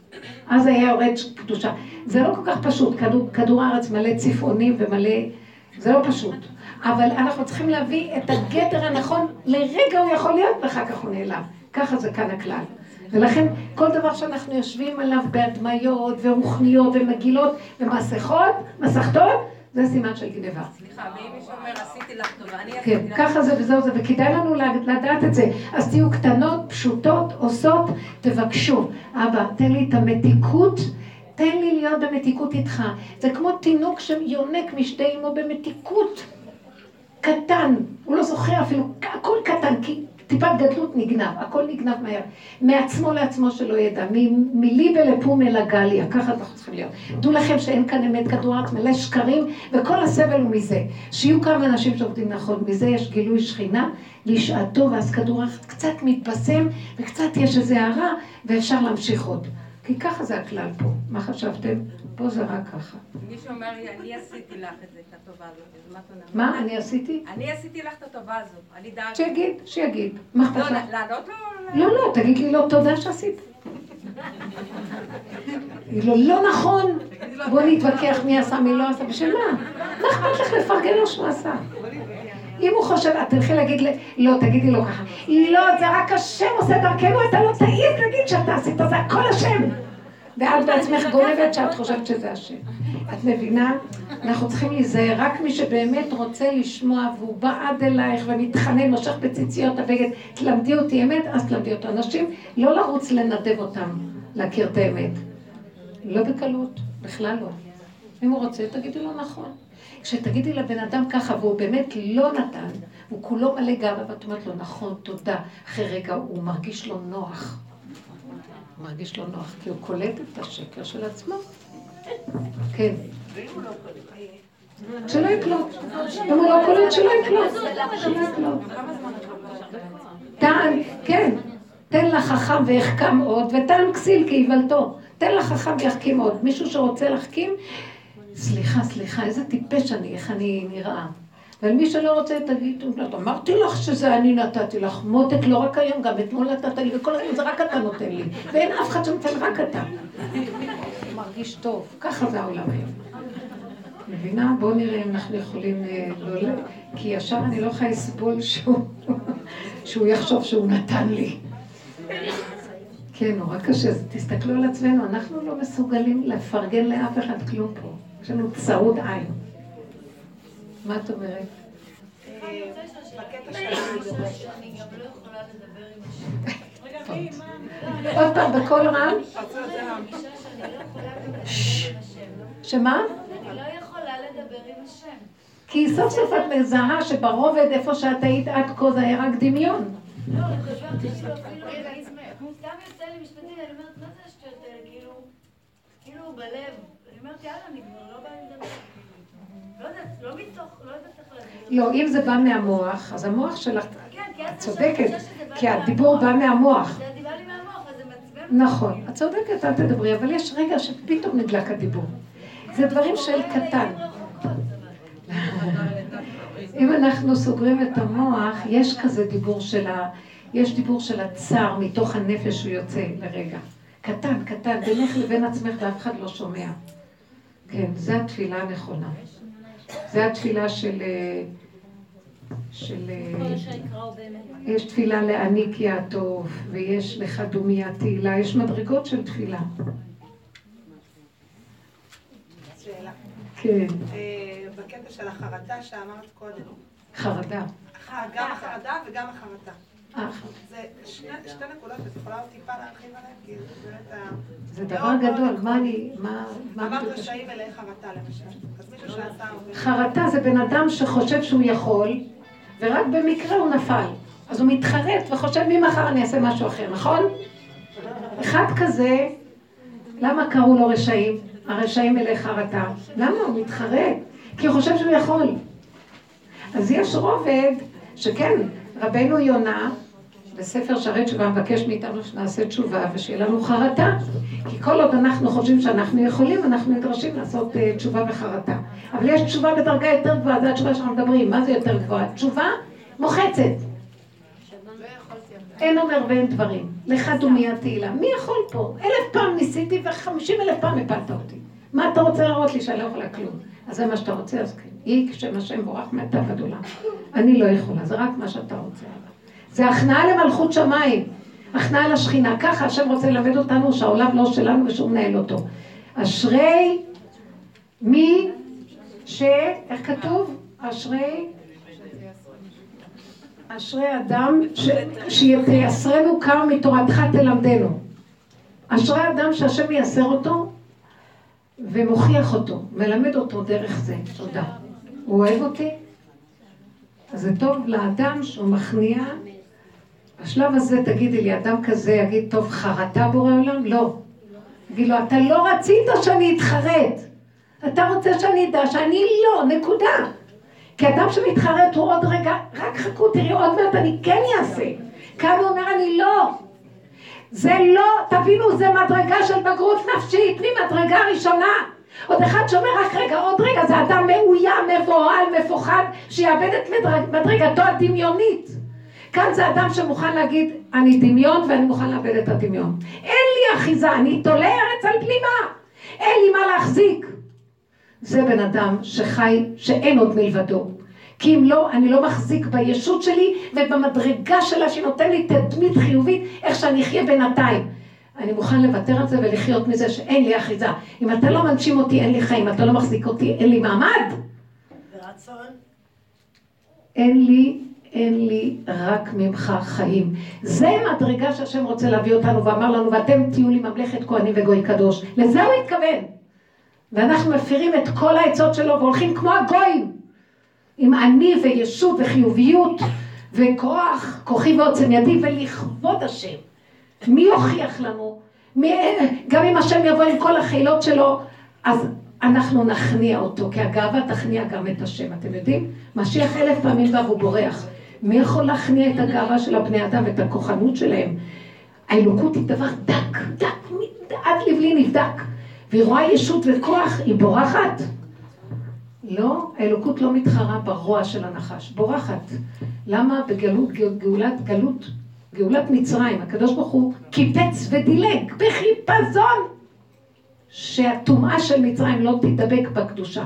אז היה יורד קדושה. זה לא כל כך פשוט, כדור, כדור הארץ מלא צפעונים ומלא, זה לא פשוט. אבל אנחנו צריכים להביא את הגדר הנכון, לרגע הוא יכול להיות ואחר כך הוא נעלם. ככה זה כאן הכלל. ולכן כל דבר שאנחנו יושבים עליו בהדמיות ורוחניות ומגילות ומסכות, מסכתות, זה סימן של גניבה. סליחה, ואם מישהו אומר, עשיתי לך טובה, אני עשיתי כן, לך... ככה זה וזהו זה, וכדאי לנו לדעת את זה. אז תהיו קטנות, פשוטות, עושות, תבקשו. אבא, תן לי את המתיקות, תן לי להיות במתיקות איתך. זה כמו תינוק שיונק משתי אמו במתיקות. קטן, הוא לא זוכר אפילו, הכל קטן, כי טיפת גדלות נגנב, הכל נגנב מהר. מעצמו לעצמו שלא ידע, מליבה לפום אל הגליה, ככה אנחנו צריכים להיות. דעו לכם שאין כאן אמת, כדור הארץ מלא שקרים, וכל הסבל הוא מזה. שיהיו כמה אנשים שעובדים נכון, מזה יש גילוי שכינה, לשעתו, ואז כדור הארץ קצת מתבשם, וקצת יש איזו הערה, ואפשר להמשיך עוד. כי ככה זה הכלל פה. מה חשבתם? פה זה רק ככה. מישהו אומר לי, אני עשיתי לך את זה, את הטובה הזאת. מה? אני עשיתי? אני עשיתי לך את הטובה הזאת. אני דאגתי. שיגיד, שיגיד. מה אכפת לך? לענות לו? לא, לא, תגיד לי לא, תודה שעשית. לא, לא נכון. בוא נתווכח מי עשה, מי לא עשה, בשביל מה? מה אכפת לך לפרגן לו שהוא עשה? אם הוא חושב, את תלכי להגיד, לא, תגידי לו ככה. לא, זה רק השם עושה דרכנו, אתה לא תעיז להגיד שאתה עשית, זה הכל השם. ואת בעצמך גונבת שאת חושבת שזה השם. את מבינה? אנחנו צריכים להיזהר, רק מי שבאמת רוצה לשמוע והוא בא עד אלייך ומתחנן, נושך בציציות הבגד, תלמדי אותי אמת, אז תלמדי אותו. אנשים לא לרוץ לנדב אותם, להכיר את האמת. לא בקלות, בכלל לא. אם הוא רוצה, תגידי לו נכון. כשתגידי לבן אדם ככה, והוא באמת לא נתן, הוא כולו מלא גאווה, ואת אומרת לו, נכון, תודה. אחרי רגע הוא מרגיש לו נוח. הוא מרגיש לו נוח, כי הוא קולט את השקר של עצמו. כן. שלא יקלוט. אם הוא לא קולט, שלא יקלוט. שלא יקלוט. תן, כן. תן לחכם ויחכם עוד, ותן כסיל כאיוולתו. תן לחכם ויחכים עוד. מישהו שרוצה לחכים, סליחה, סליחה, איזה טיפש אני, איך אני נראה. אבל מי שלא רוצה, תגיד, אמרתי לך שזה אני נתתי לך, מותק לא רק היום, גם אתמול נתת לי, וכל היום זה רק אתה נותן לי, ואין אף אחד שנותן, רק אתה. מרגיש טוב, ככה זה העולם היום. מבינה? בואו נראה אם אנחנו יכולים לא ל... כי ישר אני לא יכולה לסבול שהוא, שהוא יחשוב שהוא נתן לי. כן, נורא קשה, תסתכלו על עצמנו, אנחנו לא מסוגלים לפרגן לאף אחד כלום פה. יש לנו צרות עין. מה את אומרת? בקטע שאני גם לא יכולה לדבר עם השם. רגע, מי? מה? עוד פעם, בכל רם? שמה? אני לא יכולה לדבר עם השם. כי סוף סוף את מזהה שברובד איפה שאת היית עד כה זה היה רק דמיון. לא, אני חושבת כאילו אפילו... סתם יוצא לי משפטים, אני אומרת, מה זה השטויות האלה? כאילו, כאילו בלב. אני אומרת, יאללה, אני כבר לא באה לדבר. לא יודעת, לא מתוך, לא יודעת איך להגיד. לא, אם זה בא מהמוח, אז המוח שלך צודקת, כי הדיבור בא מהמוח. זה דיבר לי מהמוח, אז זה מעצבן. נכון, את צודקת, אל תדברי, אבל יש רגע שפתאום נדלק הדיבור. זה דברים של קטן. אם אנחנו סוגרים את המוח, יש כזה דיבור של ה... יש דיבור של הצער מתוך הנפש שהוא יוצא לרגע. קטן, קטן, בינך לבין עצמך ואף אחד לא שומע. כן, זו התפילה הנכונה. זו התפילה של... של... יש תפילה לעניק יא טוב, ויש לך דומי התהילה, יש מדרגות של תפילה. שאלה. כן. בקטע של החרטה שאמרת קודם. חרדה. גם החרדה וגם החרטה. אה. זה שתי נקודות, את יכולה עוד טיפה להרחיב עליהן? כי זה באמת ה... זה דבר גדול, מה אני... אמרת רשעים מלאי חרטה למשל. אז מישהו שעשה... חרטה זה בן אדם שחושב שהוא יכול, ורק במקרה הוא נפל. אז הוא מתחרט וחושב ממחר אני אעשה משהו אחר, נכון? אחד כזה, למה קראו לו רשעים? הרשעים מלאי חרטה. למה? הוא מתחרט. כי הוא חושב שהוא יכול. אז יש רובד שכן, רבנו יונה, בספר שערי תשובה מבקש מאיתנו שנעשה תשובה ושיהיה לנו חרטה. כי כל עוד אנחנו חושבים שאנחנו יכולים, אנחנו נדרשים לעשות uh, תשובה וחרטה. אבל יש תשובה בדרגה יותר גבוהה, זו התשובה שאנחנו מדברים. מה זה יותר גבוהה? תשובה מוחצת. אין אומר ואין דברים. לך דומיה תהילה. מי יכול פה? אלף פעם ניסיתי וחמישים אלף פעם הפלת אותי. מה אתה רוצה להראות לי שאני לא יכולה כלום? אז זה מה שאתה רוצה, אז כן. יהי כשם השם בורך מעתה ועד עולם. אני לא יכולה, זה רק מה שאתה רוצה. זה הכנעה למלכות שמיים. הכנעה לשכינה. ככה השם רוצה ללמד אותנו שהעולם לא שלנו ושהוא מנהל אותו. אשרי מי ש... איך כתוב? אשרי... אשרי אדם ש... שיתייסרנו קר מתורתך תלמדנו. אשרי אדם שהשם ייסר אותו ומוכיח אותו, מלמד אותו דרך זה. תודה. הוא אוהב אותי? אז זה טוב לאדם שהוא מכניע. בשלב הזה תגידי לי, אדם כזה יגיד, טוב, חרטה בורא עולם? לא. תגיד לו, אתה לא רצית שאני אתחרט. אתה רוצה שאני אדע שאני לא, נקודה. כי אדם שמתחרט הוא עוד רגע, רק חכו, תראי, עוד מעט אני כן אעשה. כאן הוא אומר, אני לא. זה לא, תבינו, זה מדרגה של בגרות נפשית, ממדרגה ראשונה. עוד אחד שאומר, רק רגע, עוד רגע, זה אדם מאוים, מבוהל, מפוחד, שיאבד את מדרג, מדרגתו הדמיונית. כאן זה אדם שמוכן להגיד, אני דמיון ואני מוכן לאבד את הדמיון. אין לי אחיזה, אני תולה ארץ על פנימה. אין לי מה להחזיק. זה בן אדם שחי, שאין עוד מלבדו. כי אם לא, אני לא מחזיק בישות שלי ובמדרגה שלה שנותן לי תדמית חיובית, איך שאני אחיה בינתיים. אני מוכן לוותר על זה ולחיות מזה שאין לי אחיזה. אם אתה לא מנשים אותי, אין לי חיים. אם אתה לא מחזיק אותי, אין לי מעמד. ורצון? אין לי, אין לי רק ממך חיים. זה מדרגה שהשם רוצה להביא אותנו ואמר לנו, ואתם תהיו לי ממלכת כהנים וגוי קדוש. לזה הוא התכוון. ואנחנו מפירים את כל העצות שלו והולכים כמו הגויים. עם אני וישות וחיוביות וכוח, כוחי ועוצם ידי ולכבוד השם. מי יוכיח לנו? מי, גם אם השם יבוא עם כל החילות שלו, אז אנחנו נכניע אותו, כי הגאווה תכניע גם את השם. אתם יודעים? משיח אלף פעמים בא והוא בורח. מי יכול להכניע את הגאווה של הבני אדם ואת הכוחנות שלהם? האלוקות היא דבר דק, דק, עד לבלי נבדק. והיא רואה ישות וכוח, היא בורחת. לא, האלוקות לא מתחרה ברוע של הנחש, בורחת. למה בגלות, גאולת, גלות, גאולת מצרים, הקדוש ברוך הוא קיפץ ודילג בחיפזון, שהטומאה של מצרים לא תדבק בקדושה.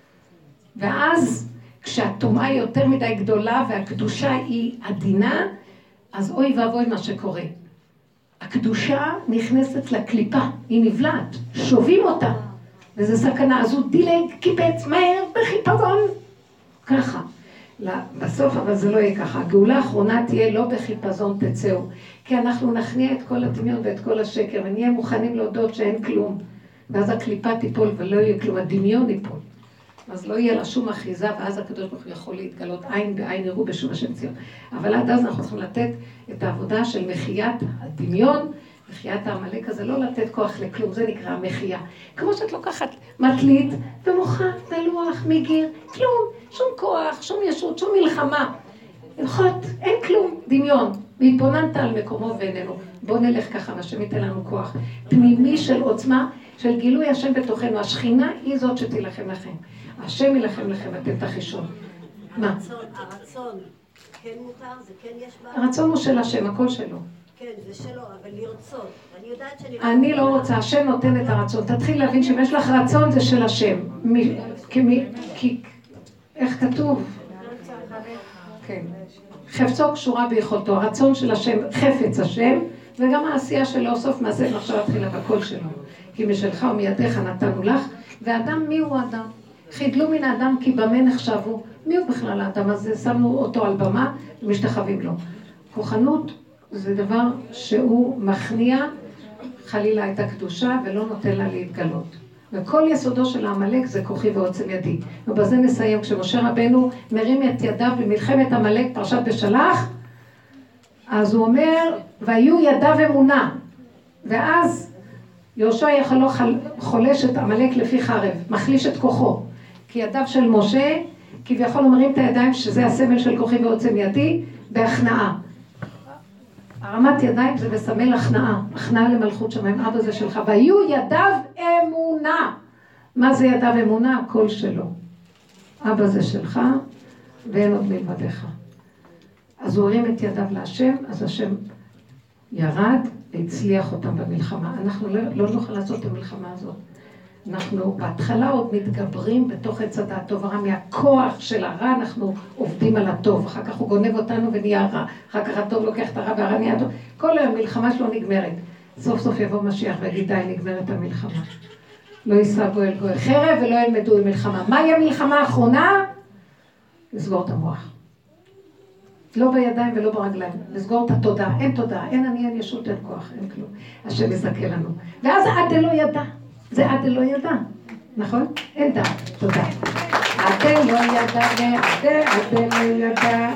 ואז כשהטומאה היא יותר מדי גדולה והקדושה היא עדינה, אז אוי ואבוי מה שקורה. הקדושה נכנסת לקליפה, היא נבלעת, שובים אותה, וזה סכנה. אז הוא דילג, קיפץ, מהר, בחיפזון, ככה. בסוף, אבל זה לא יהיה ככה. הגאולה האחרונה תהיה לא בחיפזון תצאו, כי אנחנו נכניע את כל הדמיון ואת כל השקר, ונהיה מוכנים להודות שאין כלום, ואז הקליפה תיפול ולא יהיה כלום, הדמיון ייפול. אז לא יהיה לה שום אחיזה, ואז הקדוש ברוך הוא יכול להתגלות עין בעין יראו בשום השם ציון. אבל עד אז אנחנו צריכים לתת את העבודה של מחיית הדמיון, מחיית העמלק הזה, לא לתת כוח לכלום, זה נקרא מחייה. כמו שאת לוקחת מטלית ומוחה, דלוח, מגיר, כלום, שום כוח, שום ישות, שום מלחמה. הלכות, אין כלום, דמיון. והתבוננת על מקומו ואיננו. בואו נלך ככה, השם ייתן לנו כוח פנימי של עוצמה, של גילוי השם בתוכנו. השכינה היא זאת שתילחם לכם. השם ילחם לכם, אתם תחישון. מה? הרצון, הרצון כן מותר, זה כן יש בה? הרצון הוא של השם, הכל שלו. כן, זה שלו, אבל לרצות. אני יודעת שאני... אני לא רוצה, השם נותן את הרצון. תתחיל להבין שאם יש לך רצון זה של השם. כי, איך כתוב? כן. חפצו קשורה ביכולתו, הרצון של השם, חפץ השם, וגם העשייה שלו, סוף מעשה מחשבה תחילה בכל שלו. כי משלך ומידיך נתנו לך, ואדם, מי הוא האדם? חידלו מן האדם כי במה נחשבו. מי הוא בכלל האדם הזה? שמנו אותו על במה ומשתחווים לו. כוחנות זה דבר שהוא מכניע חלילה את הקדושה ולא נותן לה להתגלות. וכל יסודו של העמלק זה כוחי ועוצם ידי. ובזה נסיים, כשמשה רבנו מרים את ידיו במלחמת עמלק פרשת בשלח, אז הוא אומר, והיו ידיו אמונה. ואז יהושע יכלו חולש את עמלק לפי חרב, מחליש את כוחו. כי ידיו של משה, כביכול הוא מרים את הידיים שזה הסמל של כוחי ועוצם ידי, בהכנעה. הרמת ידיים זה מסמל הכנעה, הכנעה למלכות שמיים, אבא זה שלך, והיו ידיו אמונה. מה זה ידיו אמונה? הכל שלו. אבא זה שלך, ואין עוד מלבדיך. אז הוא הרים את ידיו להשם, אז השם ירד והצליח אותם במלחמה. אנחנו לא, לא נוכל לעשות את המלחמה הזאת. אנחנו בהתחלה עוד מתגברים בתוך עץ הדעת טוב הרע, מהכוח של הרע אנחנו עובדים על הטוב, אחר כך הוא גונב אותנו ונהיה רע, אחר כך הטוב לוקח את הרע והרע נהיה טוב, כל המלחמה שלו נגמרת. סוף סוף יבוא משיח ויגיד די, נגמרת המלחמה. לא יישא גואל גואל חרב ולא ילמדו מלחמה. מהי המלחמה האחרונה? לסגור את המוח. לא בידיים ולא ברגליים, לסגור את התודעה, אין תודעה, אין אני, אין ישות, אין כוח, אין כלום. השם יזכה לנו. ואז עד לא ידע, זה עד לא ידע, נכון? אין דעת, תודה. עד לא ידע, עד עד לא ידע,